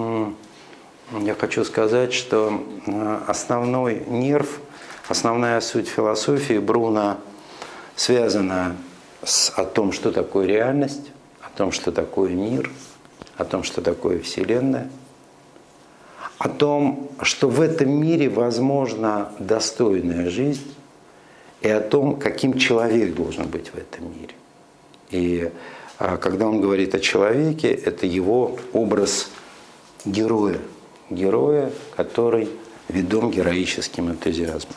основной нерв, основная суть философии Бруно связана о том, что такое реальность, о том, что такое мир, о том, что такое Вселенная, о том, что в этом мире возможна достойная жизнь, и о том, каким человек должен быть в этом мире. И когда он говорит о человеке, это его образ героя. Героя, который ведом героическим энтузиазмом.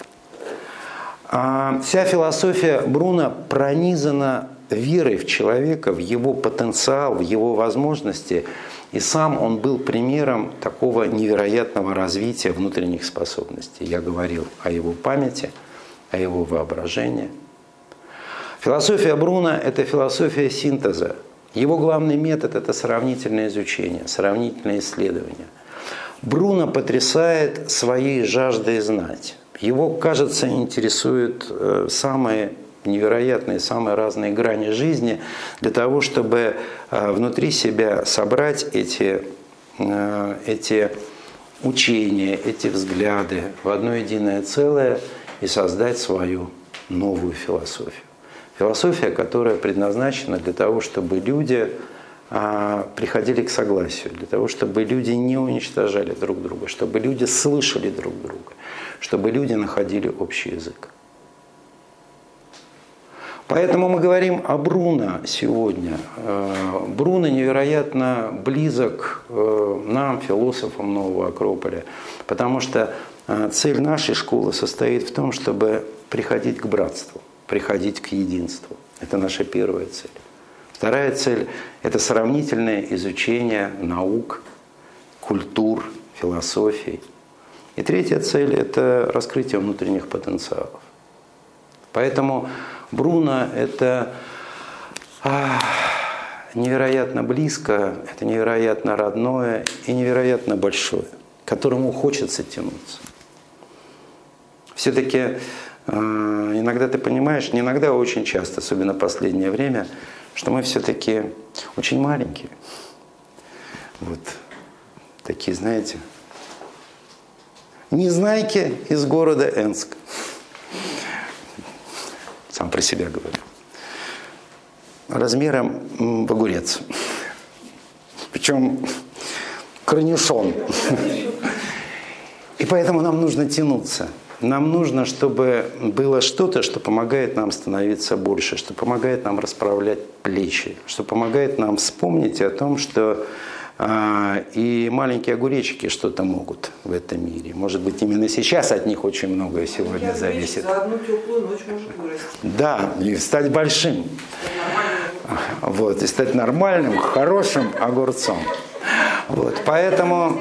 Вся философия Бруно пронизана верой в человека, в его потенциал, в его возможности. И сам он был примером такого невероятного развития внутренних способностей. Я говорил о его памяти, о его воображении. Философия Бруно – это философия синтеза. Его главный метод – это сравнительное изучение, сравнительное исследование. Бруно потрясает своей жаждой знать. Его, кажется, интересуют самые невероятные, самые разные грани жизни для того, чтобы внутри себя собрать эти учения, эти взгляды в одно единое целое и создать свою новую философию. Философия, которая предназначена для того, чтобы люди приходили к согласию, для того, чтобы люди не уничтожали друг друга, чтобы люди слышали друг друга, чтобы люди находили общий язык. Поэтому мы говорим о Бруно сегодня. Бруно невероятно близок нам, философам Нового Акрополя, потому что цель нашей школы состоит в том, чтобы приходить к братству, приходить к единству. Это наша первая цель. Вторая цель – это сравнительное изучение наук, культур, философий. И третья цель – это раскрытие внутренних потенциалов. Поэтому Бруно – это невероятно близко, это невероятно родное и невероятно большое, к которому хочется тянуться. Все-таки иногда ты понимаешь, не иногда, а очень часто, особенно в последнее время, что мы все-таки очень маленькие. Вот такие, знаете, незнайки из города Энск. Сам про себя говорю. Размером в огурец. Причем корнишон. И поэтому нам нужно тянуться. Нам нужно, чтобы было что-то, что помогает нам становиться больше, что помогает нам расправлять плечи, что помогает нам вспомнить о том, что и маленькие огуречки что-то могут в этом мире. Может быть, именно сейчас от них очень многое сегодня зависит. За одну теплую ночь может вырасти. Да, и стать большим. Вот, и стать нормальным, хорошим огурцом. Вот, поэтому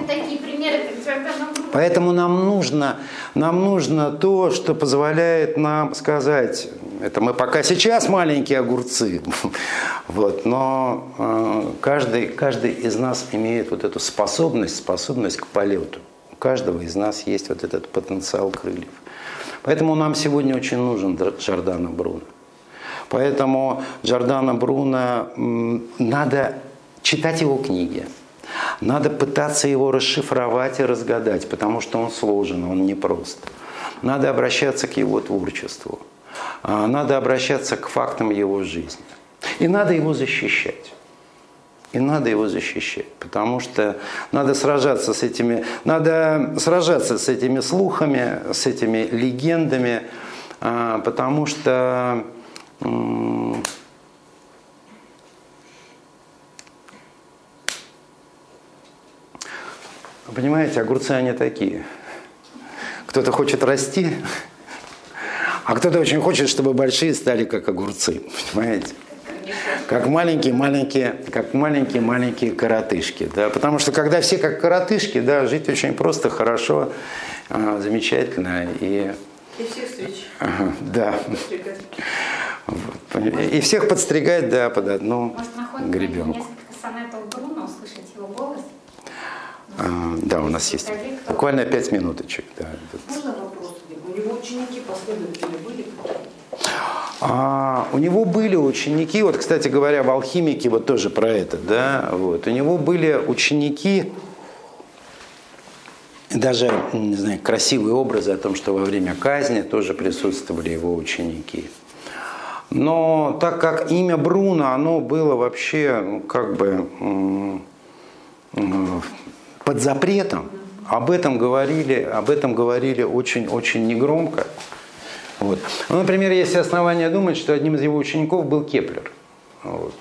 нам нужно то, что позволяет нам сказать, это мы пока сейчас маленькие огурцы, вот, но каждый из нас имеет вот эту способность к полету. У каждого из нас есть вот этот потенциал крыльев. Поэтому нам сегодня очень нужен Джордано Бруно. Поэтому Джордано Бруно, надо читать его книги, Надо пытаться его расшифровать и разгадать, потому что он сложен, он непрост. Надо обращаться к его творчеству. Надо обращаться к фактам его жизни. И надо его защищать. И надо его защищать, потому что надо сражаться с этими слухами, с этими легендами, потому что понимаете, огурцы они такие. Кто-то хочет расти, а кто-то очень хочет, чтобы большие стали как огурцы, понимаете? Как маленькие коротышки. Да? Потому что когда все как коротышки, да, жить очень просто, хорошо, замечательно. И всех стричь. Да. И всех подстригать, да, под одну гребенку. Несколько сонетов Бруно, услышать его голос. Да, у нас есть буквально 5 минуточек. Да. Можно вопрос? У него ученики последователи были? У него были ученики, вот, кстати говоря, в «Алхимике» вот тоже про это, да, вот, у него были ученики, даже, не знаю, красивые образы о том, что во время казни тоже присутствовали его ученики. Но так как имя Бруно, оно было вообще как бы под запретом, об этом говорили очень негромко. Вот. Ну, например, есть основания думать, что одним из его учеников был Кеплер. Вот.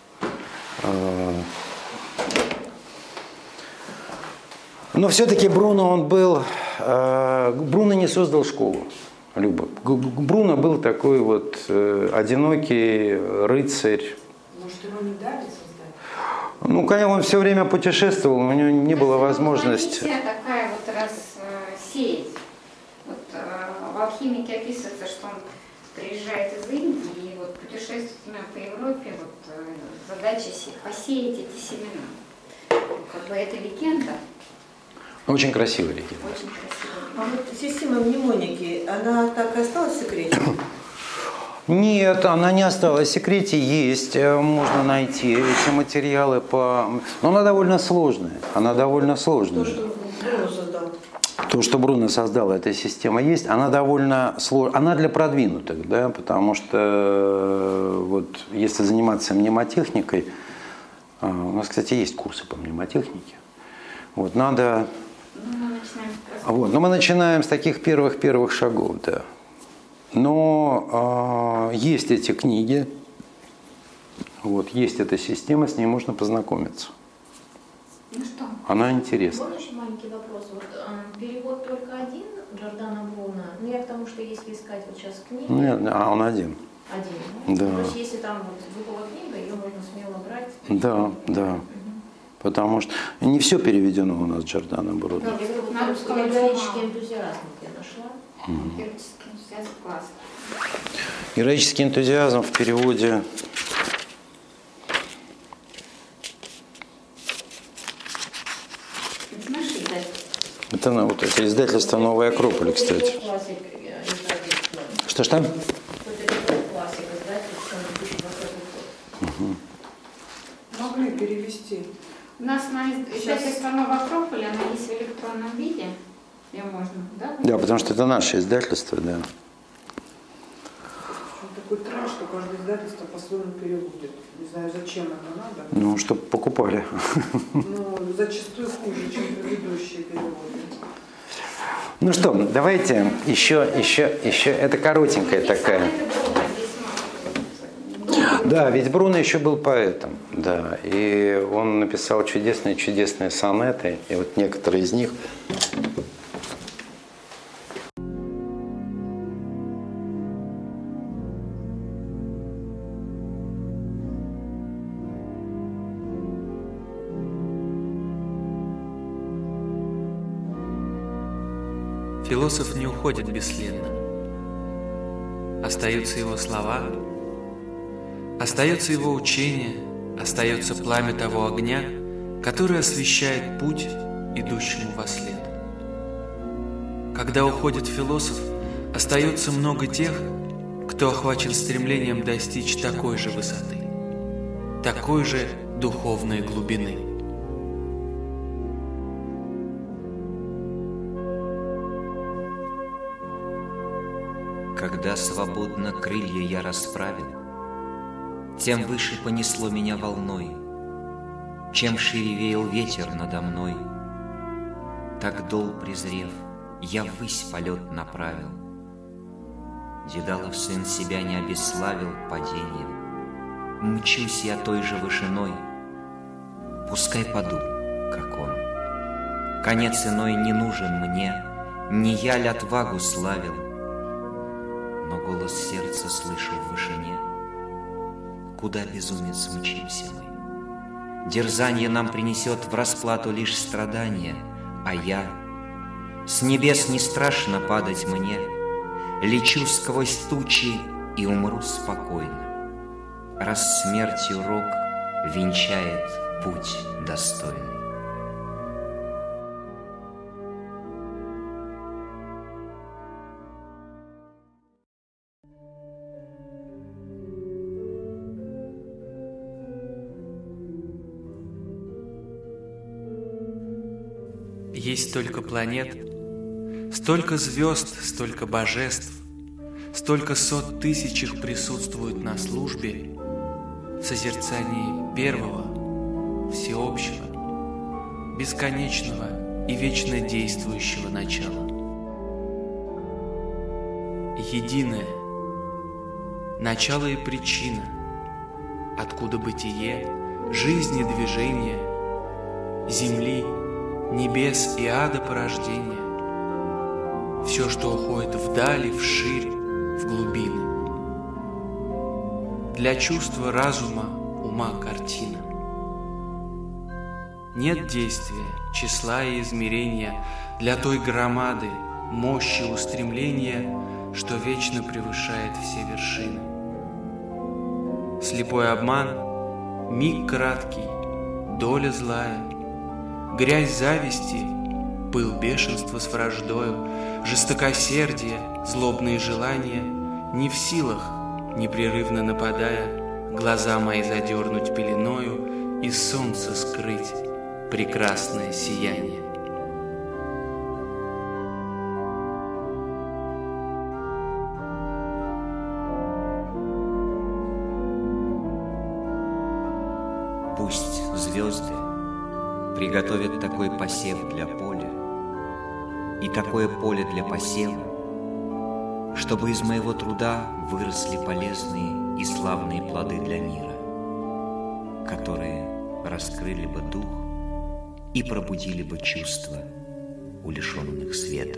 Но все-таки Бруно Бруно не создал школу. Бруно был такой вот одинокий рыцарь. Может, ему не дали создать? Ну, конечно, он все время путешествовал, у него не было возможности. Такая вот рассеять. Вот, в «Алхимике» описывается, что он приезжает из Индии и вот путешествует по Европе. Вот, задача посеять эти семена. Как бы это легенда. Очень красивая легенда. Очень красивая. А вот система мнемоники, она так и осталась в секрете? Нет, она не осталась в секрете, есть, можно найти эти материалы, но она довольно сложная. То, что Бруно создал, эта система есть, она довольно сложная, она для продвинутых, да, потому что вот если заниматься мнемотехникой, у нас, кстати, есть курсы по мнемотехнике, вот надо, но мы начинаем с таких первых шагов, да. Но есть эти книги, вот, есть эта система, с ней можно познакомиться. Ну что? Она интересна. Вот очень маленький вопрос. Вот, перевод только один Джордано Бруно? Ну, я к тому, что если искать вот сейчас книги... Нет, он один. Один, да? То есть если там вот выпала книга, ее можно смело брать? Да. Потому что не все переведено у нас Джордано Бруно. Да, я говорю, вот на русском героический энтузиазм я нашла. Героический энтузиазм классно. Героический энтузиазм в переводе... Это издательство «Новая Акрополь», кстати. Что там? Могли перевести. У нас на издательство «Новая Акрополь», она есть в электронном виде. Ее можно, да? Да, потому что это наше издательство, да. Такой трэш, что каждое издательство по-своему переводит. Не знаю, зачем это надо. Ну, чтобы покупали. Ну, зачастую хуже, чем предыдущие переводы. Ну что, давайте еще, это коротенькая такая. Да, ведь Бруно еще был поэтом, да, и он написал чудесные сонеты, и вот некоторые из них. Философ не уходит бесследно. Остаются его слова, остается его учение, остается пламя того огня, который освещает путь, идущему вослед. Когда уходит философ, остается много тех, кто охвачен стремлением достичь такой же высоты, такой же духовной глубины. когда свободно крылья я расправил, тем выше понесло меня волной. Чем шире веял ветер надо мной, так дол презрев, я ввысь полет направил. Дедалов сын себя не обесславил падением. Мчусь я той же вышиной, пускай паду, как он. Конец иной не нужен мне, не я ль отвагу славил, но голос сердца слышу в вышине. Куда, безумец, мчимся мы? Дерзанье нам принесет в расплату лишь страдания, а я, с небес не страшно падать мне, лечу сквозь тучи и умру спокойно, раз смертью рок венчает путь достойный. Есть столько планет, столько звезд, столько божеств, столько сот тысяч их присутствуют на службе в созерцании первого, всеобщего, бесконечного и вечно действующего начала. Единое, начало и причина, откуда бытие, жизнь и движение, земли, небес и ада порождения, все, что уходит вдали, вширь, в глубины. Для чувства разума, ума картина. Нет действия, числа и измерения для той громады, мощи устремления, что вечно превышает все вершины. Слепой обман, миг краткий, доля злая, грязь зависти, пыл бешенства с враждою, жестокосердие, злобные желания, не в силах, непрерывно нападая, глаза мои задернуть пеленою и солнце скрыть прекрасное сияние. Пусть звезды приготовят такой посев для поля и такое поле для посева, чтобы из моего труда выросли полезные и славные плоды для мира, которые раскрыли бы дух и пробудили бы чувства у лишенных света.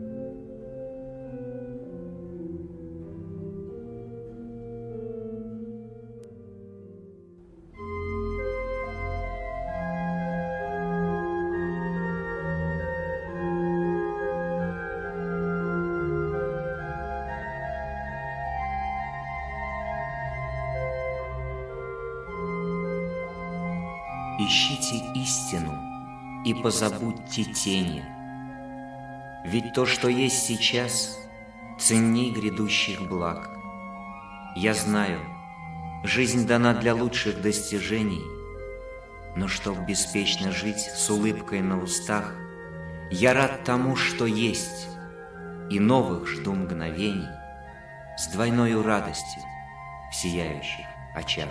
Ищите истину и позабудьте тени, ведь то, что есть сейчас, ценней грядущих благ. Я знаю, жизнь дана для лучших достижений, но чтоб беспечно жить с улыбкой на устах, я рад тому, что есть, и новых жду мгновений с двойною радостью в сияющих очах.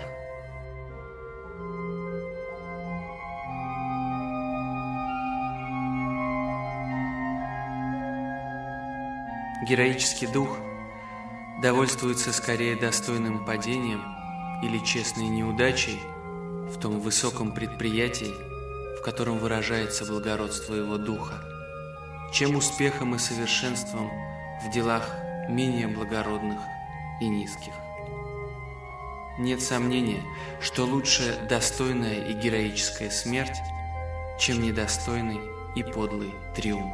Героический дух довольствуется скорее достойным падением или честной неудачей в том высоком предприятии, в котором выражается благородство его духа, чем успехом и совершенством в делах менее благородных и низких. Нет сомнения, что лучше достойная и героическая смерть, чем недостойный и подлый триумф.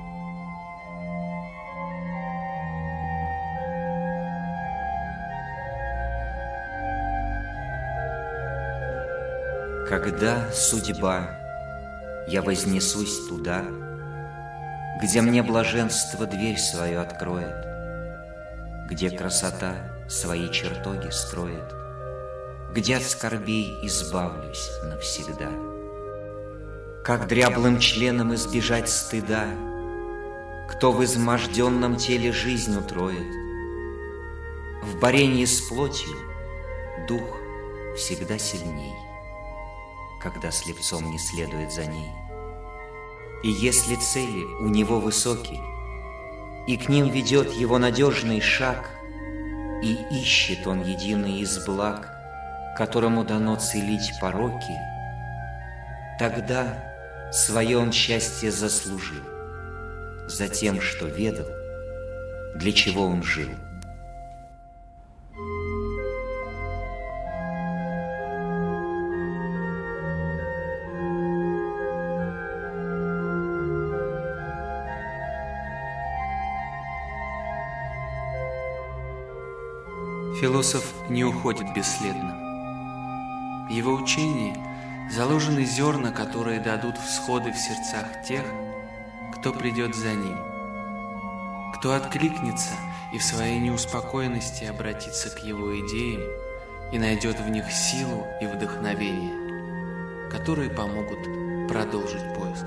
Когда, судьба, я вознесусь туда, где мне блаженство дверь свою откроет, где красота свои чертоги строит, где от скорбей избавлюсь навсегда. Как дряблым членом избежать стыда, кто в изможденном теле жизнь утроит, В борении с плотью дух всегда сильней, когда слепцом не следует за ней. И если цели у него высокие, и к ним ведет его надежный шаг, и ищет он единый из благ, которому дано целить пороки, тогда свое он счастье заслужил за тем, что ведал, для чего он жил. Философ не уходит бесследно. В его учении заложены зерна, которые дадут всходы в сердцах тех, кто придет за ним, кто откликнется и в своей неуспокоенности обратится к его идеям и найдет в них силу и вдохновение, которые помогут продолжить поиск.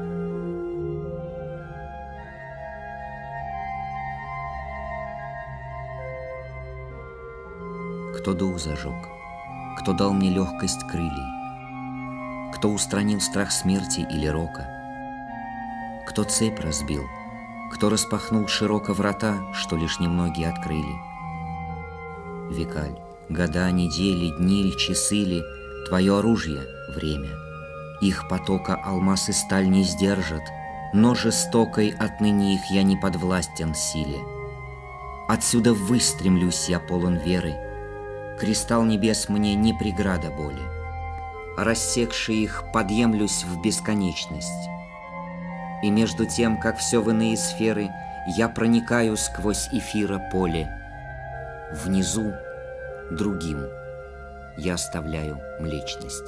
Кто дух зажег, кто дал мне легкость крыльей, кто устранил страх смерти или рока, кто цепь разбил, кто распахнул широко врата, что лишь немногие открыли. Векаль, года, недели, дни ль, часы ли, твое оружие — время. Их потока алмаз и сталь не сдержат, но жестокой отныне их я не подвластен силе. Отсюда выстремлюсь я полон веры, кристалл небес мне не преграда боли. Рассекши их, подъемлюсь в бесконечность. И между тем, как все в иные сферы, я проникаю сквозь эфира поле. Внизу другим я оставляю млечность.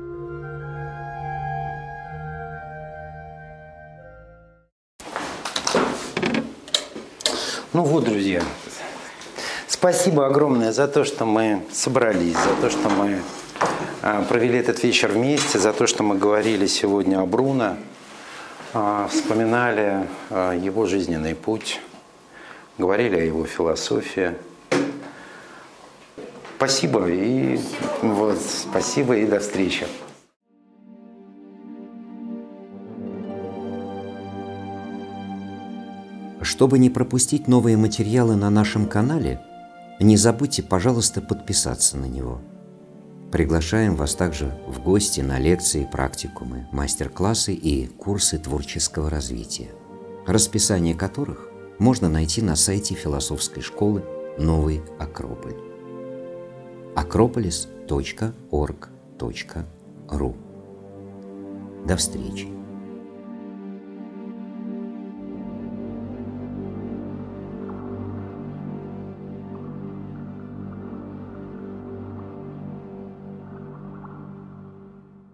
Ну вот, друзья, спасибо огромное за то, что мы собрались, за то, что мы провели этот вечер вместе, за то, что мы говорили сегодня о Бруно, вспоминали его жизненный путь, говорили о его философии. Спасибо и спасибо и до встречи. Чтобы не пропустить новые материалы на нашем канале, не забудьте, пожалуйста, подписаться на него. Приглашаем вас также в гости на лекции, практикумы, мастер-классы и курсы творческого развития, расписание которых можно найти на сайте философской школы «Новый Акрополь» acropolis.org.ru. До встречи!